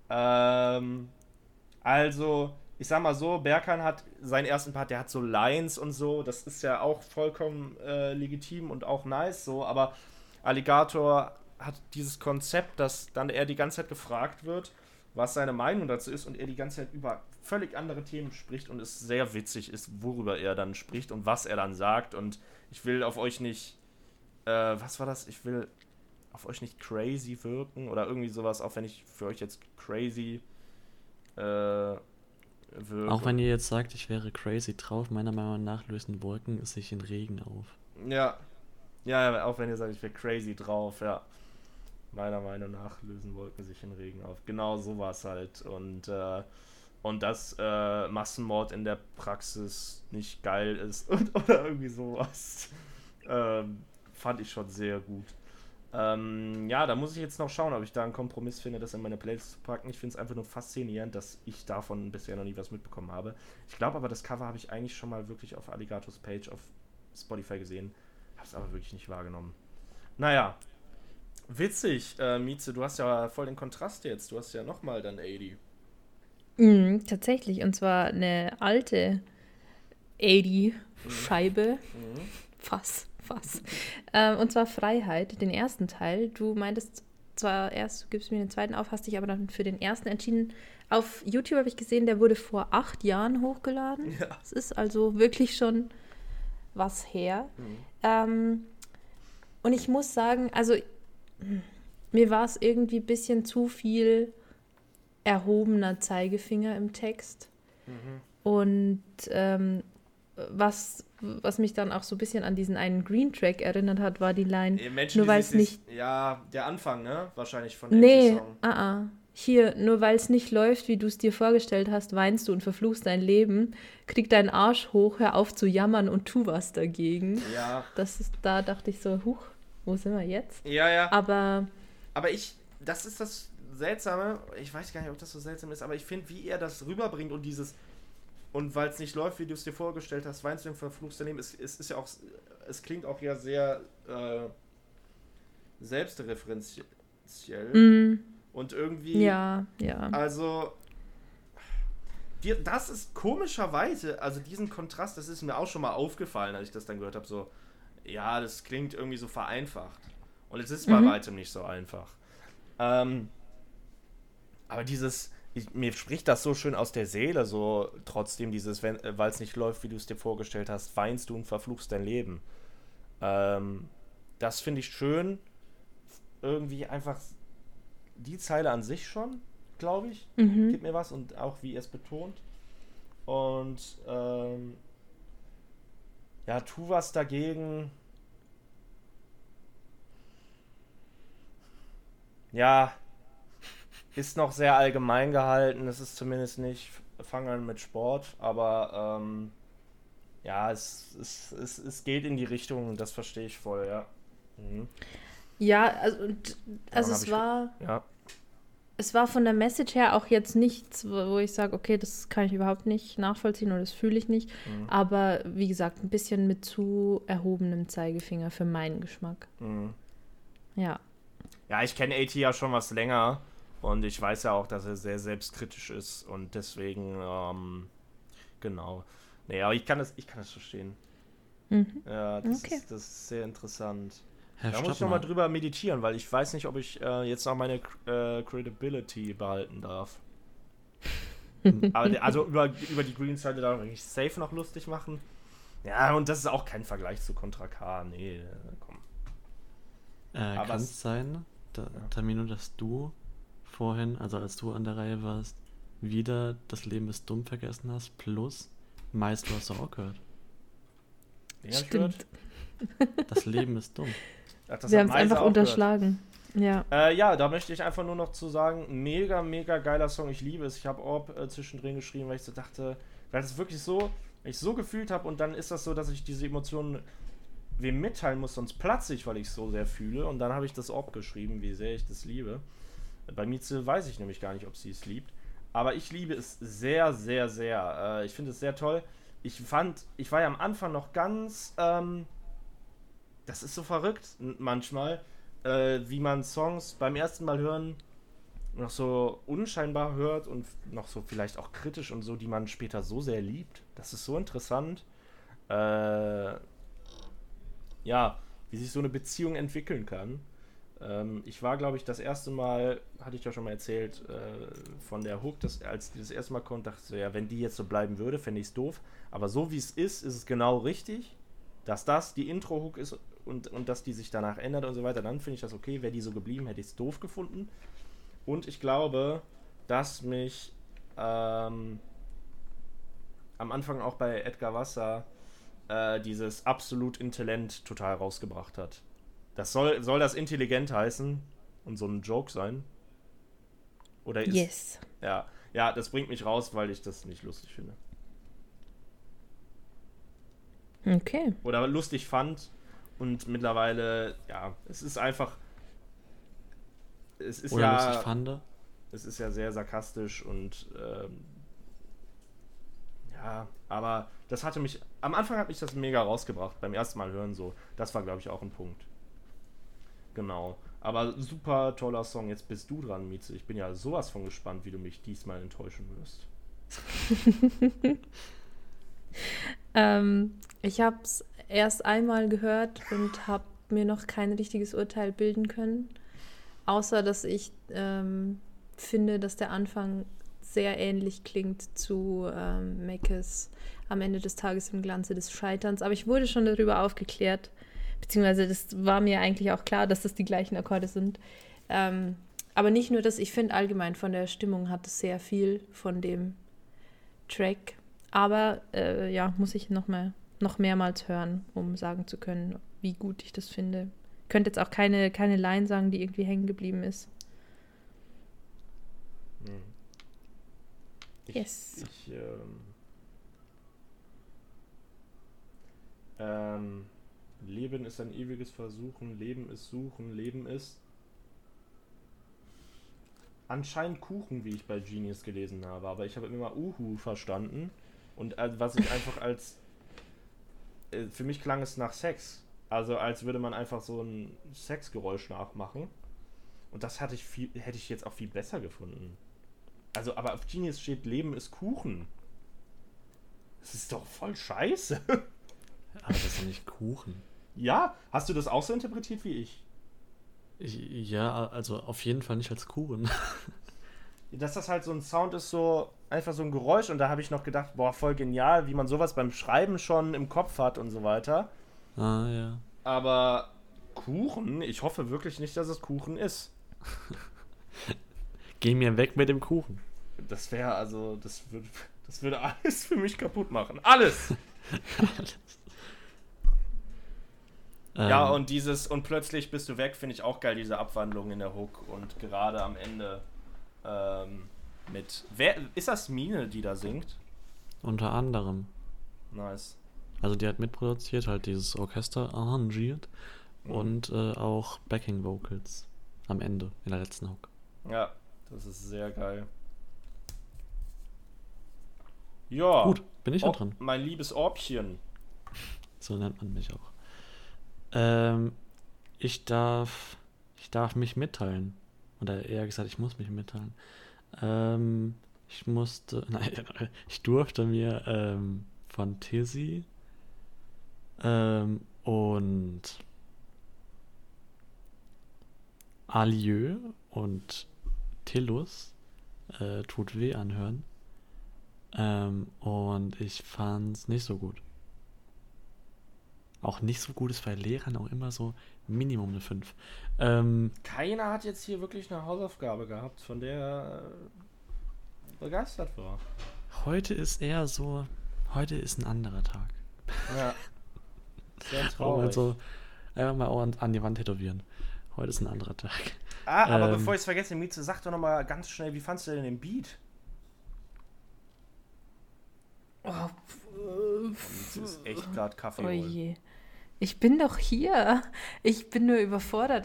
Also, ich sag mal so, Berkan hat seinen ersten Part, der hat so Lines und so, das ist ja auch vollkommen legitim und auch nice so, aber Alligator hat dieses Konzept, dass dann er die ganze Zeit gefragt wird, was seine Meinung dazu ist und er die ganze Zeit über völlig andere Themen spricht und es sehr witzig ist, worüber er dann spricht und was er dann sagt und ich will auf euch nicht was war das? Ich will auf euch nicht crazy wirken oder irgendwie sowas, auch wenn ich für euch jetzt crazy wirke. Auch wenn ihr jetzt sagt, ich wäre crazy drauf, meiner Meinung nach lösen Wolken sich in Regen auf. Ja, auch wenn ihr sagt, ich wäre crazy drauf, ja. Meiner Meinung nach lösen Wolken sich in Regen auf. Genau sowas halt. Und dass Massenmord in der Praxis nicht geil ist oder irgendwie sowas. Fand ich schon sehr gut. Ja, da muss ich jetzt noch schauen, ob ich da einen Kompromiss finde, das in meine Playlist zu packen. Ich finde es einfach nur faszinierend, dass ich davon bisher noch nie was mitbekommen habe. Ich glaube aber, das Cover habe ich eigentlich schon mal wirklich auf Alligators Page auf Spotify gesehen. Habe es aber wirklich nicht wahrgenommen. Naja, witzig, Mieze, du hast ja voll den Kontrast jetzt. Du hast ja nochmal dann 80. Tatsächlich, und zwar eine alte 80-Scheibe. Fass. Und zwar Freiheit, den ersten Teil. Du meintest zwar erst, du gibst mir den zweiten auf, hast dich aber dann für den ersten entschieden. Auf YouTube habe ich gesehen, der wurde vor 8 Jahren hochgeladen. Ja. Das ist also wirklich schon was her. Und ich muss sagen, also mir war es irgendwie ein bisschen zu viel erhobener Zeigefinger im Text. Und was mich dann auch so ein bisschen an diesen einen Green Track erinnert hat, war die Line, nur weil es nicht... Ja, der Anfang, ne? Wahrscheinlich von dem Nee, Song. Hier, nur weil es nicht läuft, wie du es dir vorgestellt hast, weinst du und verfluchst dein Leben, krieg deinen Arsch hoch, hör auf zu jammern und tu was dagegen. Ja. Da dachte ich so, huch, wo sind wir jetzt? Ja. Aber das ist das Seltsame, ich weiß gar nicht, ob das so seltsam ist, aber ich finde, wie er das rüberbringt und dieses... Und weil es nicht läuft, wie du es dir vorgestellt hast, weinst du und verfluchst daneben, es ist ja auch, es klingt auch ja sehr selbstreferenziell. Und irgendwie. Ja. Also. Das ist komischerweise, also diesen Kontrast, das ist mir auch schon mal aufgefallen, als ich das dann gehört habe, so, ja, das klingt irgendwie so vereinfacht. Und es ist bei weitem nicht so einfach. Aber mir spricht das so schön aus der Seele, so trotzdem dieses, weil es nicht läuft, wie du es dir vorgestellt hast, weinst du und verfluchst dein Leben. Das finde ich schön. Irgendwie einfach die Zeile an sich schon, glaube ich, gibt mir was und auch wie er es betont. Und ja, tu was dagegen. Ja, ist noch sehr allgemein gehalten. Es ist zumindest nicht Fang an mit Sport, aber ja, es geht in die Richtung, das verstehe ich voll, ja. Mhm. Ja, also Ja. es war von der Message her auch jetzt nichts, wo ich sage, okay, das kann ich überhaupt nicht nachvollziehen oder das fühle ich nicht. Aber wie gesagt, ein bisschen mit zu erhobenem Zeigefinger für meinen Geschmack. Ja. Ja, ich kenne AT ja schon was länger und ich weiß ja auch, dass er sehr selbstkritisch ist und deswegen, genau. Nee, aber ich kann das verstehen. Ja, das ist sehr interessant. Da muss ich nochmal drüber meditieren, weil ich weiß nicht, ob ich jetzt noch meine Credibility behalten darf. Aber also über die Green-Seite da will ich safe noch lustig machen. Ja, und das ist auch kein Vergleich zu Contra K. Nee, komm. Kann es sein, Tamino, dass du vorhin, also als du an der Reihe warst, wieder Das Leben ist dumm vergessen hast, plus Mais, du hast doch auch gehört. Stimmt. Das Leben ist dumm. Ach, wir haben es einfach unterschlagen. Ja. Ja, da möchte ich einfach nur noch zu sagen, mega, mega geiler Song, ich liebe es. Ich habe Orb zwischendrin geschrieben, weil ich so dachte, weil das wirklich so, ich so gefühlt habe und dann ist das so, dass ich diese Emotionen wem mitteilen muss, sonst platze ich, weil ich es so sehr fühle und dann habe ich das Orb geschrieben, wie sehr ich das liebe. Bei Mieze weiß ich nämlich gar nicht, ob sie es liebt, aber ich liebe es sehr, sehr, sehr. Ich finde es sehr toll. Ich war ja am Anfang noch ganz, das ist so verrückt manchmal, wie man Songs beim ersten Mal hören noch so unscheinbar hört und noch so vielleicht auch kritisch und so, die man später so sehr liebt. Das ist so interessant. Ja, wie sich so eine Beziehung entwickeln kann. Ich war, glaube ich, das erste Mal, hatte ich ja schon mal erzählt, von der Hook, als die das erste Mal kommt, dachte ich so, ja, wenn die jetzt so bleiben würde, fände ich es doof. Aber so wie es ist es genau richtig, dass das die Intro-Hook ist und dass die sich danach ändert und so weiter, dann finde ich das okay. Wäre die so geblieben, hätte ich es doof gefunden. Und ich glaube, dass mich am Anfang auch bei Edgar Wasser dieses absolut Intellent total rausgebracht hat. Das soll das intelligent heißen und so ein Joke sein? Oder ist... Yes. Ja, das bringt mich raus, weil ich das nicht lustig finde. Okay. Oder lustig fand und mittlerweile, ja, es ist einfach... Es ist oder ja... lustig fand. Es ist ja sehr sarkastisch und ja, aber das hatte mich... Am Anfang hat mich das mega rausgebracht, beim ersten Mal hören so. Das war, glaube ich, auch ein Punkt. Genau. Aber super toller Song. Jetzt bist du dran, Mieze. Ich bin ja sowas von gespannt, wie du mich diesmal enttäuschen wirst. Ich habe es erst einmal gehört und habe mir noch kein richtiges Urteil bilden können. Außer, dass ich finde, dass der Anfang sehr ähnlich klingt zu Meckes Am Ende des Tages im Glanze des Scheiterns. Aber ich wurde schon darüber aufgeklärt, beziehungsweise das war mir eigentlich auch klar, dass das die gleichen Akkorde sind. Aber nicht nur das, ich finde allgemein von der Stimmung hat es sehr viel von dem Track. Aber ja, muss ich noch mehrmals hören, um sagen zu können, wie gut ich das finde. Ich könnte jetzt auch keine Line sagen, die irgendwie hängen geblieben ist. Yes. Leben ist ein ewiges Versuchen, Leben ist Suchen, Leben ist anscheinend Kuchen, wie ich bei Genius gelesen habe, aber ich habe immer Uhu verstanden und was ich einfach als für mich klang es nach Sex, also als würde man einfach so ein Sexgeräusch nachmachen und das hätte ich jetzt auch viel besser gefunden. Also, aber auf Genius steht, Leben ist Kuchen. Das ist doch voll scheiße. Aber das ist doch nicht Kuchen. Ja, hast du das auch so interpretiert wie ich? Ja, also auf jeden Fall nicht als Kuchen. Dass das halt so ein Sound ist, so einfach so ein Geräusch und da habe ich noch gedacht, boah, voll genial, wie man sowas beim Schreiben schon im Kopf hat und so weiter. Ah, ja. Aber Kuchen, ich hoffe wirklich nicht, dass es Kuchen ist. Geh mir weg mit dem Kuchen. Das wäre also, das würde alles für mich kaputt machen. Alles! Ja, und plötzlich bist du weg, finde ich auch geil, diese Abwandlung in der Hook und gerade am Ende Ist das Mine, die da singt? Unter anderem. Nice. Also die hat mitproduziert, halt dieses Orchester arrangiert und auch Backing Vocals am Ende, in der letzten Hook. Ja, das ist sehr geil. Ja. Gut, bin ich da dran. Mein liebes Orbchen. So nennt man mich auch. Ich darf mich mitteilen. Oder eher gesagt, ich muss mich mitteilen. Ich durfte mir von Tizzy und Alieu und Tillus Tut weh anhören. Und ich fand's nicht so gut. Auch nicht so gut ist bei Lehrern auch immer so Minimum eine 5. Keiner hat jetzt hier wirklich eine Hausaufgabe gehabt, von der er begeistert war. Heute ist ein anderer Tag. Ja. Sehr Auch traurig. mal so, einfach mal auch an die Wand tätowieren. Heute ist ein anderer Tag. Aber bevor ich es vergesse, Mieze, sag doch nochmal ganz schnell, wie fandst du denn den Beat? Mieze ist echt gerade Kaffee Oh holen. je. Ich bin doch hier. Ich bin nur überfordert.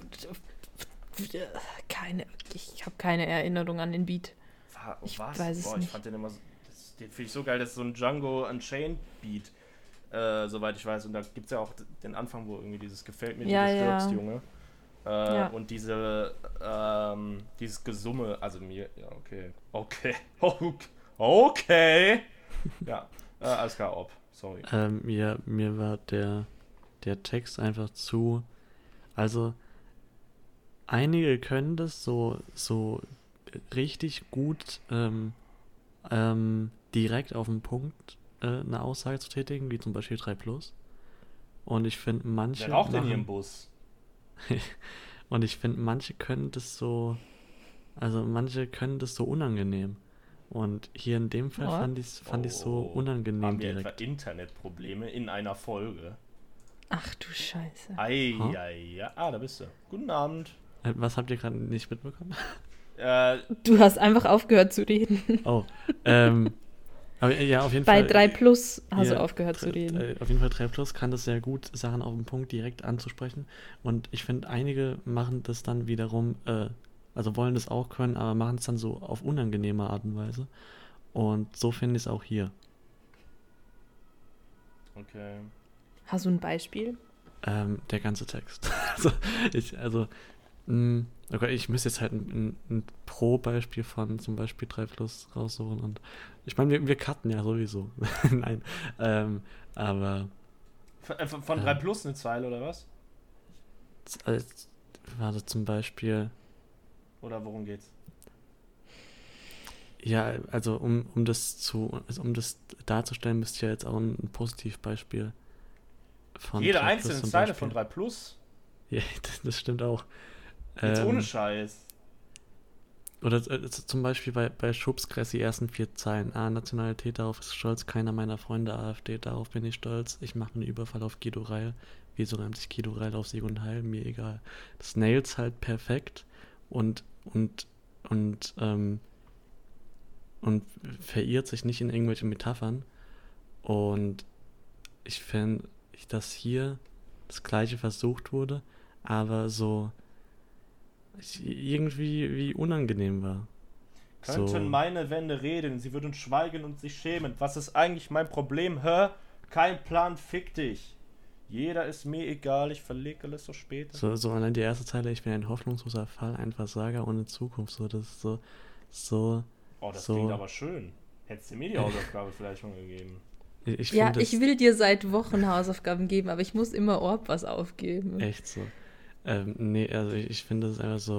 Ich habe keine Erinnerung an den Beat. Ich weiß es nicht. Ich fand den immer so, den finde ich so geil, das ist so ein Django Unchained Beat, soweit ich weiß. Und da gibt es ja auch den Anfang, wo irgendwie dieses gefällt mir, wie du stirbst, Junge. Und dieses Gesumme, also mir, ja, okay. Ja, alles klar, sorry. Mir war der Text einfach zu, also einige können das so richtig gut direkt auf den Punkt eine Aussage zu tätigen, wie zum Beispiel 3+. Und ich finde manche Wer raucht denn hier im Bus? und ich finde manche können das so unangenehm. Und hier in dem Fall fand ich so unangenehm haben wir direkt. etwa Internetprobleme in einer Folge? Ach du Scheiße. Da bist du. Guten Abend. Was habt ihr gerade nicht mitbekommen? Du hast einfach aufgehört zu reden. Oh, aber ja, auf jeden Bei Fall. 3+ hast du aufgehört zu reden. Auf jeden Fall 3+ kann das sehr gut, Sachen auf den Punkt direkt anzusprechen. Und ich finde, einige machen das dann wiederum, also wollen das auch können, aber machen es dann so auf unangenehme Art und Weise. Und so finde ich es auch hier. Okay. Hast du ein Beispiel? Der ganze Text. Okay, ich müsste jetzt halt ein Pro-Beispiel von zum Beispiel 3+ raussuchen. Und ich meine, wir cutten ja sowieso. Nein, aber... Von 3+ eine Zeile, oder was? Warte, zum Beispiel... Oder worum geht's? Ja, also um das darzustellen, müsste ich ja jetzt auch ein Positivbeispiel von jede 3+ einzelne zum Zeile Beispiel. von 3+? Ja, das stimmt auch. Jetzt ohne Scheiß. Oder zum Beispiel bei Schubskreis die ersten 4 Zeilen. Nationalität, darauf ist stolz, keiner meiner Freunde AfD, darauf bin ich stolz. Ich mache einen Überfall auf Guido Reil. Wieso reimt sich Guido Reil auf Sieg und Heil? Mir egal. Das nails halt perfekt und verirrt sich nicht in irgendwelche Metaphern. Und ich finde, dass hier das Gleiche versucht wurde, aber so irgendwie wie unangenehm war. Könnten meine Wände reden, sie würden schweigen und sich schämen. Was ist eigentlich mein Problem? Kein Plan, fick dich. Jeder ist mir egal, ich verlege alles so später. So allein die erste Zeile, ich bin ein hoffnungsloser Fall, ein Versager ohne Zukunft. So, das ist so. Oh, das klingt aber schön. Hättest du mir die Hausaufgabe vielleicht schon gegeben. Ich will dir seit Wochen Hausaufgaben geben, aber ich muss immer Orb was aufgeben. Echt so. Nee, also ich finde das einfach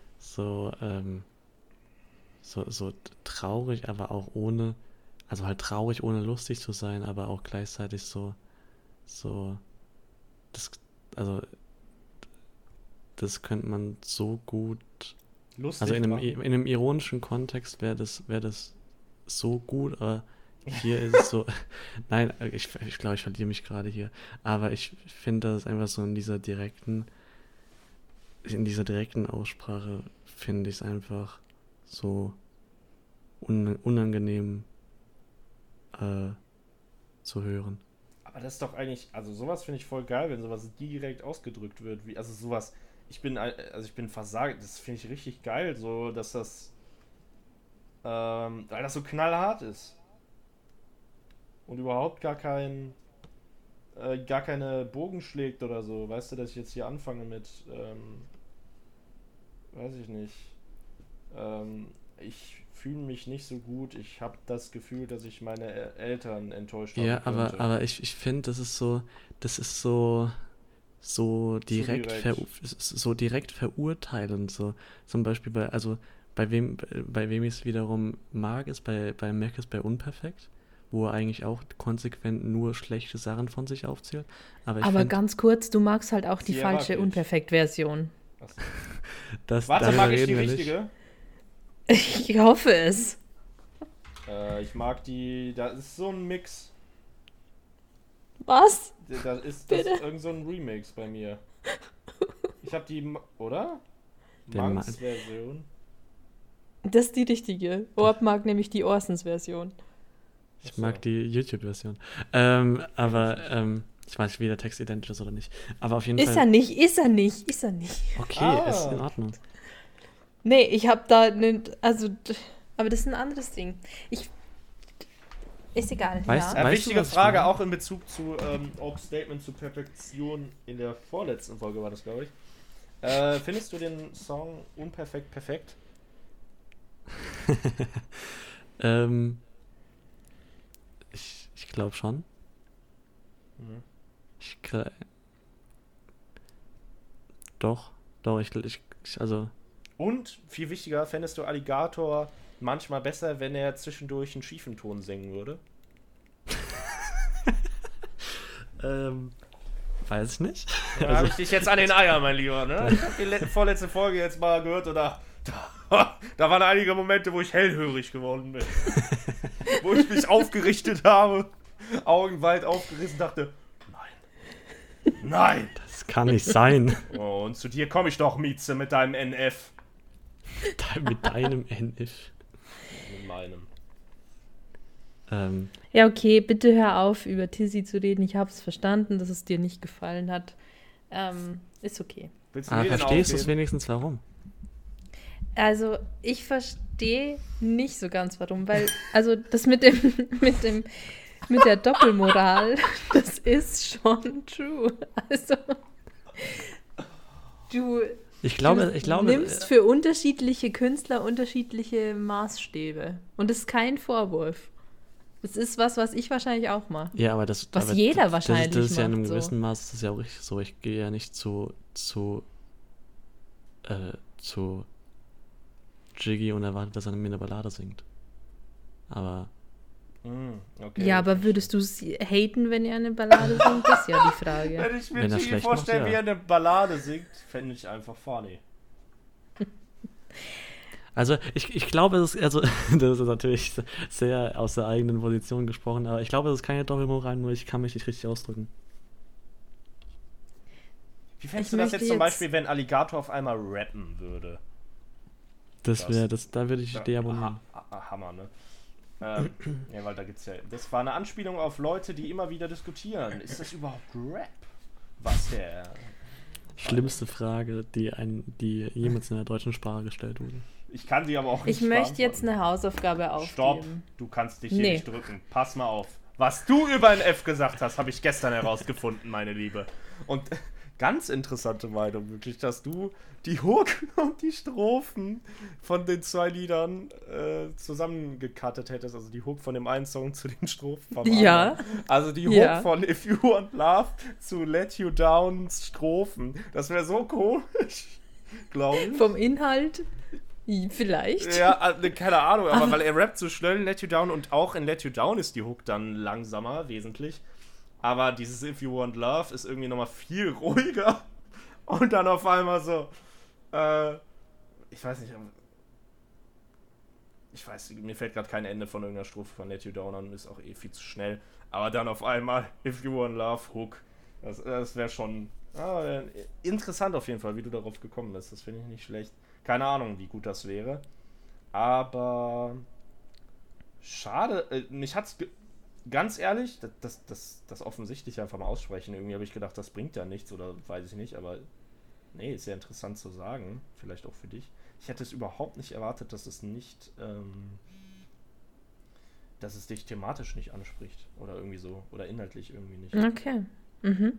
so traurig, aber auch ohne, also halt traurig, ohne lustig zu sein, aber auch gleichzeitig das könnte man so gut, Lustig also in machen. einem ironischen Kontext wäre das so gut, aber hier ist es so, nein, ich glaube, ich verliere mich gerade hier, aber ich finde das einfach so in dieser direkten Aussprache finde ich es einfach so unangenehm zu hören. Aber das ist doch eigentlich, also sowas finde ich voll geil, wenn sowas direkt ausgedrückt wird, wie, also sowas, ich bin versagt, das finde ich richtig geil, so, dass das, weil das so knallhart ist. Und überhaupt gar keine Bogen schlägt oder so, weißt du, dass ich jetzt hier anfange mit, weiß ich nicht, ich fühle mich nicht so gut, ich habe das Gefühl, dass ich meine Eltern enttäuscht habe. Ja, aber ich finde, das ist so direkt so direkt verurteilend, so zum Beispiel bei wem ich es wiederum mag, ist bei Mac ist bei Unperfekt, wo er eigentlich auch konsequent nur schlechte Sachen von sich aufzählt. Aber ganz kurz, du magst halt auch die falsche Unperfekt-Version. Warte, mag ich die richtige? Ich hoffe es. Ich mag die, da ist so ein Mix. Was? Das ist irgend so ein Remix bei mir. Ich habe die, oder? Manx-Version. Das ist die richtige. Orb mag nämlich die Orsons-Version. Ich mag die YouTube-Version. Aber ich weiß nicht, wie der Text identisch ist oder nicht. Aber auf jeden Fall. Ist er nicht. Okay, ist in Ordnung. Nee, ich habe da aber das ist ein anderes Ding. Ist egal. Wichtige Frage, auch in Bezug zu Orbs Statement zu Perfektion in der vorletzten Folge war das, glaube ich. Findest du den Song Unperfekt perfekt? Ich glaube schon. Mhm. Doch, also. Und, viel wichtiger, fändest du Alligator manchmal besser, wenn er zwischendurch einen schiefen Ton singen würde? Weiß ich nicht. Da habe ich dich jetzt an den Eiern, mein Lieber, ne? Ich habe die vorletzte Folge jetzt mal gehört und da waren einige Momente, wo ich hellhörig geworden bin. Wo ich mich aufgerichtet habe, Augen weit aufgerissen, dachte, nein! Das kann nicht sein. Oh, und zu dir komme ich doch, Mieze, mit deinem NF. Mit deinem NF. Mit meinem. Ja, okay, bitte hör auf, über Tizzy zu reden. Ich habe es verstanden, dass es dir nicht gefallen hat. Ist okay. Aber verstehst du es wenigstens, warum? Also, ich verstehe nicht so ganz, warum, weil, also, das mit der Doppelmoral, das ist schon true. Also, du nimmst für unterschiedliche Künstler unterschiedliche Maßstäbe. Und das ist kein Vorwurf. Das ist was ich wahrscheinlich auch mache. Ja, aber jeder wahrscheinlich macht. Das ist ja in einem gewissen Maß, das ist ja auch richtig so. Ich gehe ja nicht zu Jiggy und erwarte, dass er mir eine Ballade singt. Aber okay, ja, aber würdest du es haten, wenn er eine Ballade singt? Das ist ja die Frage. Wenn ich mir Jiggy vorstelle, wie er eine Ballade singt, fände ich einfach funny. Also ich glaube, das ist natürlich sehr aus der eigenen Position gesprochen, aber ich glaube, das ist keine Doppelmoral, nur ich kann mich nicht richtig ausdrücken. Wie fändest du das jetzt zum Beispiel, wenn Alligator auf einmal rappen würde? Da würde ich die abonnieren. Hammer, ne? Ja, weil da gibt's ja. Das war eine Anspielung auf Leute, die immer wieder diskutieren. Ist das überhaupt Rap? Was der. Schlimmste Frage, die jemals in der deutschen Sprache gestellt wurde. Ich kann sie aber auch nicht Ich möchte jetzt eine Hausaufgabe aufgeben. Stopp, du kannst dich hier nicht drücken. Pass mal auf. Was du über ein F gesagt hast, habe ich gestern herausgefunden, meine Liebe. Und ganz interessante Meinung, wirklich, dass du die Hook und die Strophen von den zwei Liedern zusammengecuttet hättest. Also die Hook von dem einen Song zu den Strophen vom Ja. anderen. Also die Hook von If You Want Love zu Let You Down Strophen. Das wäre so komisch, glaube ich. Vom Inhalt vielleicht. Ja, keine Ahnung, aber weil er rappt so schnell in Let You Down und auch in Let You Down ist die Hook dann langsamer, wesentlich. Aber dieses If You Want Love ist irgendwie nochmal viel ruhiger. Und dann auf einmal so, ich weiß nicht, mir fällt gerade kein Ende von irgendeiner Strophe von Let You Down an, ist auch viel zu schnell. Aber dann auf einmal If You Want Love, Hook. Das wäre schon interessant auf jeden Fall, wie du darauf gekommen bist. Das finde ich nicht schlecht. Keine Ahnung, wie gut das wäre. Aber schade, mich hat's ganz ehrlich, das offensichtlich einfach mal aussprechen. Irgendwie habe ich gedacht, das bringt ja nichts oder weiß ich nicht, aber nee, ist ja interessant zu sagen. Vielleicht auch für dich. Ich hätte es überhaupt nicht erwartet, dass es nicht, dass es dich thematisch nicht anspricht. Oder irgendwie so. Oder inhaltlich irgendwie nicht. Okay. Mhm.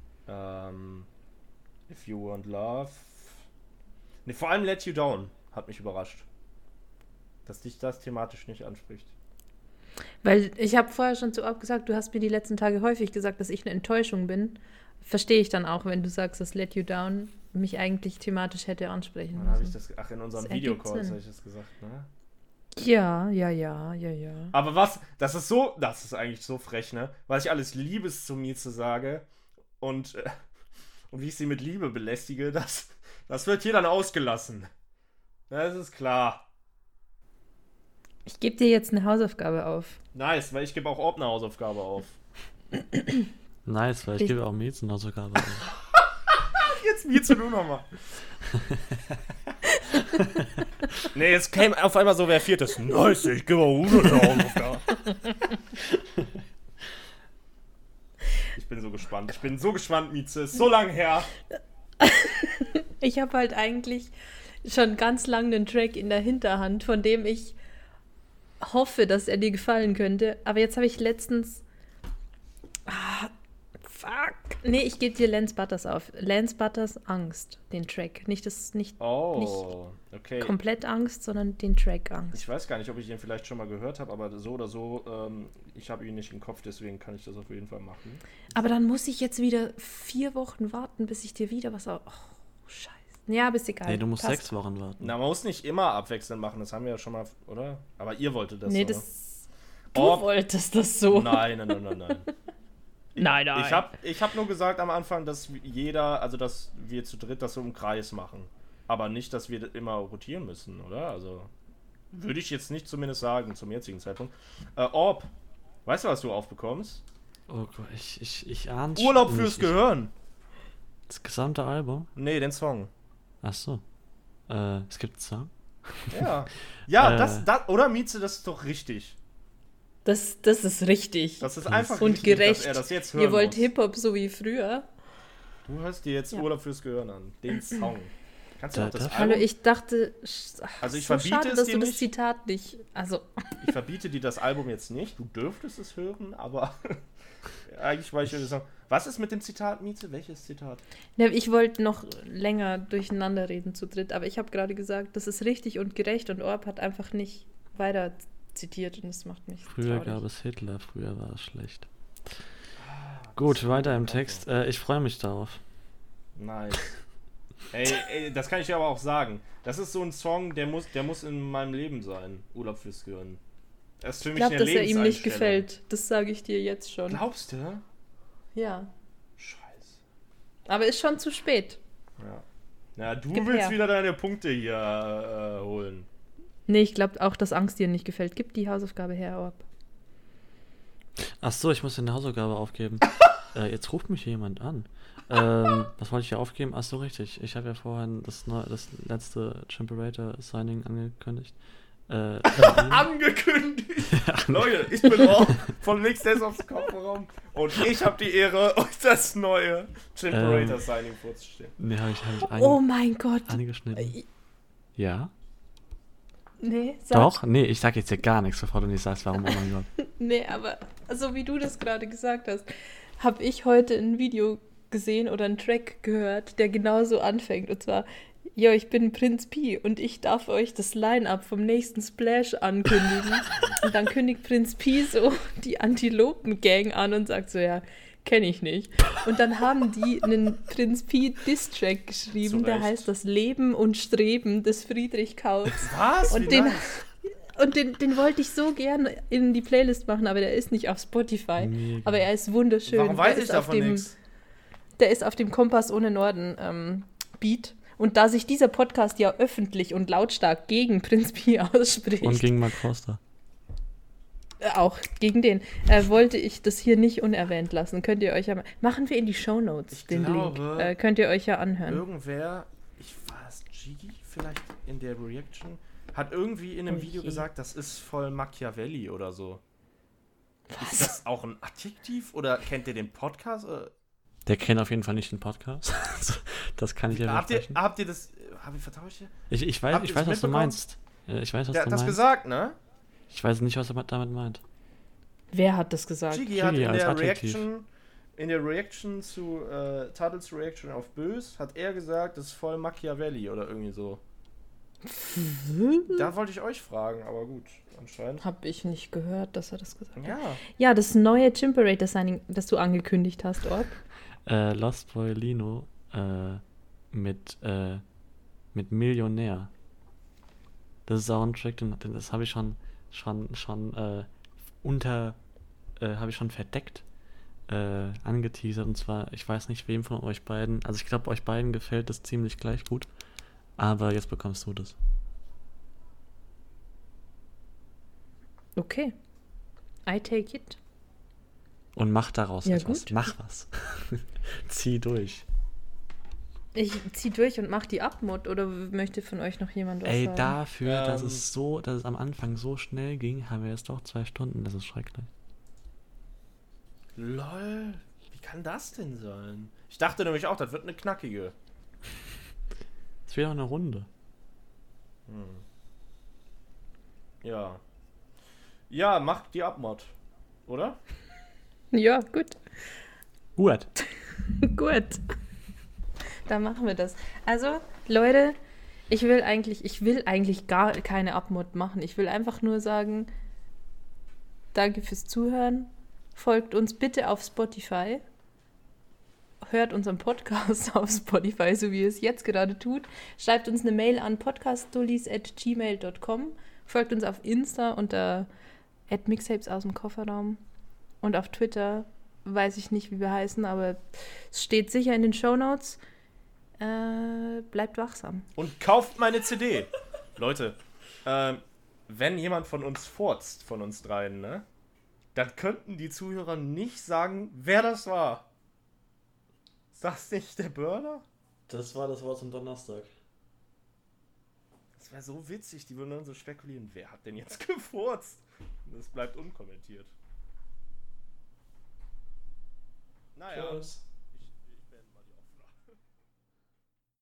If You Want Love. Nee, vor allem Let You Down hat mich überrascht. Dass dich das thematisch nicht anspricht. Weil ich habe vorher schon zu Orb gesagt, du hast mir die letzten Tage häufig gesagt, dass ich eine Enttäuschung bin. Verstehe ich dann auch, wenn du sagst, dass Let You Down mich eigentlich thematisch hätte ansprechen Wann habe ich müssen. das? In unserem Das ergibt Videocall Sinn. habe ich das gesagt, ne? Ja. Aber was? Das ist eigentlich so frech, ne? Was ich alles Liebes zu Mieze sage und wie ich sie mit Liebe belästige, das wird hier dann ausgelassen. Das ist klar. Ich gebe dir jetzt eine Hausaufgabe auf. Nice, weil ich gebe auch Orb eine Hausaufgabe auf. Nice, weil ich gebe auch Miezen Hausaufgabe auf. Jetzt Mieze du nochmal. Nee, jetzt käme auf einmal so wer Viertes. Nice, ich gebe auch Udo eine Hausaufgabe. Ich bin so gespannt, Mieze. Ist so lange her. Ich habe halt eigentlich schon ganz lange einen Track in der Hinterhand, von dem ich hoffe, dass er dir gefallen könnte. Aber jetzt habe ich letztens... fuck. Nee, ich gebe dir Lance Butters auf. Lance Butters Angst, den Track. Nicht Okay. komplett Angst, sondern den Track Angst. Ich weiß gar nicht, ob ich ihn vielleicht schon mal gehört habe, aber so oder so, ich habe ihn nicht im Kopf, deswegen kann ich das auf jeden Fall machen. Aber dann muss ich jetzt wieder 4 Wochen warten, bis ich dir wieder was auf... Oh, scheiße. Ja, aber ist egal. Nee, du musst Passt. 6 Wochen warten. Na, man muss nicht immer abwechselnd machen, das haben wir ja schon mal, oder? Aber ihr wolltet das, Nee, oder? du wolltest das so. Nein. Nein. Ich hab nur gesagt am Anfang, dass dass wir zu dritt das so im Kreis machen. Aber nicht, dass wir das immer rotieren müssen, oder? Also, würde ich jetzt nicht zumindest sagen, zum jetzigen Zeitpunkt. Orb, weißt du, was du aufbekommst? Oh Gott, ich ahne Urlaub fürs Gehirn. Das gesamte Album? Nee, den Song. Ach so. Es gibt einen Song? Ja. Ja, das, oder Mieze, das ist doch richtig. Das ist richtig. Das ist einfach und richtig, gerecht. dass er das jetzt hören Ihr wollt muss. Hip-Hop so wie früher. Du hörst dir jetzt Ja. Urlaub fürs Gehirn an. Den Song. Kannst du auch das darf- Hallo, Album... ich dachte, Also ich so verbiete schade, es dass dir du das nicht. Zitat nicht... Also, Ich verbiete dir das Album jetzt nicht. Du dürftest es hören, aber eigentlich war ich würde sagen, was ist mit dem Zitat, Mieze? Welches Zitat? ne, ich wollte noch länger durcheinander reden zu dritt, aber ich habe gerade gesagt, das ist richtig und gerecht und Orb hat einfach nicht weiter zitiert und das macht mich Früher traurig. gab es Hitler, früher war es schlecht. Gut, weiter im Text. Ich freue mich darauf. Nice. Ey, das kann ich dir aber auch sagen. Das ist so ein Song, der muss in meinem Leben sein. Urlaub fürs Gehirn. Das ist für Ich mich glaube, eine dass er ihm nicht Lebenseinstellung. gefällt. Das sage ich dir jetzt schon. Glaubst du? Ja. Scheiße. Aber ist schon zu spät. Ja. Na, du Gib willst her. wieder deine Punkte hier holen. Nee, ich glaube auch, dass Angst dir nicht gefällt. Gib die Hausaufgabe her, Orb. Ach so, ich muss eine Hausaufgabe aufgeben. Jetzt ruft mich jemand an. Was wollte ich hier aufgeben? Ach so, richtig. Ich habe ja vorhin das letzte Chimperator-Signing angekündigt. Angekündigt! Leute, ich bin auch von Mix Days aufs Kofferraum und ich habe die Ehre, euch das neue Chimperator-Signing vorzustellen. Nee, habe ich Oh mein Gott. angeschnitten. Ja? Nee, sag. Doch? Nee, ich sag jetzt hier gar nichts, bevor du nicht sagst, warum, oh mein Gott. Nee, aber so wie du das gerade gesagt hast, habe ich heute ein Video gesehen oder einen Track gehört, der genauso anfängt. Und zwar, yo, ich bin Prinz Pi und ich darf euch das Line-Up vom nächsten Splash ankündigen. Und dann kündigt Prinz Pi so die Antilopen-Gang an und sagt so, ja, kenne ich nicht. Und dann haben die einen Prinz Pi Diss-Track geschrieben, Zu der Recht. heißt Das Leben und Streben des Friedrich Kautz. Was? Und Wie den, nice. und den wollte ich so gern in die Playlist machen, aber der ist nicht auf Spotify. Mega. Aber er ist wunderschön. Warum weiß Der ich ist auf davon dem, nichts? Der ist auf dem Kompass ohne Norden Beat. Und da sich dieser Podcast ja öffentlich und lautstark gegen Prinz Pi ausspricht, Und gegen Mark Forster. auch gegen den, wollte ich das hier nicht unerwähnt lassen. Könnt ihr euch ja mal, machen wir in die Shownotes Ich den glaube, Link. Könnt ihr euch ja anhören. Irgendwer, war es Gigi? vielleicht in der Reaction, hat irgendwie in einem Video je. gesagt, das ist voll Machiavelli oder so. Ist das auch ein Adjektiv oder kennt ihr den Podcast? Der kennt auf jeden Fall nicht den Podcast. Das kann ich ja versprechen. Habt ihr das, vertauscht ihr? Ich weiß, Habt ihr das was du mitbekommen? meinst. Ich weiß, was Der du hat das meinst. gesagt, ne? Ich weiß nicht, was er damit meint. Wer hat das gesagt? Gigi hat in als der Adjektiv. Reaction zu Tuttles Reaction auf Bös, hat er gesagt, das ist voll Machiavelli oder irgendwie so. Da wollte ich euch fragen, aber gut, anscheinend. Hab ich nicht gehört, dass er das gesagt hat. Ja. Ja, das neue Chimperator-Signing, das du angekündigt hast, Orb. Lost Boy Lino mit Millionär. Das Soundtrack, das habe ich schon habe ich schon verdeckt angeteasert. Und zwar, ich weiß nicht, wem von euch beiden, also ich glaube, euch beiden gefällt das ziemlich gleich gut. Aber jetzt bekommst du das. Okay. I take it. Und mach daraus Ja, etwas. gut. Mach was. Zieh durch. Ich zieh durch und mach die Abmod, oder möchte von euch noch jemand was sagen? Dafür, dass es am Anfang so schnell ging, haben wir jetzt doch 2 Stunden. Das ist schrecklich. Lol, wie kann das denn sein? Ich dachte nämlich auch, das wird eine knackige. Es wird auch eine Runde. Ja. Ja, macht die Abmod, oder? Ja, gut. Gut. Gut. Dann machen wir das. Also, Leute, ich will eigentlich gar keine Abmod machen. Ich will einfach nur sagen, danke fürs Zuhören. Folgt uns bitte auf Spotify. Hört unseren Podcast auf Spotify, so wie ihr es jetzt gerade tut. Schreibt uns eine Mail an podcastdullis@gmail.com. Folgt uns auf Insta unter @mixtapes aus dem Kofferraum. Und auf Twitter weiß ich nicht, wie wir heißen, aber es steht sicher in den Shownotes. Bleibt wachsam. Und kauft meine CD. Leute, wenn jemand von uns furzt, von uns dreien, ne? Dann könnten die Zuhörer nicht sagen, wer das war. Ist das nicht der Burner? Das war das Wort zum Donnerstag. Das wäre so witzig, die würden dann so spekulieren, wer hat denn jetzt gefurzt? Das bleibt unkommentiert. Naja. Tschüss.